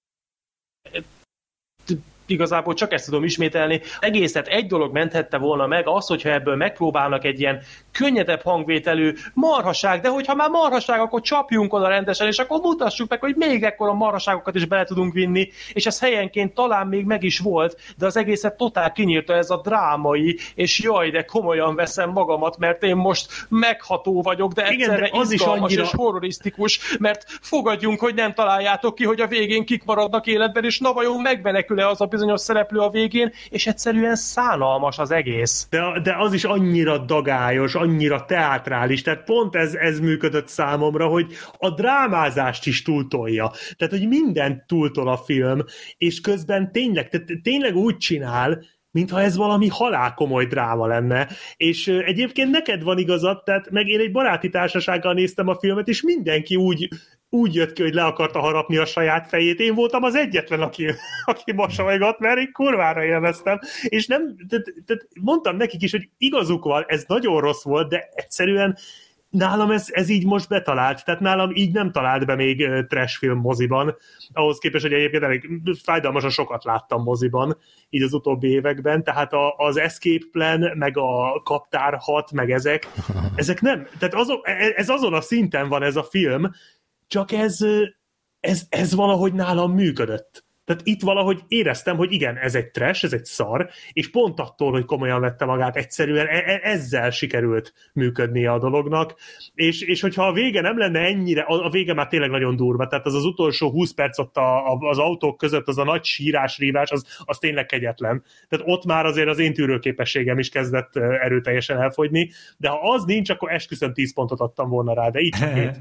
igazából csak ezt tudom ismételni, egészet egy dolog menthette volna meg, az, hogyha ebből megpróbálnak egy ilyen könnyedebb hangvételű marhaság, de hogyha már marhaság, akkor csapjunk oda rendesen, és akkor mutassuk meg, hogy még ekkora marhaságokat is bele tudunk vinni, és ez helyenként talán még meg is volt, de az egészet totál kinyírta ez a drámai, és jaj, de komolyan veszem magamat, mert én most megható vagyok, de egyszerre igen, de az izgalmas is annyira... és horrorisztikus, mert fogadjunk, hogy nem találjátok ki, hogy a végén kik maradnak életben, és na vajon megmenekül-e az a bizonyos szereplő a végén, és egyszerűen szánalmas az egész. De, de az is annyira dagályos, annyira teátrális, tehát pont ez, ez működött számomra, hogy a drámázást is túltolja. Tehát, hogy mindent túltol a film, és közben tényleg, tehát tényleg úgy csinál, mintha ez valami halálkomoly dráma lenne. És egyébként neked van igazad, tehát meg én egy baráti társasággal néztem a filmet, és mindenki úgy úgy jött ki, hogy le akarta harapni a saját fejét. Én voltam az egyetlen, aki, aki mosolygott, mert én kurvára élveztem. És nem, tehát, tehát mondtam nekik is, hogy igazuk van, ez nagyon rossz volt, de egyszerűen nálam ez, ez így most betalált. Tehát nálam így nem talált be még trash film moziban. Ahhoz képest, hogy egyébként elég fájdalmasan sokat láttam moziban, így az utóbbi években. Tehát a, az Escape Plan, meg a Kaptár hat, meg ezek, ezek nem. Tehát azon, ez azon a szinten van ez a film, csak ez, ez, ez valahogy nálam működött. Tehát itt valahogy éreztem, hogy igen, ez egy trash, ez egy szar, és pont attól, hogy komolyan vette magát, egyszerűen e- ezzel sikerült működnie a dolognak, és, és hogyha a vége nem lenne ennyire, a vége már tényleg nagyon durva, tehát az az utolsó húsz perc ott a, a, az autók között, az a nagy sírás, rívás, az, az tényleg kegyetlen. Tehát ott már azért az én tűrőképességem is kezdett erőteljesen elfogyni, de ha az nincs, akkor esküszöm tíz pontot adtam volna rá, de így csak két.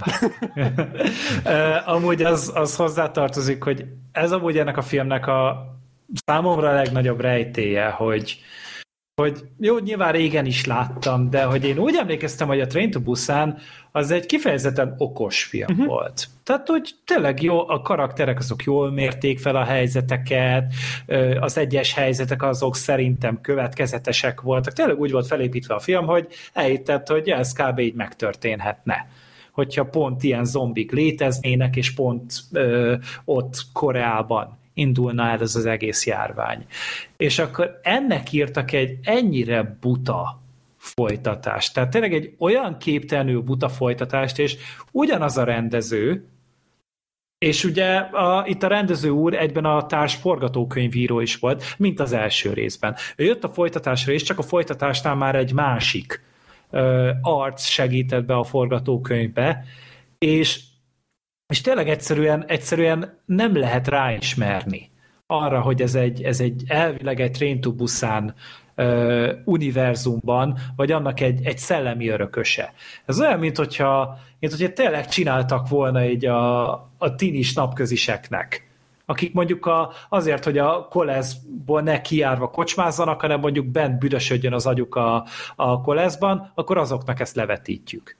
Amúgy az, az hozzátartozik, hogy ez amúgy ennek a filmnek a számomra a legnagyobb rejtélye, hogy, hogy jó, nyilván régen is láttam, de hogy én úgy emlékeztem, hogy a Train to Busan az egy kifejezetten okos film uh-huh. volt. Tehát, hogy tényleg jó, a karakterek azok jól mérték fel a helyzeteket, az egyes helyzetek azok szerintem következetesek voltak. Tényleg úgy volt felépítve a film, hogy elhitted, hogy ez kb. Így megtörténhetne. Hogyha pont ilyen zombik léteznének, és pont ö, ott Koreában indulna el ez az egész járvány. És akkor ennek írtak egy ennyire buta folytatást. Tehát tényleg egy olyan képtelenül buta folytatást, és ugyanaz a rendező, és ugye a, itt a rendező úr egyben a társ forgatókönyvíró is volt, mint az első részben. Ő jött a folytatásra, és csak a folytatásnál már egy másik arc segített be a forgatókönyvbe, és, és tényleg egyszerűen, egyszerűen nem lehet ráismerni arra, hogy ez egy, ez egy elvileg egy Train to Busan uh, univerzumban, vagy annak egy, egy szellemi örököse. Ez olyan, mint hogyha, mint hogyha tényleg csináltak volna így a, a tinis napköziseknek, akik mondjuk a, azért, hogy a koleszból ne kijárva kocsmázzanak, hanem mondjuk bent büdösödjön az agyuk a, a koleszban, akkor azoknak ezt levetítjük.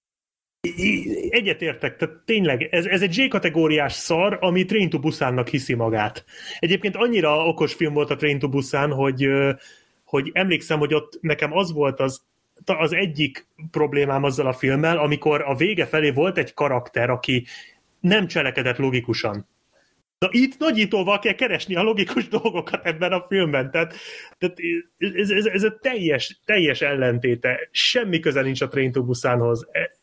Egyetértek, tehát tényleg, ez, ez egy Z-kategóriás szar, ami Train to Busannak hiszi magát. Egyébként annyira okos film volt a Train to Busan, hogy, hogy emlékszem, hogy ott nekem az volt az, az egyik problémám azzal a filmmel, amikor a vége felé volt egy karakter, aki nem cselekedett logikusan. Na itt nagyítóval kell keresni a logikus dolgokat ebben a filmben, tehát, tehát ez, ez, ez a teljes, teljes ellentéte, semmi köze nincs a Train to Busanhoz.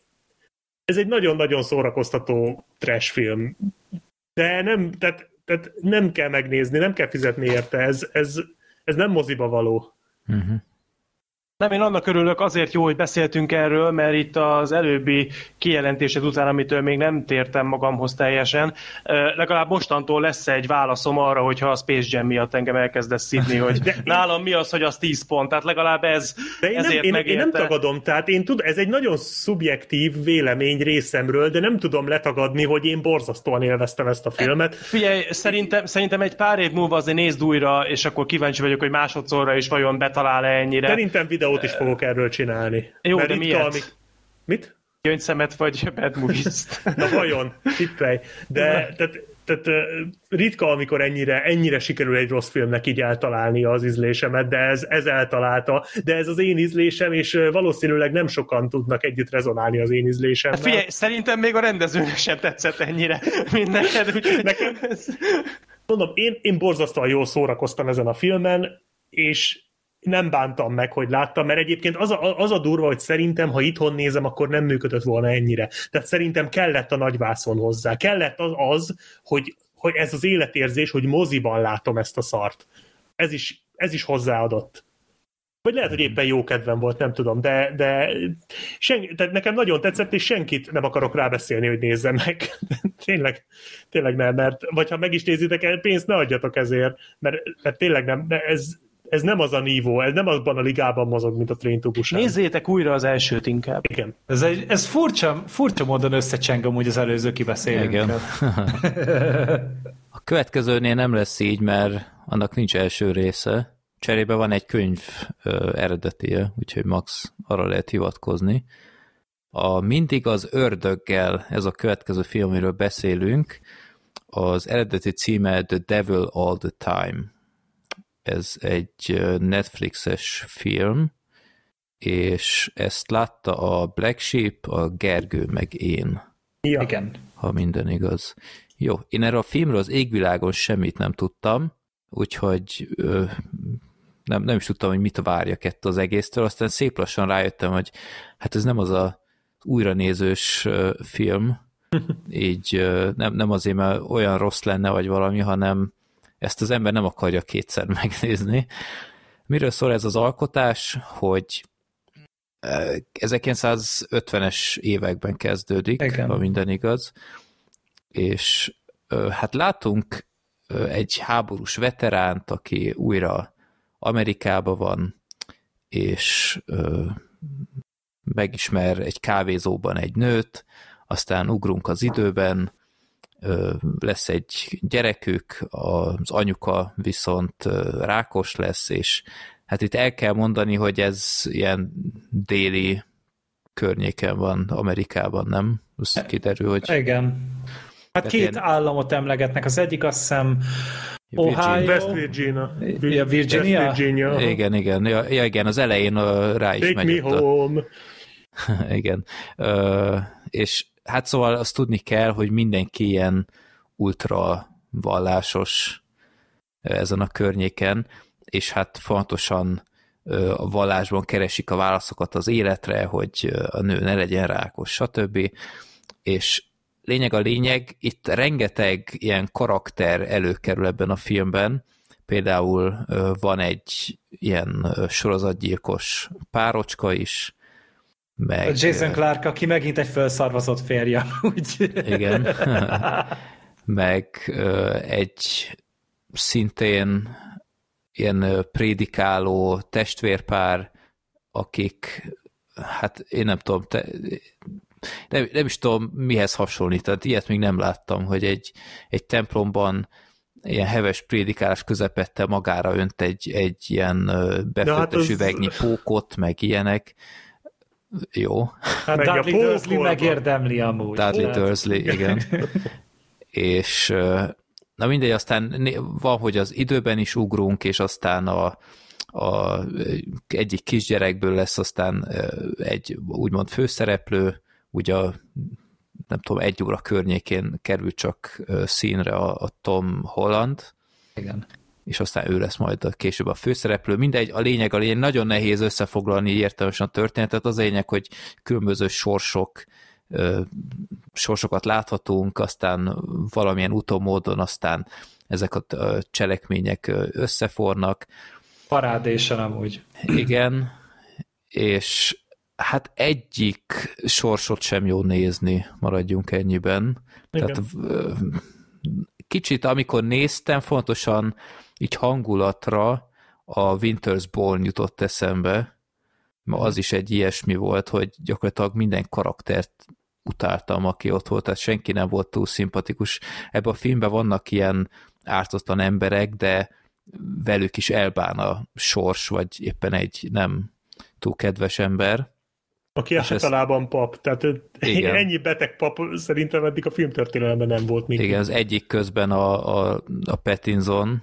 Ez egy nagyon-nagyon szórakoztató trash film, de nem, tehát, tehát nem kell megnézni, nem kell fizetni érte, ez, ez, ez nem moziba való. Uh-huh. Nem, én annak örülök, azért jó, hogy beszéltünk erről, mert itt az előbbi kijelentésed után, amitől még nem tértem magamhoz teljesen, legalább mostantól lesz egy válaszom arra, hogyha a Space Jam miatt engem elkezdesz szidni, hogy de nálam mi az, hogy az tíz pont, tehát legalább ez de én ezért nem, megérte. Én, én nem tagadom, tehát én tud, ez egy nagyon szubjektív vélemény részemről, de nem tudom letagadni, hogy én borzasztóan élveztem ezt a filmet. Figyelj, szerintem, szerintem egy pár év múlva azért nézd újra, és akkor kíváncsi vagyok, hogy másodszorra is vajon betalál-e ennyire. Szerintem videót is fogok erről csinálni. Jó, mert de miért? Amik... Mit? Gyöngyszemet vagy bad movies-t. Na vajon, tippelj. De tehát, tehát ritka, amikor ennyire, ennyire sikerül egy rossz filmnek így eltalálni az ízlésemet, de ez, ez eltalálta. De ez az én ízlésem, és valószínűleg nem sokan tudnak együtt rezonálni az én ízlésemmel. Hát figyelj, szerintem még a rendezőnek sem tetszett ennyire, mint neked. Úgy... Nekem, mondom, én, én borzasztóan jól szórakoztam ezen a filmen, és nem bántam meg, hogy láttam, mert egyébként az a, az a durva, hogy szerintem, ha itthon nézem, akkor nem működött volna ennyire. Tehát szerintem kellett a nagyvászon hozzá. Kellett az, az hogy, hogy ez az életérzés, hogy moziban látom ezt a szart. Ez is, ez is hozzáadott. Vagy lehet, hogy éppen jó kedvem volt, nem tudom, de, de sen, tehát nekem nagyon tetszett, és senkit nem akarok rábeszélni, hogy nézzem meg. tényleg, tényleg nem, mert vagy ha meg is nézitek, pénzt ne adjatok ezért, mert, mert tényleg nem, ez Ez nem az a nívó, ez nem abban a ligában mozog, mint a Train to Busan. Nézzétek újra az elsőt inkább. Igen. Ez, egy, ez furcsa, furcsa módon összecseng amúgy az előző kibeszélőnkkel. A következőnél nem lesz így, mert annak nincs első része. Cserébe van egy könyv ö, eredetie, úgyhogy max arra lehet hivatkozni. A Mindig az ördöggel, ez a következő film, amiről beszélünk, az eredeti címe The Devil All the Time. Ez egy Netflixes film, és ezt látta a Black Sheep, a Gergő, meg én. Ja. Igen. Ha minden igaz. Jó, én erről a filmről az égvilágon semmit nem tudtam, úgyhogy ö, nem, nem is tudtam, hogy mit várjak ettől az egésztől, aztán szép lassan rájöttem, hogy hát ez nem az a újranézős ö, film, így nem, nem azért, mert olyan rossz lenne, vagy valami, hanem ezt az ember nem akarja kétszer megnézni. Miről szól ez az alkotás, hogy ezerkilencszázötvenes években kezdődik, igen, ha minden igaz, és hát látunk egy háborús veteránt, aki újra Amerikában van, és megismer egy kávézóban egy nőt, aztán ugrunk az időben, lesz egy gyerekük, az anyuka viszont rákos lesz, és hát itt el kell mondani, hogy ez ilyen déli környéken van Amerikában, nem? Az kiderül, hogy... Igen. Hát két ilyen... államot emlegetnek, az egyik azt hiszem Ohio. West Virginia. Ja, Virginia? West Virginia. Igen, igen. Ja, ja, igen, az elején rá is Take megy. Me Home. A... igen. Uh, és hát szóval azt tudni kell, hogy mindenki ilyen ultra vallásos ezen a környéken, és hát fontosan a vallásban keresik a válaszokat az életre, hogy a nő ne legyen rákos, stb. És lényeg a lényeg, itt rengeteg ilyen karakter előkerül ebben a filmben, például van egy ilyen sorozatgyilkos párocska is, meg... Jason Clarke, aki megint egy felszarvazott férje, úgy. Igen. Meg egy szintén ilyen prédikáló testvérpár, akik, hát én nem tudom, te, nem, nem is tudom mihez hasonlít, tehát ilyet még nem láttam, hogy egy, egy templomban ilyen heves prédikálás közepette magára önt egy, egy ilyen befőttes hát az... üvegnyi pókot, meg ilyenek. Jó. Hát meg Dudley Dursley megérdemli amúgy. Dudley Dursley, igen. És na mindegy, aztán van, hogy az időben is ugrunk, és aztán a, a egyik kisgyerekből lesz aztán egy úgymond főszereplő, ugye a, nem tudom, egy óra környékén kerül csak színre a, a Tom Holland. Igen. És aztán ő lesz majd a később a főszereplő. Mindegy, a lényeg, a lényeg, nagyon nehéz összefoglalni értelmesen a történetet, az a lényeg, hogy különböző sorsok, ö, sorsokat láthatunk, aztán valamilyen utómódon, aztán ezek a cselekmények összefornak. Parádésen amúgy. Igen, és hát egyik sorsot sem jó nézni, maradjunk ennyiben. Igen. Tehát ö, kicsit, amikor néztem, fontosan így hangulatra a Winter's Bone jutott eszembe, mert az is egy ilyesmi volt, hogy gyakorlatilag minden karaktert utáltam, aki ott volt, tehát senki nem volt túl szimpatikus. Ebben a filmben vannak ilyen ártatlan emberek, de velük is elbán a sors, vagy éppen egy nem túl kedves ember. Aki általában ezt... pap, tehát igen. Ennyi beteg pap szerintem eddig a filmtörténelemben nem volt mindig. Igen, az egyik közben a, a, a Pattinson,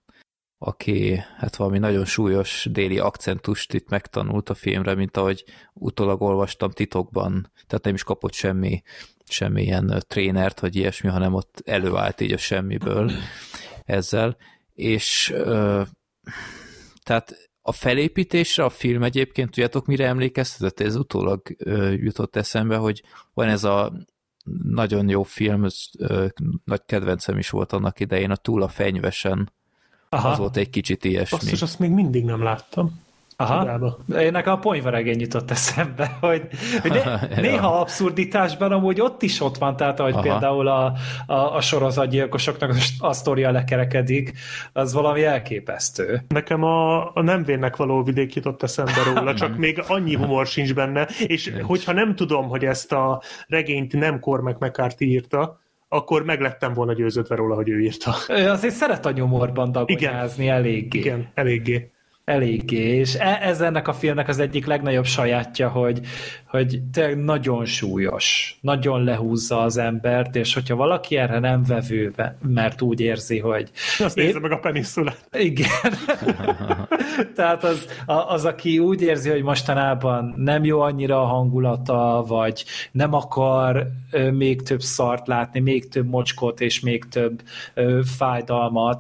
aki hát valami nagyon súlyos déli akcentust itt megtanult a filmre, mint ahogy utólag olvastam titokban, tehát nem is kapott semmi, semmi ilyen trénert, vagy ilyesmi, hanem ott előállt így a semmiből ezzel, és ö, tehát a felépítésre a film egyébként, tudjátok, mire emlékeztetett? Ez utólag ö, jutott eszembe, hogy van ez a nagyon jó film, ez, ö, nagy kedvencem is volt annak idején, a Túl a fenyvesen. Aha. Az volt egy kicsit ilyesmi. Basszus, azt még mindig nem láttam. Aha. Én nekem a ponyvaregény jutott eszembe, hogy, hogy ne, néha abszurditásban amúgy ott is ott van, tehát ahogy aha. például a, a, a sorozatgyilkosoknak a, a sztoria lekerekedik, az valami elképesztő. Nekem a, a nem vénnek való vidék jutott eszembe róla, csak még annyi humor sincs benne, és nincs. Hogyha nem tudom, hogy ezt a regényt nem Cormac McCarthy írta, akkor meglettem volna győződve róla, hogy ő írta. Ő azért szeret a nyomorban dagonyázni eléggé. Igen, eléggé. Eléggé, és ez ennek a filmnek az egyik legnagyobb sajátja, hogy, hogy tényleg nagyon súlyos, nagyon lehúzza az embert, és hogyha valaki erre nem vevő, mert úgy érzi, hogy... Azt nézze meg a peniszulát. Igen. Tehát az, az, aki úgy érzi, hogy mostanában nem jó annyira a hangulata, vagy nem akar még több szart látni, még több mocskot, és még több fájdalmat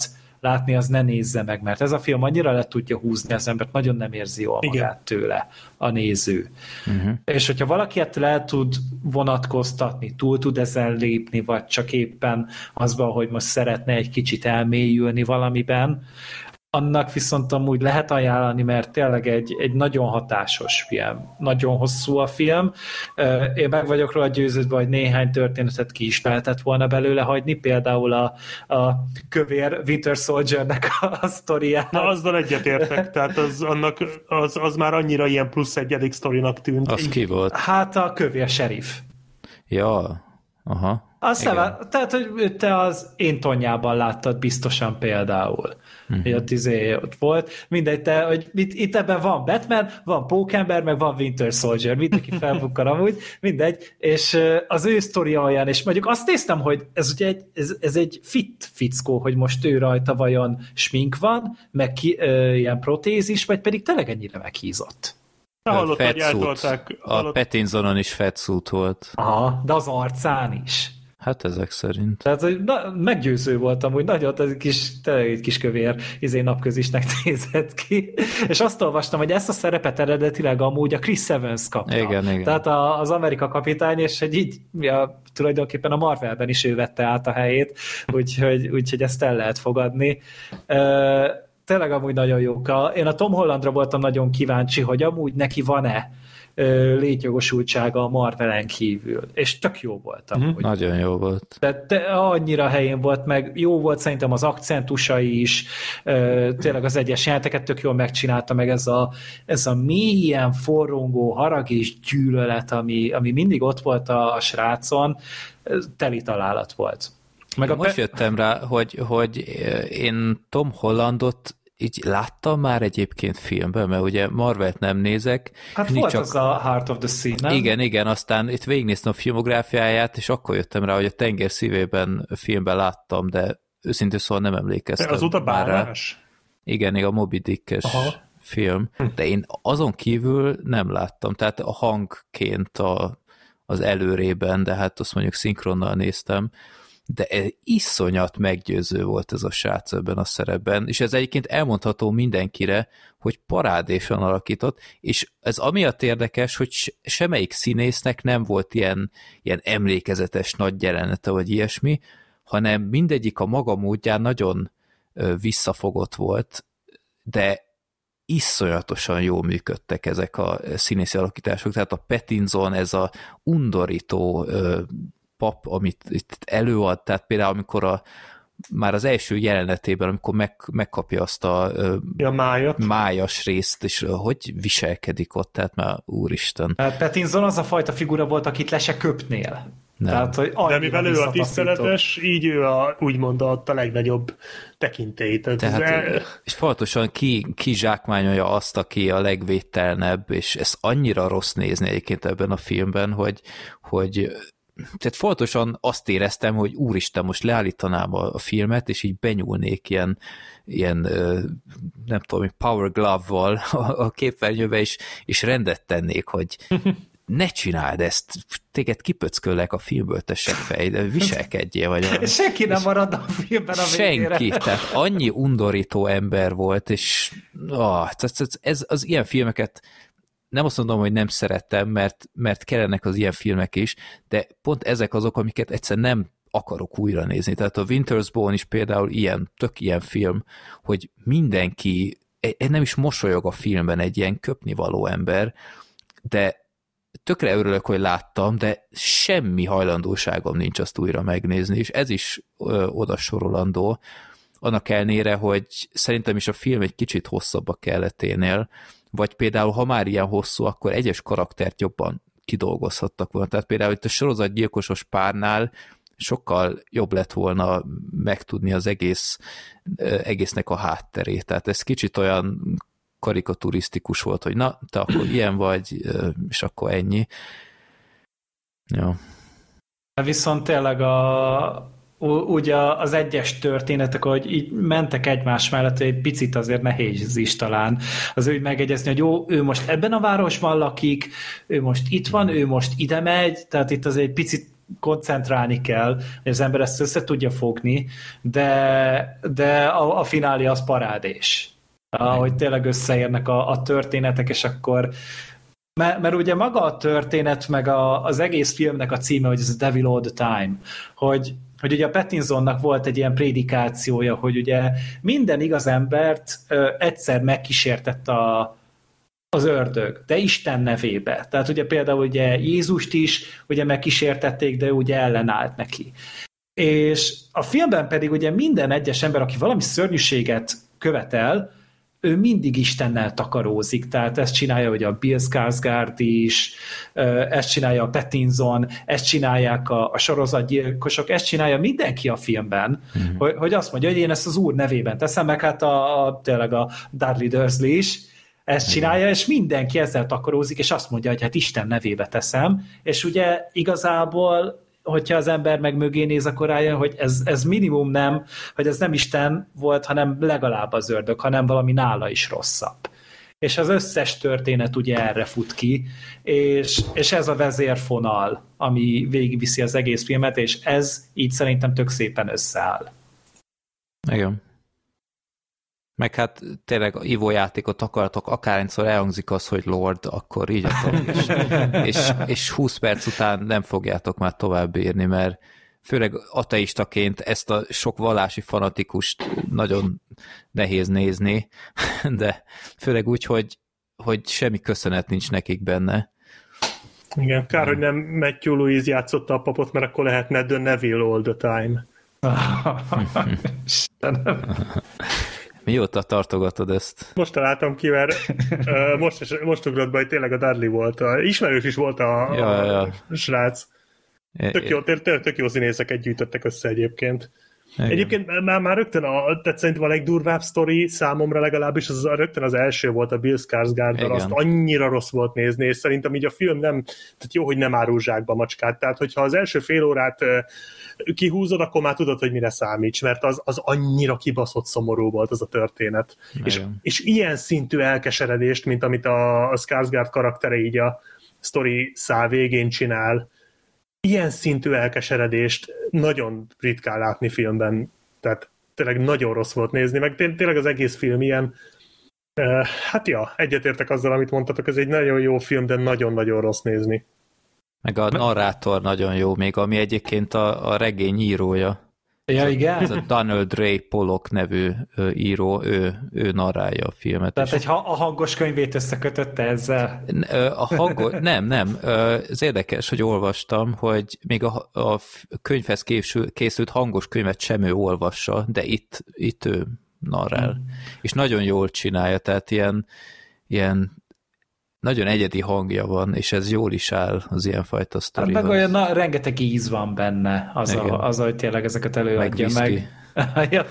látni, az ne nézze meg, mert ez a film annyira le tudja húzni az embert, nagyon nem érzi jól magát Igen. tőle a néző. Uh-huh. És hogyha valaki ettől el tud vonatkoztatni, túl tud ezen lépni, vagy csak éppen azban, hogy most szeretne egy kicsit elmélyülni valamiben, annak viszont amúgy lehet ajánlani, mert tényleg egy, egy nagyon hatásos film. Nagyon hosszú a film. Én meg vagyok róla győződve, hogy néhány történetet ki is lehetett volna belőle hagyni, például a, a kövér Winter Soldier-nek a, a sztoriát. Na, azzal egyetértek, tehát az, annak, az, az már annyira ilyen plusz egyedik sztorinak tűnt. Az ki volt? Hát a kövér sheriff. Ja, aha. Aztán, tehát, hogy te az én tonyában láttad biztosan például. Uh-huh. Hogy ott, izé, ott volt. Mindegy, te, hogy itt, itt ebben van Batman, van Pókember, meg van Winter Soldier. Mindenki felbukkan amúgy. Mindegy. És az ő sztoria olyan, és mondjuk azt néztem, hogy ez ugye egy, ez, ez egy fit fickó, hogy most ő rajta vajon smink van, meg ki, ö, ilyen protézis, vagy pedig tényleg ennyire meghízott. Hallott, hogy eltolták. A Pattinsonon is fatsuit volt. Aha, de az arcán is. Hát ezek szerint. Tehát, hogy na, meggyőző voltam, hogy nagyon, egy kis, tényleg egy kis kövér izé napközisnek nézett ki. És azt olvastam, hogy ezt a szerepet eredetileg amúgy a Chris Evans kapta. Igen, igen. Tehát a, az Amerika kapitány, és hogy így ja, tulajdonképpen a Marvelben is ő vette át a helyét, úgyhogy, úgyhogy ezt el lehet fogadni. Uh, tényleg amúgy nagyon jók. Én a Tom Hollandra voltam nagyon kíváncsi, hogy amúgy neki van-e létjogosultsága a Marvelen kívül. És tök jó volt amúgy. Uh-huh. Nagyon jó volt. De te, annyira helyén volt, meg jó volt szerintem az akcentusai is, tényleg az egyes jelenteket tök jól megcsinálta, meg ez a, ez a mélyen forrongó harag és gyűlölet, ami, ami mindig ott volt a, a srácon, teli találat volt. Meg a most pe- jöttem rá, hogy, hogy én Tom Hollandot így láttam már egyébként filmben, mert ugye Marvelt nem nézek. Hát volt csak... az a Heart of the Sea, nem? Igen, igen, aztán itt végignéztem a filmográfiáját, és akkor jöttem rá, hogy a Tenger szívében filmben láttam, de őszintén szóval nem emlékeztem. Azóta bárás? Igen, igen, a Moby Dick-es film, de én azon kívül nem láttam, tehát a hangként a, az előrében, de hát azt mondjuk szinkronnal néztem, de iszonyat meggyőző volt ez a srác ebben a szerepben, és ez egyébként elmondható mindenkire, hogy parádésan alakított, és ez amiatt érdekes, hogy semmelyik színésznek nem volt ilyen, ilyen emlékezetes nagy jelenete, vagy ilyesmi, hanem mindegyik a maga módján nagyon visszafogott volt, de iszonyatosan jól működtek ezek a színészi alakítások, tehát a Pattinson, ez a undorító pap, amit itt előad, tehát például amikor a, már az első jelenetében, amikor meg, megkapja azt a, a májat. májas részt, és hogy viselkedik ott, tehát már úristen. Hát Pattinson az a fajta figura volt, akit le se köpnél. Tehát, hogy de mivel ő a tiszteletes, így ő a, úgymond a, a legnagyobb tekintélyt. Tehát, el... és folyamatosan ki, ki zsákmányolja azt, aki a legvédtelenebb, és ez annyira rossz nézni egyébként ebben a filmben, hogy, hogy tehát folyamatosan azt éreztem, hogy úristen, most leállítanám a, a filmet, és így benyúlnék ilyen, ilyen nem tudom, power glove-val a, a képernyőbe, és, és rendet tennék, hogy ne csináld ezt, téged kipöcköllek a filmből, te se fej, de viselkedjél. Vagy a... Senki nem marad a filmben a végére. Senki, tehát annyi undorító ember volt, és ah, ez, az ilyen filmeket nem azt mondom, hogy nem szeretem, mert, mert kellenek az ilyen filmek is, de pont ezek azok, amiket egyszer nem akarok újra nézni. Tehát a Winter's Bone is például ilyen, tök ilyen film, hogy mindenki nem is mosolyog a filmben, egy ilyen köpnivaló ember, de tökre örülök, hogy láttam, de semmi hajlandóságom nincs azt újra megnézni, és ez is ö, oda sorolandó, annak ellenére, hogy szerintem is a film egy kicsit hosszabb a kelleténél, vagy például, ha már ilyen hosszú, akkor egyes karaktert jobban kidolgozhattak volna. Tehát például itt a sorozatgyilkosos párnál sokkal jobb lett volna megtudni az egész, egésznek a hátterét. Tehát ez kicsit olyan karikaturisztikus volt, hogy na, te akkor ilyen vagy, és akkor ennyi. Jó. Viszont tényleg a úgy az egyes történetek, hogy így mentek egymás mellett, egy picit azért nehéz is talán az úgy megegyezni, hogy jó, ő most ebben a városban lakik, ő most itt van, ő most ide megy, tehát itt azért egy picit koncentrálni kell, hogy az ember ezt össze tudja fogni, de, de a, a finálé az parádés. Ahogy tényleg összeérnek a, a történetek, és akkor mert, mert ugye maga a történet, meg a, az egész filmnek a címe, hogy ez a Devil All the Time, hogy, hogy ugye a Pattinsonnak volt egy ilyen prédikációja, hogy ugye minden igaz embert ö, egyszer megkísértett a az ördög, de Isten nevébe. Tehát ugye például ugye Jézust is ugye megkísértették, de ugye ellenállt neki. És a filmben pedig ugye minden egyes ember, aki valami szörnyűséget követel, ő mindig Istennel takarózik. Tehát ezt csinálja ugye a Bill Skarsgård is, ezt csinálja a Pattinson, ezt csinálják a, a sorozatgyilkosok, ezt csinálja mindenki a filmben, mm. hogy, hogy azt mondja, hogy én ezt az Úr nevében teszem, meg hát a, a, tényleg a Dudley Dursley is ezt csinálja, és mindenki ezzel takarózik, és azt mondja, hogy hát Isten nevébe teszem, és ugye igazából, hogyha az ember meg mögé néz, akkor rájön, hogy ez, ez minimum nem, hogy ez nem Isten volt, hanem legalább az ördög, hanem valami nála is rosszabb. És az összes történet ugye erre fut ki, és, és ez a vezérfonal, ami végigviszi az egész filmet, és ez így szerintem tök szépen összeáll. Igen. Meg hát tényleg ivójátékot akartok, akárhányszor elhangzik az, hogy Lord, akkor így és, és, és húsz perc után nem fogjátok már tovább írni, mert főleg ateistaként ezt a sok vallási fanatikust nagyon nehéz nézni, de főleg úgy, hogy, hogy semmi köszönet nincs nekik benne. Igen, kár, hogy nem Matthew Louise játszotta a papot, mert akkor lehetne The Neville All the Time. Mióta tartogatod ezt? Most találtam ki, mert uh, most, most ugrott be, hogy tényleg a Dudley volt. A, ismerős is volt a, ja, a ja. srác. Tök jó, tényleg tök jó színészeket gyűjtöttek össze egyébként. Igen. Egyébként már, már rögtön a, tehát szerintem a legdurvább sztori számomra legalábbis az, a, rögtön az első volt a Bill Skarsgård-dal, azt annyira rossz volt nézni, és szerintem így a film nem, tehát jó, hogy nem árul zsákba macskát, tehát hogyha az első fél órát kihúzod, akkor már tudod, hogy mire számíts, mert az, az annyira kibaszott szomorú volt az a történet. És, és ilyen szintű elkeseredést, mint amit a, a Skarsgård karaktere így a sztori szál végén csinál, ilyen szintű elkeseredést nagyon ritkán látni filmben, tehát tényleg nagyon rossz volt nézni, meg tényleg az egész film ilyen, uh, hát ja, egyetértek azzal, amit mondtatok, ez egy nagyon jó film, de nagyon-nagyon rossz nézni. Meg a narrátor nagyon jó, még ami egyébként a, a regény írója. Ja, igen? Ez a Donald Ray Pollock nevű ö, író, ő, ő narrálja a filmet. Tehát egy ha- a hangos könyvét összekötötte ezzel? A hangos, nem, nem. Ez érdekes, hogy olvastam, hogy még a, a könyvhez készült, készült hangos könyvet sem ő olvassa, de itt, itt ő narrál. Hmm. És nagyon jól csinálja, tehát ilyen, ilyen nagyon egyedi hangja van, és ez jól is áll az ilyenfajta sztorihoz. Hát meg olyan, na, rengeteg íz van benne, az, a, az hogy tényleg ezeket előadja meg. meg. Ja,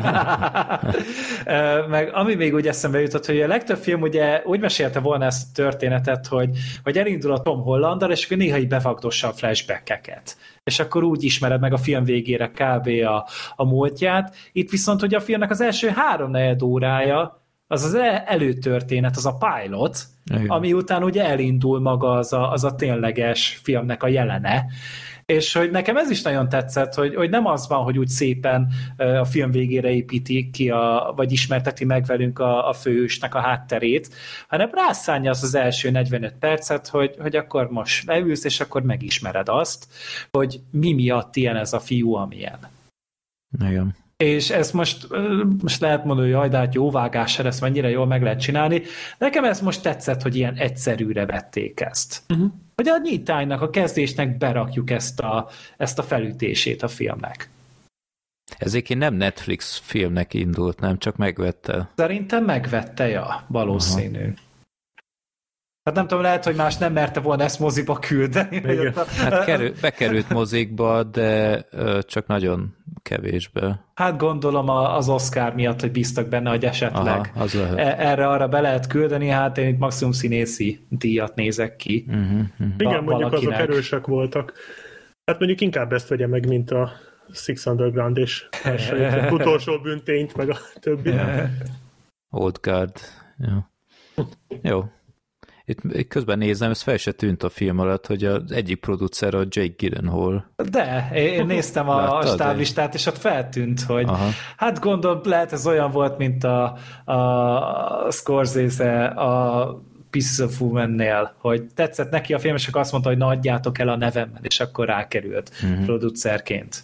meg ami még úgy eszembe jutott, hogy a legtöbb film ugye úgy mesélte volna ezt a történetet, hogy, hogy elindul a Tom Hollandal, és akkor néha így befagdossa a flashbackeket. És akkor úgy ismered meg a film végére kb. a, a múltját. Itt viszont, hogy a filmnek az első három negyed órája az az előtörténet, az a pilot, igen, ami után ugye elindul maga az a, az a tényleges filmnek a jelene. És hogy nekem ez is nagyon tetszett, hogy, hogy nem az van, hogy úgy szépen a film végére építik ki, a, vagy ismerteti meg velünk a, a főhősnek a hátterét, hanem rászánja az az első negyvenöt percet, hogy, hogy akkor most leülsz, és akkor megismered azt, hogy mi miatt ilyen ez a fiú, amilyen. Igen. És ezt most, most lehet mondani, hogy jaj, de hát jóvágással ezt mennyire jól meg lehet csinálni. Nekem ez most tetszett, hogy ilyen egyszerűre vették ezt. Uh-huh. Hogy a nyitánynak, a kezdésnek berakjuk ezt a, ezt a felütését a filmnek. Ezért nem Netflix filmnek indult, nem? Csak megvette. Szerintem megvette, ja, valószínű. Uh-huh. Hát nem tudom, lehet, hogy más nem merte volna ezt moziba küldeni. A... Hát kerül, bekerült mozikba, de ö, csak nagyon kevésbe. Hát gondolom az Oscar miatt, hogy bíztak benne, hogy esetleg Aha, erre-arra be lehet küldeni, hát én itt maximum színészi díjat nézek ki. Uh-huh, uh-huh. Igen, mondjuk azok erősek voltak. Hát mondjuk inkább ezt vegye meg, mint a Six Underground és utolsó bűntényt, meg a többi. Old Guard. Jó. Jó. Itt közben nézem, ez fel se tűnt a film alatt, hogy az egyik producer a Jake Gyllenhaal. De, én néztem a, a stáblistát, és ott feltűnt, hogy aha. hát gondolom, lehet ez olyan volt, mint a, a Scorsese a Pieces of Woman-nél, hogy tetszett neki a film, és akkor azt mondta, hogy na adjátok el a nevemmel, és akkor rákerült uh-huh. producerként.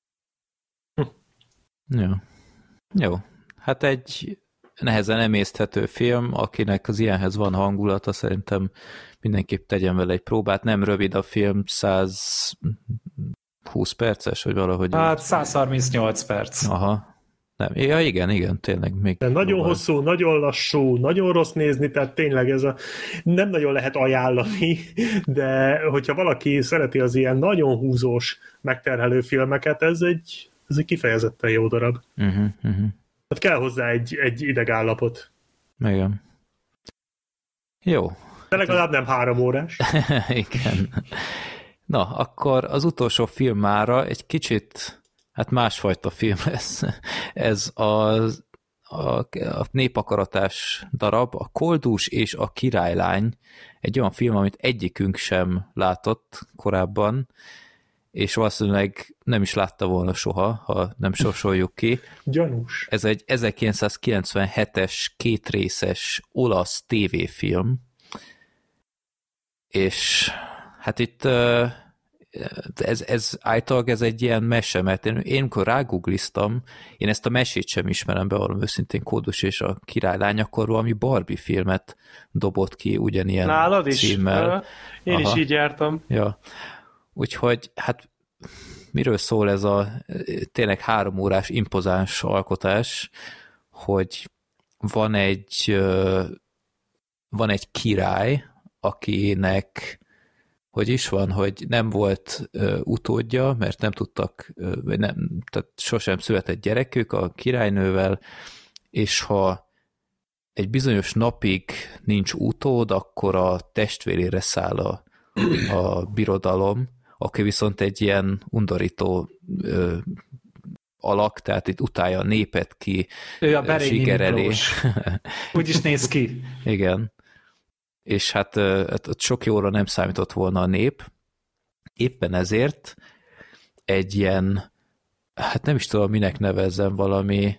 Jó. Jó. Hát egy nehezen emészthető film, akinek az ilyenhez van hangulata, szerintem mindenképp tegyen vele egy próbát. Nem rövid a film, száz húsz perces, vagy valahogy. Hát száz harmincnyolc perc. Aha. Nem. Ja, igen, igen, tényleg. Még de nagyon próbál. Hosszú, nagyon lassú, nagyon rossz nézni, tehát tényleg ez a nem nagyon lehet ajánlani, de hogyha valaki szereti az ilyen nagyon húzós, megterhelő filmeket, ez egy, ez egy kifejezetten jó darab. Uh-huh, uh-huh. Tehát kell hozzá egy, egy idegállapot. Igen. Jó. De legalább nem három órás. Igen. Na, akkor az utolsó film mára egy kicsit, hát másfajta film lesz. Ez a, a, a népakaratás darab, a Koldus és a királylány. Egy olyan film, amit egyikünk sem látott korábban, és valószínűleg nem is látta volna soha, ha nem sorsoljuk ki. Gyanús. Ez egy ezerkilencszázkilencvenhetes kétrészes olasz tévéfilm, és hát itt ez, ez általában ez egy ilyen mese, mert én, én amikor rágoogliztam, én ezt a mesét sem ismerem be, valami őszintén, Koldus és a királylány, akkor valami Barbie filmet dobott ki ugyanilyen nálad címmel. Is? Én Aha. is így jártam. Ja. Úgyhogy, hát miről szól ez a tényleg három órás impozáns alkotás, hogy van egy van egy király, akinek hogy is van, hogy nem volt utódja, mert nem tudtak, nem, tehát sosem született gyerekük a királynővel, és ha egy bizonyos napig nincs utód, akkor a testvérére száll a, a birodalom, aki viszont egy ilyen undorító ö, alak, tehát itt utálja a népet ki, ő a sikereli. Úgy is néz ki. Igen. És hát ö, sok jóra nem számított volna a nép. Éppen ezért egy ilyen, hát nem is tudom, minek nevezzem, valami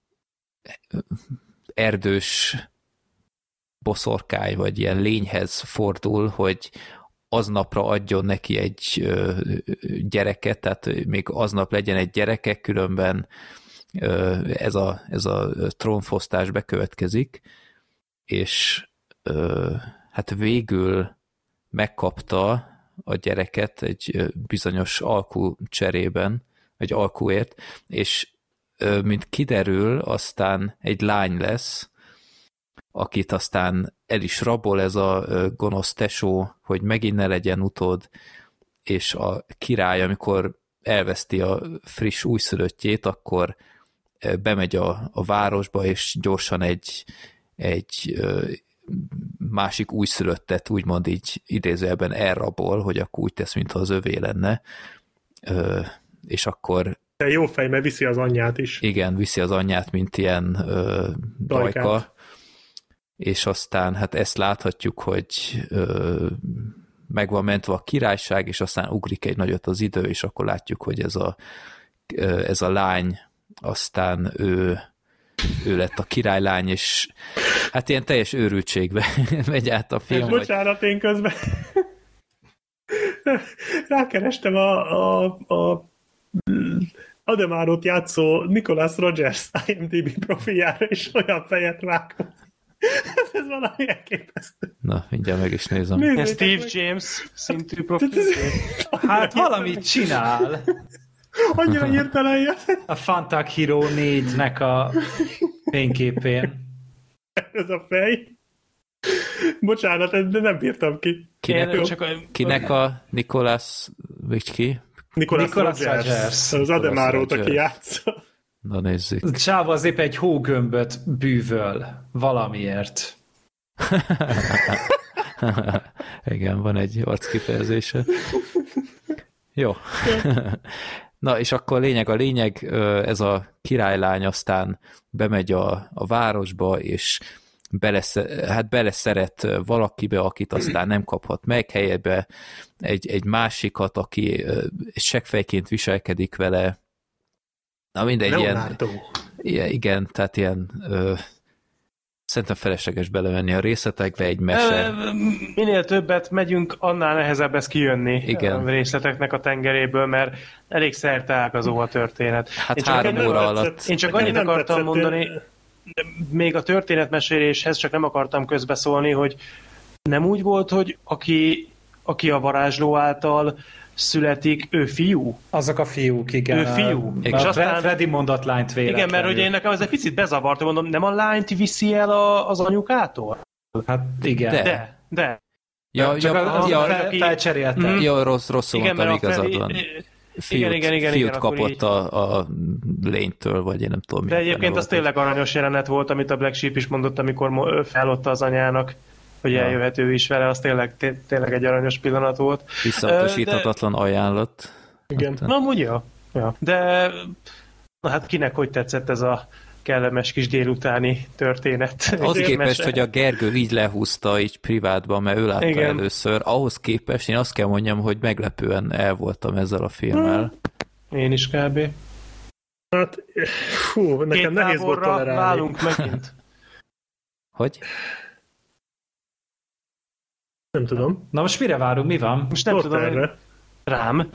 erdős boszorkály, vagy ilyen lényhez fordul, hogy aznapra adjon neki egy gyereket, tehát még aznap legyen egy gyereke, különben ez a, ez a trónfosztás bekövetkezik, és hát végül megkapta a gyereket egy bizonyos alkú cserében, egy alkúért, és mint kiderül, aztán egy lány lesz, akit aztán el is rabol ez a gonosz tesó, hogy megint ne legyen utód, és a király, amikor elveszti a friss újszülöttjét, akkor bemegy a, a városba, és gyorsan egy, egy másik újszülöttet úgymond így idézőjelben elrabol, hogy akkor úgy tesz, mintha az övé lenne, és akkor de jó fej, mert viszi az anyját is. Igen, viszi az anyját, mint ilyen ö, dajka. És aztán hát ezt láthatjuk, hogy ö, meg van mentve a királyság, és aztán ugrik egy nagyot az idő, és akkor látjuk, hogy ez a, ö, ez a lány, aztán ő, ő lett a királylány, és hát ilyen teljes őrültségbe megy át a film. Bocsánat, én közben rákerestem a, a, a Ademárót játszó Nicholas Rogers I M D B profiljára, és olyan fejet vágom. Ez valami elképesztő. Na, mindjárt meg is nézem. Nézzétek Steve meg. James szintű profil. Hát valamit csinál. Annyira hirtelen. A Fantasy Hero négynek a fényképén. Ez a fej. Bocsánat, de nem bírtam ki. Kinek, a, csak a, kinek a Nicholas, vagy ki? Nicholas, Nicholas Rogers. Rogers. Az Ademárót, aki játsza. Na nézzük. Csáva az épp egy hógömböt bűvöl valamiért. Igen, van egy arckifejezése. Jó. Na, és akkor a lényeg, a lényeg, ez a királylány aztán bemegy a, a városba, és belesz, hát beleszeret valakibe, akit aztán nem kaphat meg, helyebe egy, egy másikat, aki seggfejként viselkedik vele. Na mindegy, ilyen, ilyen, igen, tehát ilyen ö, szerintem felesleges belemenni a részletekbe, egy mese. Minél többet megyünk, annál nehezebb ez kijönni igen. a részleteknek a tengeréből, mert elég szerteágazó a történet. Hát három óra alatt. Én csak annyit akartam mondani, még a történetmeséléshez csak nem akartam közbeszólni, hogy nem úgy volt, hogy aki, aki a varázsló által születik, ő fiú? Azok a fiúk, igen. Ő fiú. A, a aztán, Freddy mondott lányt véletlenül. Igen, mert hogy én nekem ez egy picit bezavart, mondom, nem a lányt viszi el a, az anyukától? Hát igen. De, de. de. Ja, csak ja, az ja, fel, felcseréltem. Mm. Ja, rossz, rosszul igen, mondtam, igazad van. Fiút, igen, igen, igen, fiút igen, kapott a, a lénytől, vagy én nem tudom. De egyébként az tényleg aranyos jelenet volt, amit a Black Sheep is mondott, amikor feladta az anyának, hogy ja. eljöhet ő is vele, az tényleg, tényleg egy aranyos pillanat volt. Visszautasíthatatlan de... ajánlat. Igen. Na, amúgy ja. ja. De na hát kinek hogy tetszett ez a kellemes kis délutáni történet? Az képest, hogy a Gergő így lehúzta így privátban, mert ő látta igen. először, ahhoz képest én azt kell mondjam, hogy meglepően el voltam ezzel a filmmel. Hmm. Én is kb. Hát, hú, nekem Két nehéz volt tolerálni. Válunk megint. Hogy? Nem tudom. Na most mire várunk, mi van? Most nem tudom. Hogy... Rám.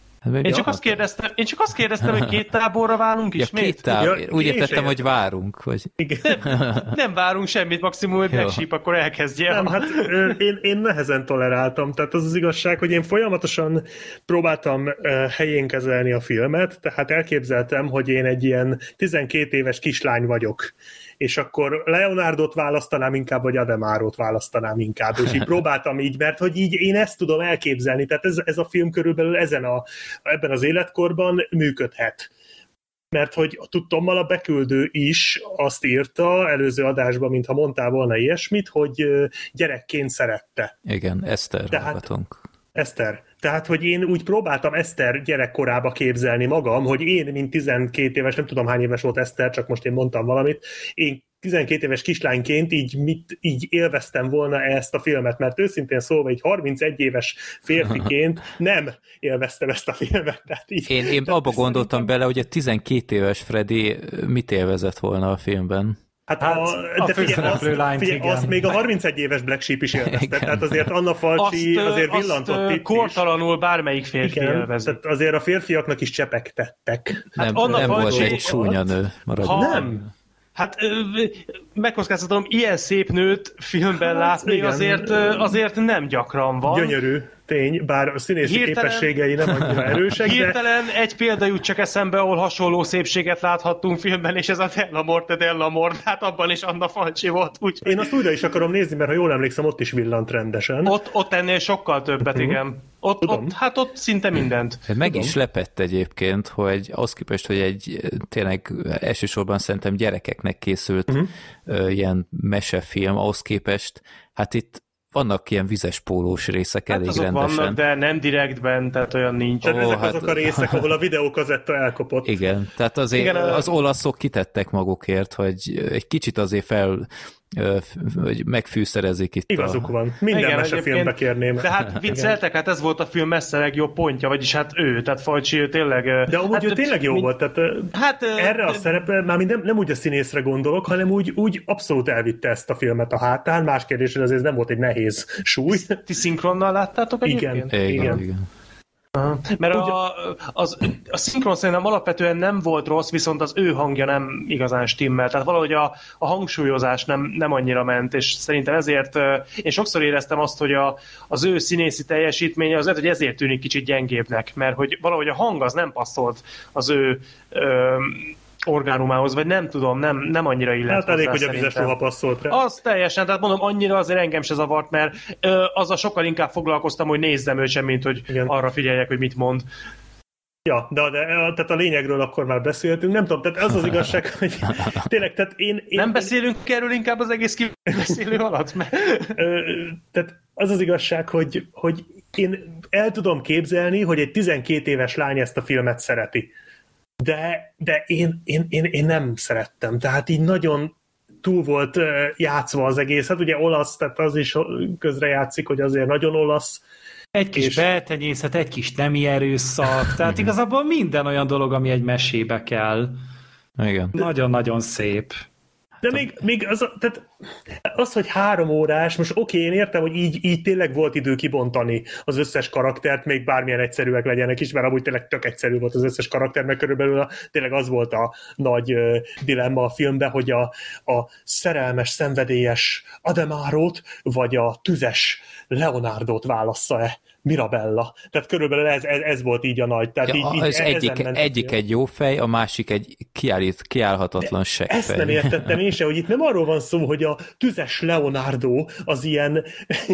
Én csak, azt kérdeztem, én csak azt kérdeztem, hogy két táborra válunk ismét. Ja, két tábor. Ja, úgy értettem, hogy várunk. Vagy... Nem, nem várunk semmit, maximum, hogy Black Sheep akkor elkezdje. Nem, hát én, én nehezen toleráltam. Tehát az az igazság, hogy én folyamatosan próbáltam helyén kezelni a filmet, tehát elképzeltem, hogy én egy ilyen tizenkét éves kislány vagyok. És akkor Leonardot választanám inkább, vagy Ademárót választanám inkább, és így próbáltam így, mert hogy így én ezt tudom elképzelni, tehát ez, ez a film körülbelül ezen a, ebben az életkorban működhet. Mert hogy tudtommal a beküldő is azt írta előző adásban, mintha mondtál volna ilyesmit, hogy gyerekként szerette. Igen, Eszter hallgatunk. Eszter. Tehát, hogy én úgy próbáltam Eszter gyerekkorába képzelni magam, hogy én, mint tizenkét éves, nem tudom hány éves volt Eszter, csak most én mondtam valamit, én tizenkét éves kislányként így, mit, így élveztem volna ezt a filmet, mert őszintén szólva, így harmincegy éves férfiként nem élveztem ezt a filmet. Tehát így, én én abba gondoltam szerintem... bele, hogy a tizenkét éves Freddy mit élvezett volna a filmben. Hát, hát a, a de figyelj, azt, lányt, figyelj azt még a harmincegy éves Black Sheep is élvezte, tehát azért Anna Falcsi azt, azért villantott azt itt kortalanul bármelyik férfi élvezi. Tehát azért a férfiaknak is csepegtettek. Hát nem, nem volt egy csúnya nő. Ha, nem. Hát megkockáztatom, ilyen szép nőt filmben hát, látni azért, azért nem gyakran van. Gyönyörű, tény, bár a színészi hirtelen, képességei nem annyira erősek. Hirtelen de... egy példa jut csak eszembe, ahol hasonló szépséget láthattunk filmben, és ez a Della Morte Della Morte, hát abban is Anna Falcsi volt. Úgy, Én azt újra is akarom nézni, mert ha jól emlékszem, ott is villant rendesen. Ott, ott ennél sokkal többet, uh-huh. igen. Ott, ott, hát ott szinte mindent. Meg Tudom. is lepett egyébként, hogy az képest, hogy egy tényleg elsősorban szerintem gyerekeknek készült uh-huh. uh, ilyen mesefilm, ahhoz képest, hát itt vannak ilyen vizes pólós részek hát elég azok rendesen. Vannak, de nem direktben, tehát olyan nincs. Tehát Ó, ezek hát... azok a részek, ahol a videókazetta elkopott. Igen, tehát azért igen, az olaszok kitettek magukért, hogy egy kicsit azért fel hogy megfűszerezik itt. Igazuk a... van. Minden igen, mesefilmbe kérném. De hát vicceltek, hát ez volt a film messze legjobb pontja, vagyis hát ő, tehát Falcsi, ő tényleg... De amúgy hát, ő tényleg jó mi... volt, tehát hát, erre a szerepe, már nem, nem úgy a színészre gondolok, hanem úgy, úgy abszolút elvitte ezt a filmet a hátán. Más kérdés, hogy azért ez nem volt egy nehéz súly. Ti szinkronnal láttátok egyébként? Igen, igen. igen. Aha. Mert a, az, a szinkron szerintem alapvetően nem volt rossz, viszont az ő hangja nem igazán stimmel. Tehát valahogy a, a hangsúlyozás nem, nem annyira ment, és szerintem ezért én sokszor éreztem azt, hogy a, az ő színészi teljesítménye az, hogy ezért tűnik kicsit gyengébbnek, mert hogy valahogy a hang az nem passzolt az ő ö, orgánumához, vagy nem tudom, nem, nem annyira illet hát elég, hozzá, hogy a vizes ruha passzolt rá. Az teljesen, tehát mondom, annyira azért engem se zavart, mert ö, azzal sokkal inkább foglalkoztam, hogy nézzem őt sem, mint hogy igen. arra figyeljek, hogy mit mond. Ja, de, de tehát a lényegről akkor már beszéltünk. Nem tudom, tehát az az igazság, hogy tényleg, tehát én... én nem beszélünk erről inkább az egész kibeszélő alatt? Mert... tehát az az igazság, hogy, hogy én el tudom képzelni, hogy egy tizenkét éves lány ezt a filmet szereti. De, de én, én, én, én nem szerettem. Tehát így nagyon túl volt játszva az egész. Hát ugye olasz, tehát az is közrejátszik, hogy azért nagyon olasz. Egy kis és... beltenyészet, egy kis nemi erőszak, tehát igazából minden olyan dolog, ami egy mesébe kell. Igen. Nagyon-nagyon szép. De még, még az, tehát az, hogy három órás, most oké, okay, én értem, hogy így, így tényleg volt idő kibontani az összes karaktert, még bármilyen egyszerűek legyenek is, mert amúgy tényleg tök egyszerű volt az összes karakter, mert körülbelül a, tényleg az volt a nagy uh, dilemma a filmben, hogy a, a szerelmes, szenvedélyes Ademárót, vagy a tüzes Leonardót válassza-e Mirabella. Tehát körülbelül ez, ez, ez volt így a nagy. Tehát ja, így, így az egyik, egyik egy jó fej, a másik egy kiállít, kiállhatatlan seggfej. Ezt nem értettem én sem, hogy itt nem arról van szó, hogy a tüzes Leonardo az ilyen,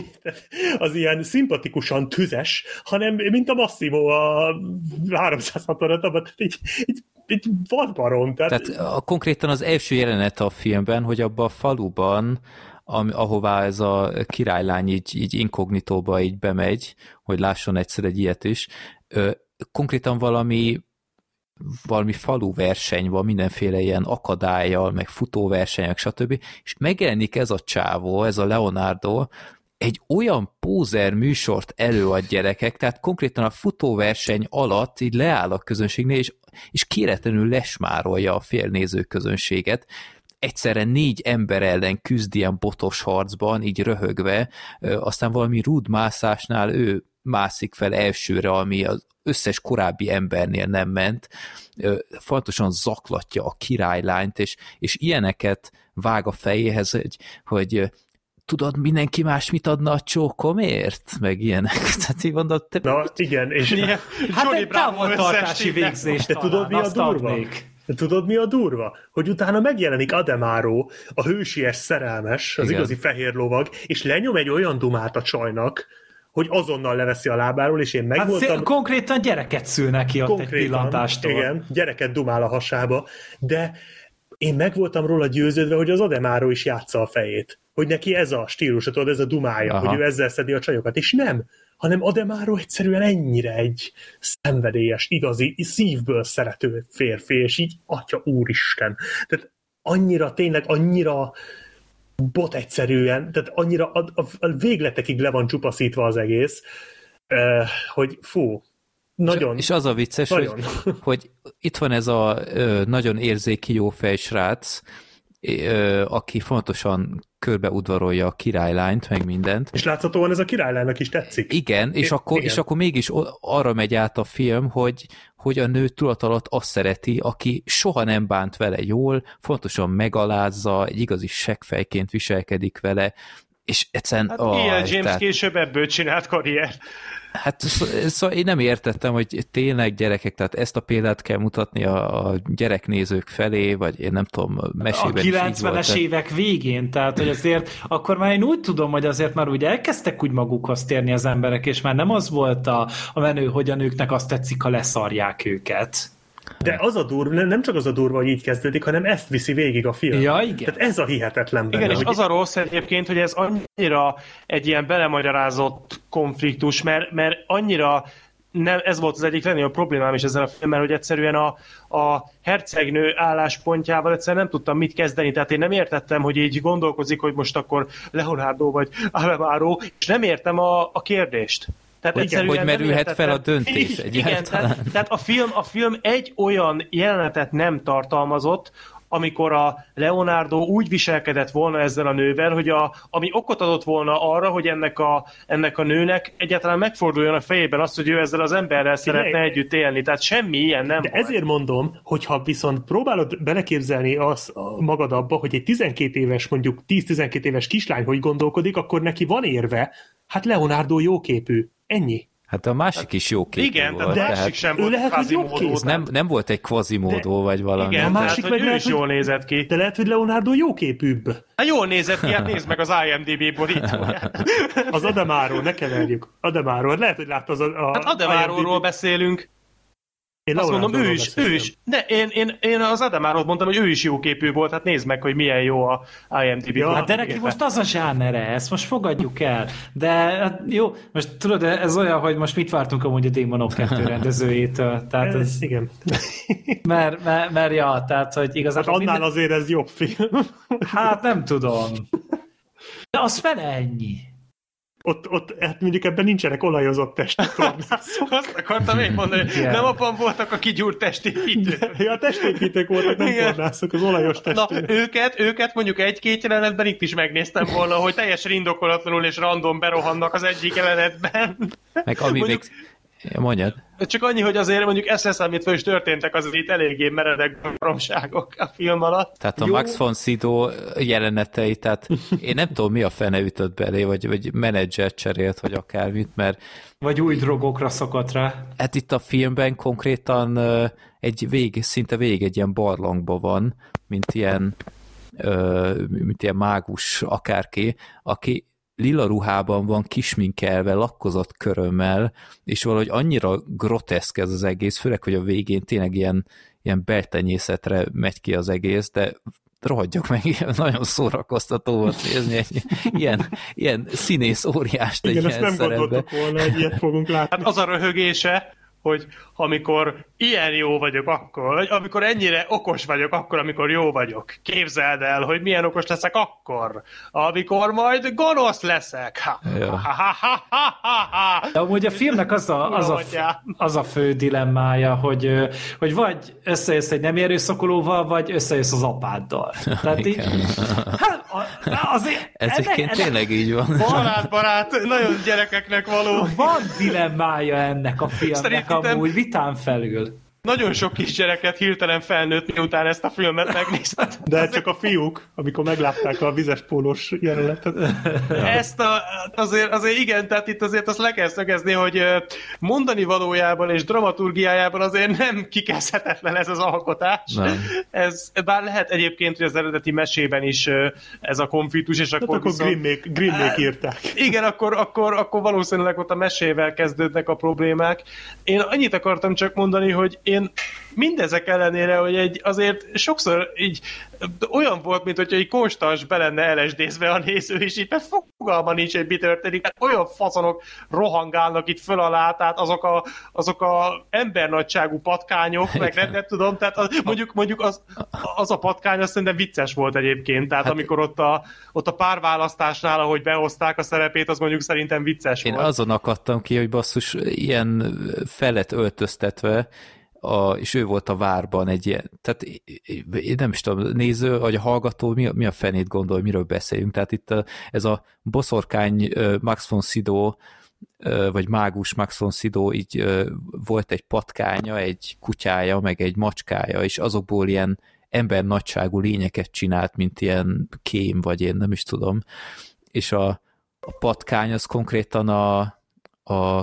az ilyen szimpatikusan tüzes, hanem mint a Massimo a háromszázhatvanöt-ben, tehát így, így, így vadbarom. Tehát... tehát a, konkrétan az első jelenet a filmben, hogy abban a faluban ahová ez a királylány így, így inkognitóba így bemegy, hogy lásson egyszer egy ilyet is. Ö, konkrétan valami valami faluverseny van, mindenféle ilyen akadállyal, meg futóversenyek, stb. És megjelenik ez a csávó, ez a Leonardo, egy olyan pózer műsort előad gyerekek, tehát konkrétan a futóverseny alatt így leáll a közönségnél, és, és kéretlenül lesmárolja a félnéző közönséget, egyszerre négy ember ellen küzd ilyen botos harcban, így röhögve, aztán valami rúdmászásnál ő mászik fel elsőre, ami az összes korábbi embernél nem ment, fontosan zaklatja a királylányt, és, és ilyeneket vág a fejéhez, hogy, hogy tudod, mindenki más mit adna a csókomért? Meg ilyenek. Tehát így mondod, te... Na, igen, és... Ilyen, hát egy távoltartási végzést de tudod, mi a durva? De tudod, mi a durva? Hogy utána megjelenik Ademáró, a hősies szerelmes, az igen. Igazi fehér lovag, és lenyom egy olyan dumát a csajnak, hogy azonnal leveszi a lábáról, és én megvoltam... Hát szél, konkrétan gyereket szül neki ott konkrétan, egy pillantástól. Igen, gyereket dumál a hasába, de én megvoltam róla győződve, hogy az Ademáró is játsza a fejét. Hogy neki ez a stílusa, tudod, ez a dumája, aha. Hogy ő ezzel szedi a csajokat, és nem, hanem Ademáró egyszerűen ennyire egy szenvedélyes, igazi, szívből szerető férfi, és így, atya úristen. Tehát annyira, tényleg annyira bot egyszerűen, tehát annyira a, a, a végletekig le van csupaszítva az egész, uh, hogy fú, nagyon. És, és az a vicces, hogy, hogy itt van ez a ö, nagyon érzéki jó fejsrác, ö, aki fontosan körbeudvarolja a királylányt, meg mindent. És láthatóan ez a királylánynak is tetszik. Igen, és, é, akkor, igen. és akkor mégis arra megy át a film, hogy, hogy a nő tudat alatt azt szereti, aki soha nem bánt vele jól, fontosan megalázza, egy igazi seggfejként viselkedik vele, és egyszerűen... Hát oh, ilyen James tehát... később ebből csinált karrier. Hát szóval én nem értettem, hogy tényleg gyerekek, tehát ezt a példát kell mutatni a, a gyereknézők felé, vagy én nem tudom, mesében a kilencvenes évek végén, tehát hogy azért akkor már én úgy tudom, hogy azért már úgy elkezdtek úgy magukhoz térni az emberek, és már nem az volt a, a menő, hogy a nőknek azt tetszik, ha leszarják őket. De az a durva, nem csak az a durva, hogy így kezdődik, hanem ezt viszi végig a film. Ja, igen. Tehát ez a hihetetlen benne. Igen, és hogy... az a rossz egyébként, hogy ez annyira egy ilyen belemagyarázott konfliktus, mert, mert annyira nem, ez volt az egyik legnagyobb problémám is ezzel a filmmel, hogy egyszerűen a, a hercegnő álláspontjával egyszerűen nem tudtam mit kezdeni, tehát én nem értettem, hogy így gondolkozik, hogy most akkor Leonardo vagy Ademáró, és nem értem a, a kérdést. Tehát hogy, hogy merülhet fel a döntés egyáltalán. Igen, tehát, tehát a, film, a film egy olyan jelenetet nem tartalmazott, amikor a Leonardo úgy viselkedett volna ezzel a nővel, hogy a, ami okot adott volna arra, hogy ennek a, ennek a nőnek egyáltalán megforduljon a fejében azt, hogy ő ezzel az emberrel szeretne együtt élni. Tehát semmi ilyen nem De volt. ezért mondom, hogyha viszont próbálod beleképzelni az magad abba, hogy egy tizenkét éves, mondjuk tíz-tizenkét éves kislány hogy gondolkodik, akkor neki van érve, hát Leonardo jóképű. Ennyi. Hát a másik is jóképű igen, volt. Igen, de másik sem volt lehet, hogy jobb nem, nem volt egy kvazimódó, vagy valami. Igen, a másik tehát, meg ő is jól nézett ki. De lehet, hogy Leonardo jóképűbb. Hát jól nézett ki, hát nézd meg az I M D B borítóját. Az Ademáró, ne keverjük. Ademáró, lehet, hogy látta az a... a hát Ademáróról beszélünk. Én azt mondom, ő is, ő is. De én, én, én az Adamáról mondtam, hogy ő is jó képű volt, hát nézd meg, hogy milyen jó a IMDb. Ja, hát de neki most az a zsánere, ezt most fogadjuk el. De hát jó, most tudod, ez olyan, hogy most mit vártunk amúgy a Démonok kettő rendezőjétől. Tehát ez, ez, igen. Mert, mert, mert ja, tehát, hogy igazából... Hát annál minden... azért ez jobb film. Hát nem tudom. De az fele ennyi. Ott, ott hát mondjuk ebben nincsenek olajozott testi tornászok. Azt akartam én mondani, hogy yeah. nem abban voltak a kigyúrt testépítők. Ja, a testépítők voltak, nem igen. tornászok, az olajos testépítők. Na, őket, őket mondjuk egy-két jelenetben itt is megnéztem volna, hogy teljesen indokolatlanul és random berohannak az egyik jelenetben. Meg ami mondjuk, még... Mondjad. Csak annyi, hogy azért mondjuk ezt leszámítva is történtek azért itt eléggé meredek baromságok a film alatt. Tehát a jó. Max von Sydow jelenetei, tehát én nem tudom, mi a fene ütött belé, vagy, vagy menedzser cserélt, vagy akármit, mert... Vagy új drogokra szokott rá. Hát itt a filmben konkrétan uh, egy vég, szinte végig egy ilyen barlangban van, mint ilyen, uh, mint ilyen mágus akárki, aki lila ruhában van, kisminkelve, lakkozott körömmel, és valahogy annyira groteszk ez az egész, főleg, hogy a végén tényleg ilyen, ilyen beltenyészetre megy ki az egész, de rohadjak meg, nagyon szórakoztató volt nézni egy ilyen, ilyen színész óriást egy igen, ilyen ezt nem szerepbe. gondoltuk volna, hogy ilyet fogunk látni. Hát az a röhögése, hogy amikor ilyen jó vagyok akkor, vagy amikor ennyire okos vagyok akkor, amikor jó vagyok. Képzeld el, hogy milyen okos leszek akkor, amikor majd gonosz leszek. Ha, ja. ha, ha, ha, ha, ha. De amúgy a filmnek az a, az a, az a fő dilemmája, hogy, hogy vagy összejössz egy nem erőszakolóval, vagy összejössz az apáddal. Tehát így, hát, azért, ezeket tényleg így van. van. Családbarát, nagyon gyerekeknek való. Van dilemmája ennek a filmnek. Szerintem amúgy vitán felül. Nagyon sok kisgyereket hirtelen felnőtt, miután ezt a filmet megnézted. De ez csak a fiúk, amikor meglátták a vizes pólós jelenetet. Ezt a, azért, azért igen, tehát itt azért azt le kell szögezni, hogy mondani valójában és dramaturgiájában azért nem kikezdhetetlen ez az alkotás. Nem. Ez, bár lehet egyébként, hogy az eredeti mesében is ez a konfliktus, és akkor... Hát akkor viszont, Grimmék, Grimmék írták. Igen, akkor, akkor, akkor valószínűleg ott a mesével kezdődnek a problémák. Én annyit akartam csak mondani, hogy én mindezek ellenére, hogy egy azért sokszor így olyan volt, mint hogyha egy konstans be lenne el es dé-zve a néző, és így fogalma nincs, hogy mi történik, mert olyan faszonok rohangálnak itt föl alá, tehát azok a, azok a embernagyságú patkányok, meg nem, nem tudom, tehát az, mondjuk, mondjuk az, az a patkány azt szerintem vicces volt egyébként, tehát hát, amikor ott a, ott a párválasztásnál, ahogy behozták a szerepét, az mondjuk szerintem vicces én volt. Én azon akadtam ki, hogy basszus, ilyen felett öltöztetve, A, és ő volt a várban egy ilyen, tehát én nem is tudom, néző, vagy a hallgató, mi a, mi a fenét gondol, miről beszéljünk, tehát itt a, ez a boszorkány Max von Sydow, vagy mágus Max von Sydow, így volt egy patkánya, egy kutyája, meg egy macskája, és azokból ilyen embernagyságú lényeket csinált, mint ilyen kém, vagy én nem is tudom, és a, a patkány az konkrétan a a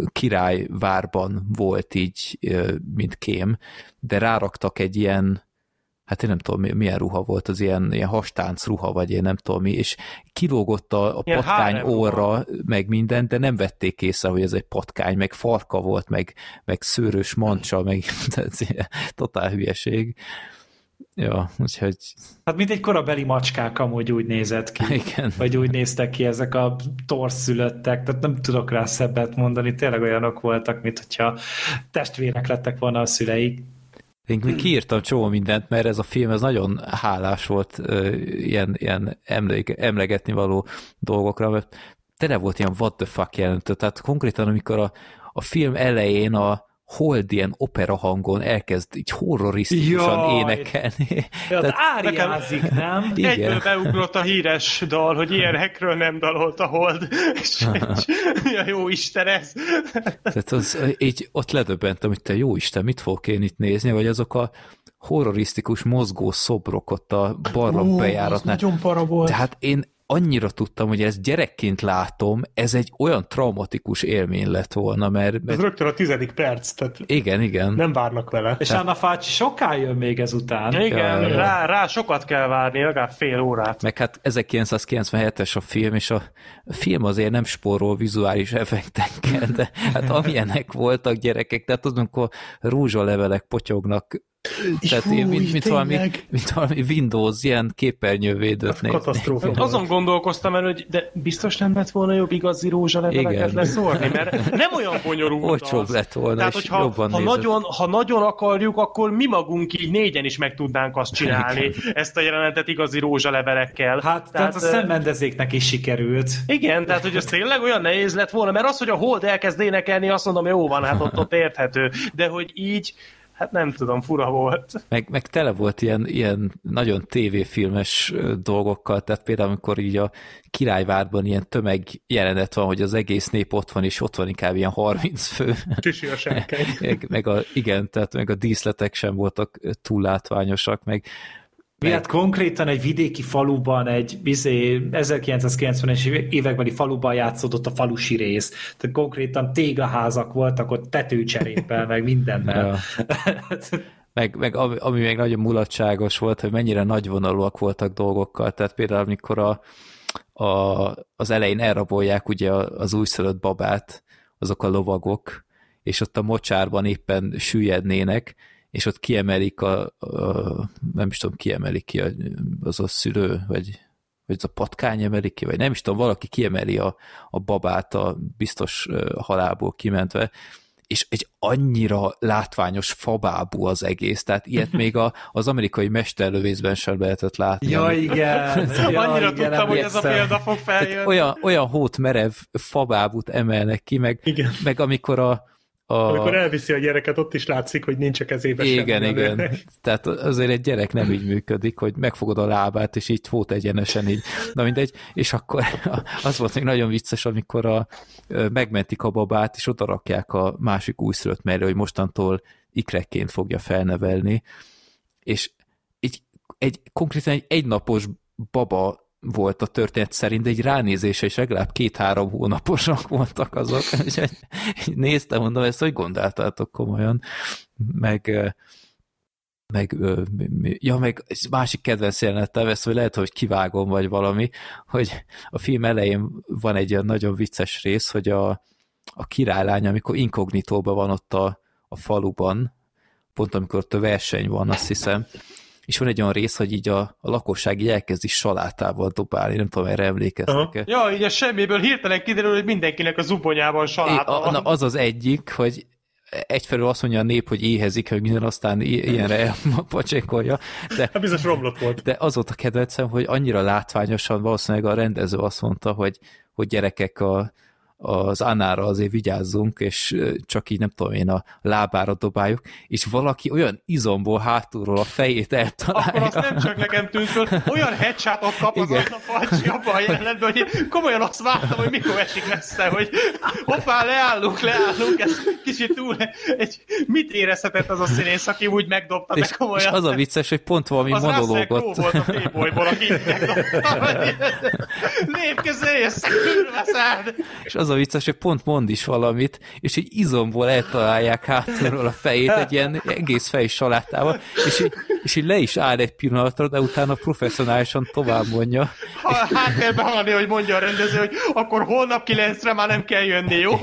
királyvárban volt így, mint kém, de ráraktak egy ilyen, hát én nem tudom, milyen ruha volt, az ilyen, ilyen hastánc ruha, vagy én nem tudom mi, és kilógott a, a patkány orra, meg minden, de nem vették észre, hogy ez egy patkány, meg farka volt, meg, meg szőrös mancsa, meg totál hülyeség. Ja, úgyhogy... Hát mint egy korabeli macskák amúgy úgy nézett ki. Igen. Vagy úgy néztek ki ezek a torszülöttek, tehát nem tudok rá szebbet mondani, tényleg olyanok voltak, mint hogyha testvérek lettek volna a szüleik. Én kiírtam csomó mindent, mert ez a film ez nagyon hálás volt ilyen, ilyen emléke, emlegetni való dolgokra, mert tele volt ilyen what the fuck jelentő, tehát konkrétan amikor a, a film elején a Hold ilyen opera hangon elkezd így horrorisztikusan Jaj. énekelni. Tehát áriázik, nem? Igen. Egyből beugrott a híres dal, hogy ilyenekről nem dalolt a Hold. És, és ja, jó Isten ez! Tehát az, így ott ledöbbentem, hogy te jó Isten, mit fogok én itt nézni, vagy azok a horrorisztikus mozgó szobrok ott a barlang bejáratnál. nagyon para volt. Tehát én annyira tudtam, hogy ezt gyerekként látom, ez egy olyan traumatikus élmény lett volna, mert... mert... Ez rögtön a tizedik perc, tehát igen, igen. Nem várnak vele. És Anna Falci soká jön még ezután. Igen, ja, rá, rá sokat kell várni, legalább fél órát. Meg hát ezerkilencszázkilencvenhetes a film, és a film azért nem spórol vizuális effektekkel, de hát amilyenek voltak gyerekek, tehát az, amikor rózsalevelek potyognak, tehát Hú, mint, mint, valami, mint valami Windows ilyen képernyővédőt nézni. Katasztrófa. Azon gondolkoztam el, hogy de biztos nem lett volna jobb igazi rózsaleveleket leszórni, mert nem olyan bonyolult olcsóbb az. lett volna, Tehát, és hogyha, jobban ha nagyon, ha nagyon akarjuk, akkor mi magunk így négyen is meg tudnánk azt csinálni, ezt a jelenetet igazi rózsalevelekkel. Hát, tehát, tehát a szemmendezéknek is sikerült. Igen, tehát hogy az tényleg olyan nehéz lett volna, mert az, hogy a Hold elkezd énekelni, azt mondom, jó van, hát ott, ott érthető, de hogy így hát nem tudom, fura volt. Meg, meg tele volt ilyen, ilyen nagyon tévéfilmes dolgokkal, tehát például amikor így a Királyvárban ilyen tömeg jelenet van, hogy az egész nép ott van, és ott van inkább ilyen harminc fő. Tüsi a senkely. meg, meg a, igen, tehát meg a díszletek sem voltak túl látványosak, meg Mi hát konkrétan egy vidéki faluban, egy bizé, ezerkilencszázkilencvenes évekbeli faluban játszódott a falusi rész. Tehát konkrétan téglaházak voltak ott tetőcseréppel, meg mindennel. Ja. meg, meg ami, ami még nagyon mulatságos volt, hogy mennyire nagyvonalúak voltak dolgokkal. Tehát például, amikor a, a, az elején elrabolják ugye az újszülött babát, azok a lovagok, és ott a mocsárban éppen süllyednének, és ott kiemelik a, a nem is tudom, kiemelik ki az a szülő, vagy, vagy az a patkány emelik ki, vagy nem is tudom, valaki kiemeli a, a babát a biztos halálból kimentve, és egy annyira látványos fabábú az egész, tehát ilyet még a, az amerikai mesterlövészben sem lehetett látni. Ja, igen. Ja, annyira igen, tudtam, hogy ez a példa fog feljönni. Olyan, olyan hót merev fabábút emelnek ki, meg, meg amikor a A... Amikor elviszi a gyereket, ott is látszik, hogy nincs a kezébe semmi. Igen, igen. Előre. Tehát azért egy gyerek nem így működik, hogy megfogod a lábát, és így hót egyenesen így. Na mindegy, és akkor az volt még nagyon vicces, amikor a, megmentik a babát, és odarakják a másik újszülött mellé, hogy mostantól ikrekként fogja felnevelni, és egy, egy konkrétan egy egynapos baba volt a történet szerint, de egy ránézése is legalább két-három hónaposak voltak azok, és néztem, mondom, ezt hogy gondoltátok komolyan, meg, meg, ja, meg másik kedvenc jelenetem, ezt hogy lehet, hogy kivágom, vagy valami, hogy a film elején van egy olyan nagyon vicces rész, hogy a, a királylány, amikor inkognitóban van ott a, a faluban, pont amikor ott a verseny van, azt hiszem, és van egy olyan rész, hogy így a, a lakosság így elkezdi salátával dobálni, nem tudom, erre emlékeztek-e. Ja, így a semmiből hirtelen kiderül, hogy mindenkinek a zubonyában saláta van. Na, az az egyik, hogy egyfelől azt mondja a nép, hogy éhezik, hogy minden aztán ilyenre pacsékolja. De, hát biztos romlott volt. De az volt a kedvencem, hogy annyira látványosan valószínűleg a rendező azt mondta, hogy, hogy gyerekek a az Annára azért vigyázzunk, és csak így nem tudom én a lábára dobáljuk, és valaki olyan izomból hátulról a fejét eltalálja. Akkor azt nem csak nekem tűnt föl, olyan headshotot kap az a Falci abban a jelenetben, hogy komolyan azt vártam, hogy mikor esik messze, hogy hoppá, leállunk, leállunk, ez kicsit túl, egy, mit érezhetett az a színész, aki úgy megdobta, de komolyan. És az a vicces, hogy pont valami az monológot. Az volt a Playboyból, aki megdobta. Lépkezélj, ezt külveszed! És az a vicces, hogy pont mond is valamit, és egy izomból eltalálják hátulról a fejét egy ilyen egész fej salátával, és így, és így le is áll egy pillanatra, de utána professzionálisan tovább mondja. Ha háttérben hallani, hogy mondja a rendező, hogy akkor holnap kilencre már nem kell jönni, jó?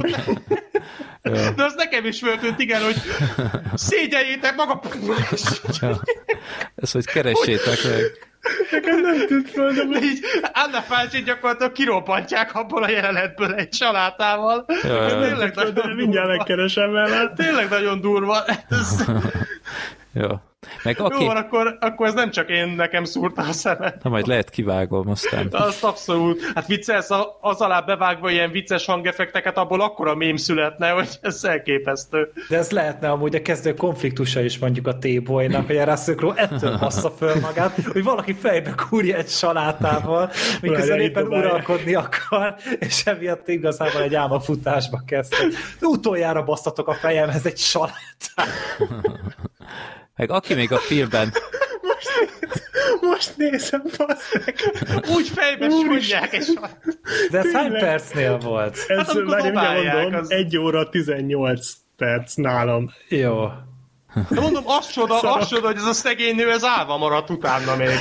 Ja. De az nekem is föltűnt, igen, hogy szégyeljétek maga! Ja. Ezt, hogy keressétek meg. Nekem nem tűnt föl, de... de így Anna Falci gyakorlatilag kirobbantják abból a jelenetből egy salátával. Ja, ez ja. tényleg nagyon durva. Mindjárt megkeresem vele. Tényleg nagyon durva. Ez... Ja. Meg aki... Jó van, akkor, akkor ez nem csak én nekem szúrta a szemet. Na majd lehet kivágom aztán. Azt abszolút. Hát vicces, az alá bevágva ilyen vicces hangeffekteket, abból akkora mém születne, hogy ez elképesztő. De ez lehetne amúgy a kezdő konfliktusa is mondjuk a T-boynak, hogy a Russell Crowe ettől bassza föl magát, hogy valaki fejbe kúrja egy salátával, miközben éppen uralkodni akar, és emiatt igazából egy álmafutásba kezdtek. Utoljára basztatok a fejemhez egy salátát. Meg aki még a filmben... Most, Most nézem, bassz meg. Úgy fejbe súlyják, és... De ez hány percnél volt? Ez, Hát amikor várj, dobálják, mondom, az- egy óra tizennyolc perc nálam. Jó. De mondom, az csoda, az csoda, hogy ez a szegény nő, ez állva maradt utána még.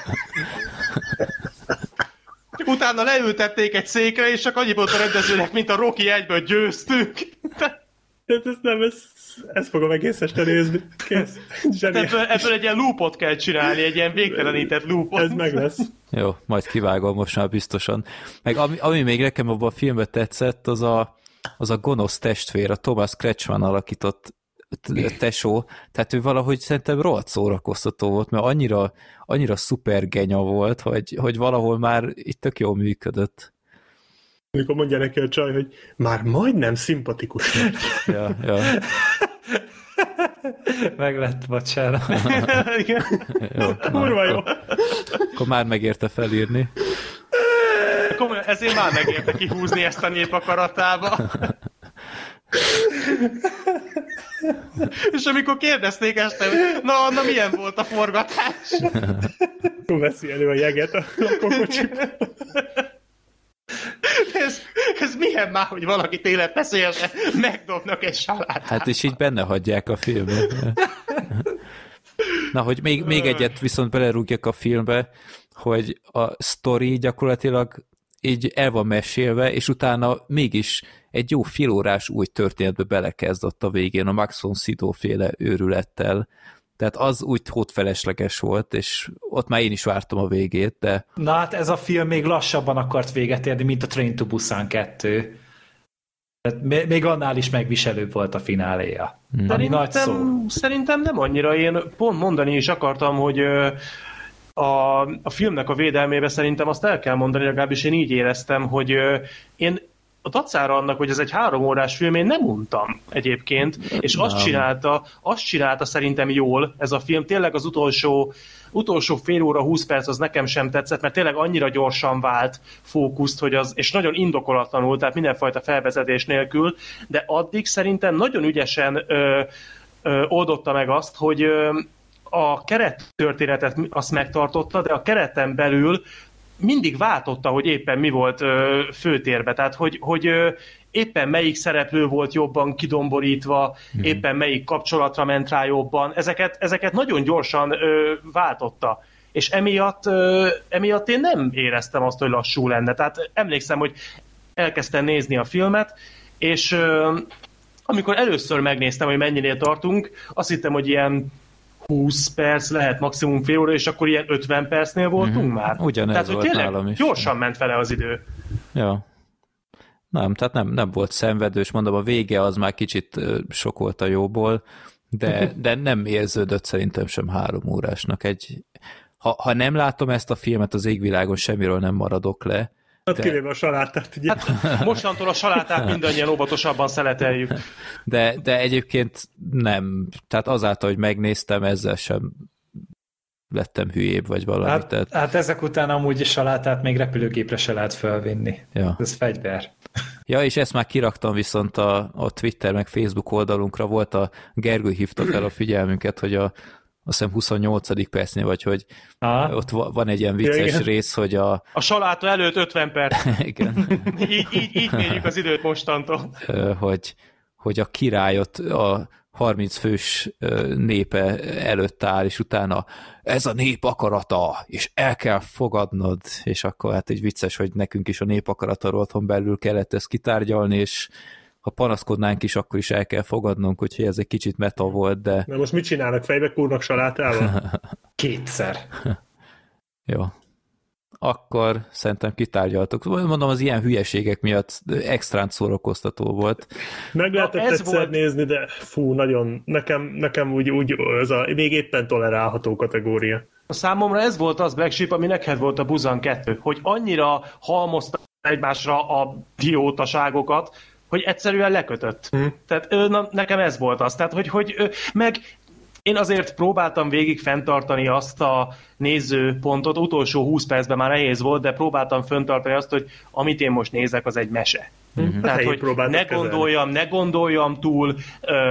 Utána leültették egy székre, és csak annyi volt a rendezőnek, mint a Rocky egyből győztük. Ez, ez nem, ez, ezt fogom egész este nézni. Kész. Ebből, ebből egy ilyen loopot kell csinálni, egy ilyen végtelenített loopot. Ez meg lesz. Jó, majd kivágom most már biztosan. Meg ami, ami még nekem abban a filmben tetszett, az a, az a gonosz testvér, a Thomas Kretschmann alakított tesó, tehát ő valahogy szerintem rohadt szórakoztató volt, mert annyira, annyira szuper genya volt, hogy, hogy valahol már itt tök jól működött. Amikor mondja neki a csaj, hogy már majdnem szimpatikus. Ja, ja. Meg lett, bocsánat. Jó, Kurva jó. akkor már megérte felírni. Komolyan, ezért már megérte kihúzni ezt a népakaratába. És amikor kérdezték este, hogy na, na milyen volt a forgatás? Veszi elő a jeget a lakókocsiba. Ez, ez milyen már, hogy valakit életveszélyesen megdobnak egy salátát? Hát és így benne hagyják a filmet. Na, hogy még, még egyet viszont belerúgjak a filmbe, hogy a sztori gyakorlatilag így el van mesélve, és utána mégis egy jó félórás új történetbe belekezdett a végén a Max von Sydow féle őrülettel. Tehát az úgy hódfelesleges volt, és ott már én is vártam a végét, de... Na hát ez a film még lassabban akart véget érni, mint a Train to Busan kettő. Tehát még annál is megviselőbb volt a fináléja. Hmm. Ami nagy szó. Szerintem nem annyira. Én pont mondani is akartam, hogy a, a filmnek a védelmébe szerintem azt el kell mondani, legalábbis én így éreztem, hogy én a dacára annak, hogy ez egy három órás film, én nem untam egyébként, és azt csinálta, azt csinálta szerintem jól ez a film. Tényleg az utolsó, utolsó fél óra, húsz perc az nekem sem tetszett, mert tényleg annyira gyorsan vált fókuszt, hogy az, és nagyon indokolatlanul, tehát mindenfajta felvezetés nélkül, de addig szerintem nagyon ügyesen ö, ö, oldotta meg azt, hogy ö, a kerettörténetet azt megtartotta, de a kereten belül mindig váltotta, hogy éppen mi volt ö, főtérbe, tehát hogy, hogy ö, éppen melyik szereplő volt jobban kidomborítva, mm. éppen melyik kapcsolatra ment rá jobban, ezeket, ezeket nagyon gyorsan ö, váltotta. És emiatt, ö, emiatt én nem éreztem azt, hogy lassú lenne. Tehát emlékszem, hogy elkezdtem nézni a filmet, és ö, amikor először megnéztem, hogy mennyinél tartunk, azt hittem, hogy ilyen húsz perc, lehet maximum fél óra, és akkor ilyen ötven percnél voltunk mm-hmm. már. Ugyanez tehát, volt nálam is. Gyorsan ment vele az idő. Ja. Nem, tehát nem, nem volt szenvedős, mondom, a vége az már kicsit sok volt a jóból, de, de nem érződött szerintem sem három órásnak. Egy, ha, ha nem látom ezt a filmet, az égvilágon semmiről nem maradok le. Hát de... kivéve a salátát, ugye? Hát mostantól a salátát mindannyian óvatosabban szeleteljük. De, de egyébként nem. Tehát azáltal, hogy megnéztem, ezzel sem lettem hülyébb, vagy valami. Hát, tehát... hát ezek után amúgy a salátát még repülőgépre se lehet felvinni. Ja. Ez fegyver. Ja, és ezt már kiraktam viszont a, a Twitter meg Facebook oldalunkra, volt a Gergő hívta fel a figyelmünket, hogy a azt hiszem huszonnyolcadik percnél, vagy hogy ah. ott van egy ilyen vicces igen. rész, hogy a... A saláta előtt ötven perc. Igen. így, így, így mérjük az időt mostantól. hogy, hogy a királyot a harminc fős népe előtt áll, és utána ez a nép akarata, és el kell fogadnod, és akkor hát egy vicces, hogy nekünk is a nép akarata otthon belül kellett ezt kitárgyalni, és ha panaszkodnánk is, akkor is el kell fogadnunk, úgyhogy ez egy kicsit meta volt, de... Na most mit csinálnak? Fejbe kúrnak salátával? Kétszer. Jó. Akkor szerintem kitárgyaltuk. Mondom, az ilyen hülyeségek miatt extrán szórakoztató volt. Meg lehetett egyszer volt... nézni, de fú, nagyon, nekem, nekem úgy, úgy ez a még éppen tolerálható kategória. A számomra ez volt az Black Sheep, ami neked volt a Busan kettő, hogy annyira halmozta egymásra a diótaságokat, hogy egyszerűen lekötött. Hmm. Tehát na, nekem ez volt az. Tehát, hogy, hogy meg én azért próbáltam végig fenntartani azt a nézőpontot, utolsó húsz percben már nehéz volt, de próbáltam fenntartani azt, hogy amit én most nézek, az egy mese. Uh-huh. Tehát, hogy ne gondoljam, ne gondoljam túl, uh,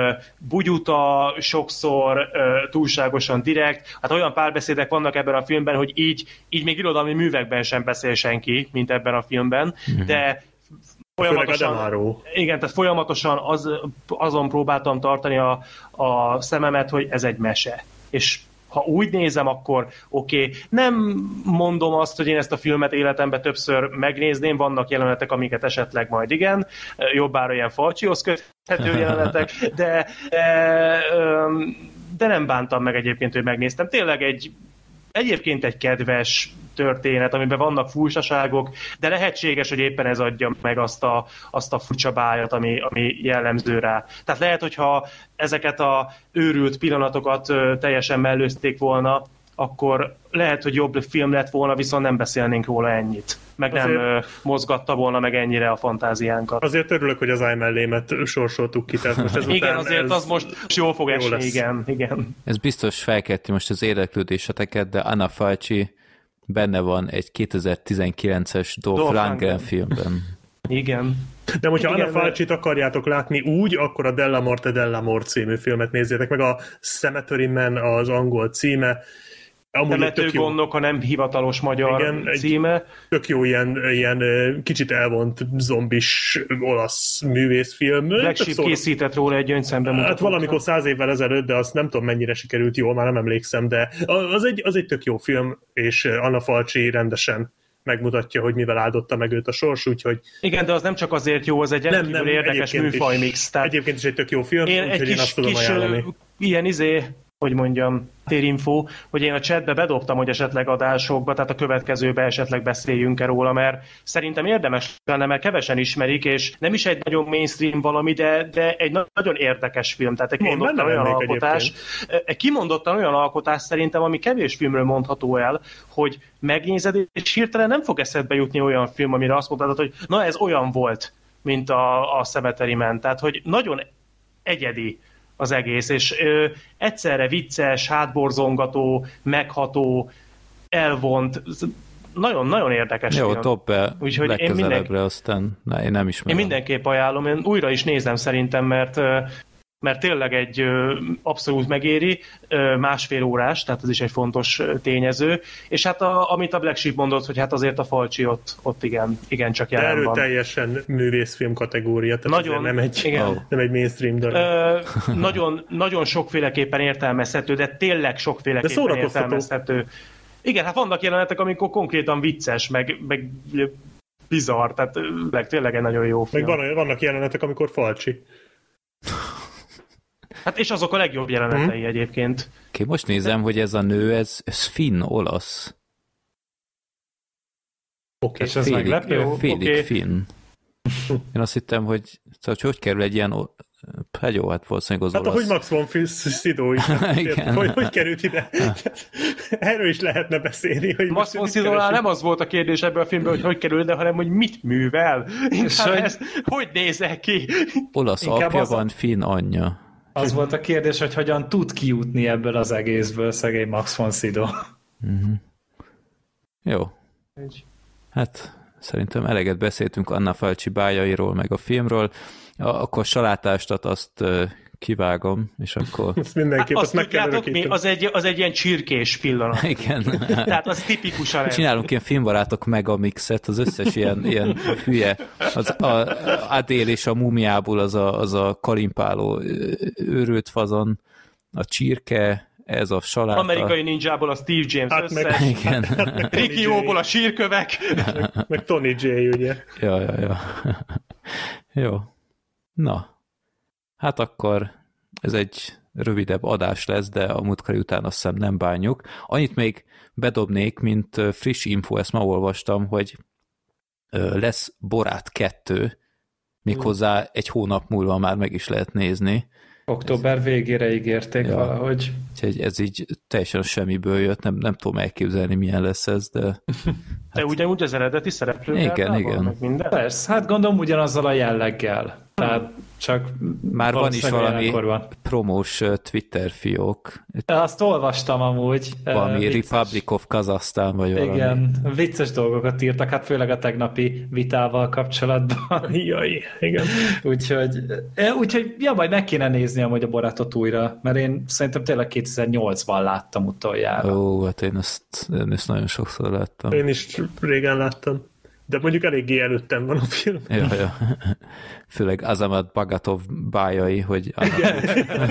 bugyuta, sokszor uh, túlságosan direkt. Hát olyan párbeszédek vannak ebben a filmben, hogy így, így még irodalmi művekben sem beszél senki, mint ebben a filmben, uh-huh. de folyamatosan, igen, tehát folyamatosan az, azon próbáltam tartani a, a szememet, hogy ez egy mese. És ha úgy nézem, akkor oké. Okay. Nem mondom azt, hogy én ezt a filmet életemben többször megnézném, vannak jelenetek, amiket esetleg majd igen, jobbára ilyen Falcsihoz köthető jelenetek, de, de, de nem bántam meg egyébként, hogy megnéztem. Tényleg egy egyébként egy kedves történet, amiben vannak furcsaságok, de lehetséges, hogy éppen ez adja meg azt a, azt a furcsa bájat, ami, ami jellemző rá. Tehát lehet, hogyha ezeket a őrült pillanatokat teljesen mellőzték volna, akkor lehet, hogy jobb film lett volna, viszont nem beszélnénk róla ennyit. Meg azért nem mozgatta volna meg ennyire a fantáziánkat. Azért örülök, hogy az iMellémet sorsoltuk ki. Tehát most igen, azért ez az most jól fog esni, lesz. igen, igen. Ez biztos felkelti most az érdeklődéseteket, de Anna Falci benne van egy kétezer-tizenkilences Dolph Lundgren filmben. Igen. De hogyha igen, Anna Falcit akarjátok látni úgy, akkor a Della Morte Della Mort című filmet nézzétek meg, a Cemetery Man az angol címe. Temető gondok, a nem hivatalos magyar igen, címe. Tök jó ilyen, ilyen kicsit elvont zombis olasz művészfilm. Black Sheep szóval készített róla egy gyöngyszembemutatót. Hát valamikor száz évvel ezelőtt, de azt nem tudom mennyire sikerült jól, már nem emlékszem, de az egy, az egy tök jó film, és Anna Falci rendesen megmutatja, hogy mivel áldotta meg őt a sors, úgyhogy... Igen, de az nem csak azért jó, az egy nem, nem, érdekes műfajmix. Tehát egyébként is egy tök jó film, én úgyhogy én azt tudom kis, ajánlani. Ilyen izé, hogy mondjam, térinfo, hogy én a chatbe bedobtam, hogy esetleg adásokba, tehát a következőbe esetleg beszéljünk róla, mert szerintem érdemes lenne, mert kevesen ismerik, és nem is egy nagyon mainstream valami, de, de egy nagyon érdekes film, tehát egy kimondottan olyan alkotás, egyébként. egy kimondottan olyan alkotás szerintem, ami kevés filmről mondható el, hogy megnézed, és hirtelen nem fog eszedbe jutni olyan film, amire azt mondtad, hogy na ez olyan volt, mint a, a Cemetery Man, tehát hogy nagyon egyedi az egész, és ö, egyszerre vicces, hátborzongató, megható, elvont, nagyon-nagyon érdekes. Jó, top be úgyhogy legközelebbre, mindenki... aztán na, én nem ismerem. Én mindenképp ajánlom, én újra is nézem szerintem, mert mert tényleg egy abszolút megéri, másfél órás, tehát ez is egy fontos tényező, és hát a, amit a Black Sheep mondott, hogy hát azért a Falci ott, ott igen, igen csak jelen van. De teljesen művészfilm kategória, tehát nagyon, nem egy, igen. nem egy mainstream dolog. Ö, nagyon, nagyon sokféleképpen értelmezhető, de tényleg sokféleképpen de értelmezhető. Igen, hát vannak jelenetek, amikor konkrétan vicces, meg, meg bizarr, tehát tényleg egy nagyon jó film. Meg van, vannak jelenetek, amikor Falci. Hát és azok a legjobb jelenetei hmm. egyébként. Oké, most nézem, hogy ez a nő, ez, ez finn, olasz. Oké, okay. És ez meglepő? Félig okay. finn. Én azt hittem, hogy, szóval, hogy kerül egy ilyen... Hát jó, hát valószínűleg az hát olasz. Hát ahogy Max von Sydow is. hogy, hogy került ide? Erről is lehetne beszélni. Hogy Max von Sydownál nem az volt a kérdés ebben a filmben, hogy hogy kerül ide, hanem hogy mit művel. Hát ez, hogy nézel ki? Olasz apja van, finn anyja. Az volt a kérdés, hogy hogyan tud kijutni ebből az egészből szegény Max von Sydow. Uh-huh. Jó. Hát szerintem eleget beszéltünk Anna Falci bájairól, meg a filmről. Akkor salátástat azt kivágom, és akkor... Azt mindenképp, hát azt, azt tudjátok mi, az egy, az egy ilyen csirkés pillanat. Igen. Tehát az tipikusan ez. Csinálunk ilyen filmbarátok megamixet, az összes ilyen, ilyen hülye. Az a, Adél és a Múmiából az a, az a kalimpáló őrült fazon, a csirke, ez a saláta. Amerikai ninjából a Steve James hát összes. Meg, igen. Ricky-óból a sírkövek. meg, meg Tony J, ugye? Ja, ja, ja. Jó. Na. Hát akkor ez egy rövidebb adás lesz, de a múltkori után azt hiszem nem bánjuk. Annyit még bedobnék, mint friss info, ezt ma olvastam, hogy lesz Borát kettő, méghozzá egy hónap múlva már meg is lehet nézni. Október végére ígérték ja. valahogy. Úgyhogy ez így teljesen semmiből jött, nem, nem tudom elképzelni, milyen lesz ez, de... Hát... De ugyanúgy az eredeti szereplőkkel? Igen, igen. Minden? Persze, hát gondolom ugyanazzal a jelleggel. Tehát csak már van is valami van. promós Twitter fiók. Azt olvastam amúgy. Valami vicces. Republic of Kazakhstan, vagy valami. Igen, vicces dolgokat írtak, hát főleg a tegnapi vitával kapcsolatban. Jaj, igen. úgyhogy, úgyhogy ja, majd meg kéne nézni amúgy a Boratot újra, mert én szerintem tényleg kétezer-nyolcban láttam utoljára. Ó, hát én ezt, én ezt nagyon sokszor láttam. Én is régen láttam. De mondjuk eléggé előttem van a film. Ja, ja. Főleg Azamat Bagatov bájai, hogy... Igen.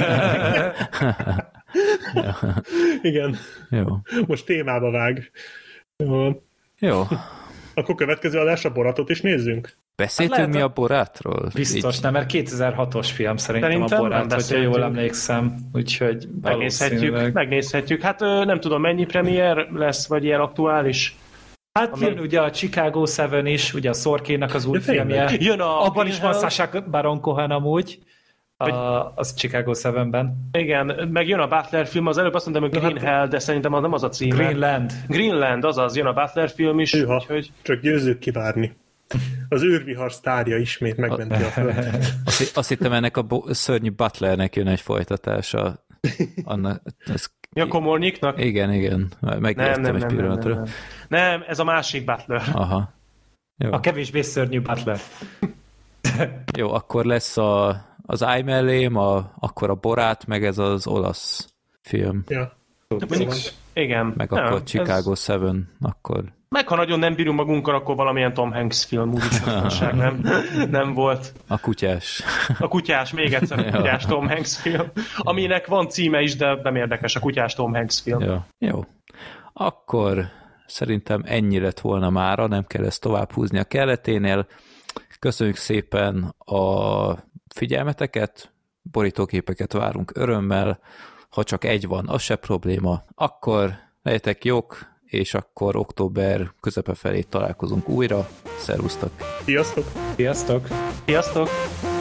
ja. Igen. Jó. Most témába vág. Jó. Jó. Akkor következő adásra Boratot is nézzünk? Beszéltünk hát mi a Borátról? Biztos Így. nem, mert kétezer-hatos film szerintem, szerintem a Borát, hogyha jól emlékszem. Úgyhogy megnézhetjük, megnézhetjük. Hát nem tudom, mennyi premier lesz, vagy ilyen aktuális? Hát jön Amely... ugye a Chicago Seven is, ugye a Sorkinnak az új filmje. Jön a Abban is van Sacha Baron Cohen amúgy, a, az Chicago Sevenben. Igen, meg jön a Butler film, az előbb azt mondtam, hogy Green hát, Hell, de szerintem az nem az a címe. Greenland. Greenland, azaz, jön a Butler film is. Hűha, úgyhogy... csak győzzük kivárni. Az űrvihar sztárja ismét megmenti a földet. Azt, azt hittem, ennek a bo- szörnyű Butlernek jön egy folytatása. Anna, ez... Ja, Komornyiknak? Igen, igen. Megértem nem, nem, egy pillanatra. Nem, nem, nem. nem, ez a másik Butler. Aha. Jó. A kevésbé szörnyű Butler. Jó, akkor lesz a, az iMellém, a, akkor a Borát, meg ez az olasz film. Ja. Szóval. Igen. Meg nem, akkor Chicago ez... Seven, akkor... Meg ha nagyon nem bírunk magunkkal, akkor valamilyen Tom Hanks film, úgyis nem, nem volt. A kutyás. A kutyás, még egyszer a kutyás Tom Hanks film, aminek van címe is, de nem érdekes, a kutyás Tom Hanks film. Ja. Jó. Akkor szerintem ennyi lett volna mára, nem kell ezt tovább húzni a kelleténél. Köszönjük szépen a figyelmeteket, borítóképeket várunk örömmel, ha csak egy van, az se probléma. Akkor legyetek jók, és akkor október közepe felé találkozunk újra. Szervusztok! Sziasztok! Sziasztok! Sziasztok!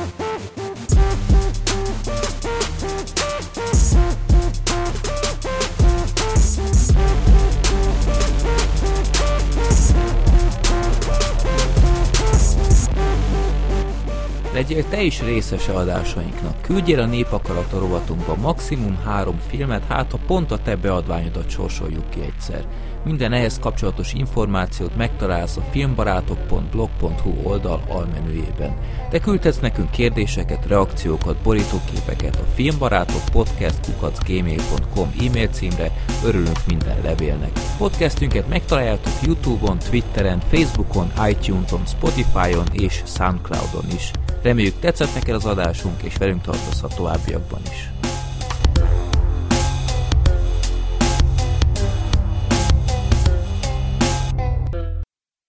Legyél te is részese adásainknak. Küldjél a Népakarata rovatunkba maximum három filmet, hát ha pont a te beadványodat sorsoljuk ki egyszer. Minden ehhez kapcsolatos információt megtalálsz a filmbarátok pont blog pont hu oldal almenüjében. Te küldhetsz nekünk kérdéseket, reakciókat, borítóképeket a filmbarátok podcast kukac gmail pont com e-mail címre, örülünk minden levélnek. Podcastünket megtaláljátok YouTube-on, Twitteren, Facebookon, iTunes-on, Spotify-on és Soundcloud-on is. Reméljük tetszett neked az adásunk, és velünk tartozhat továbbiakban is.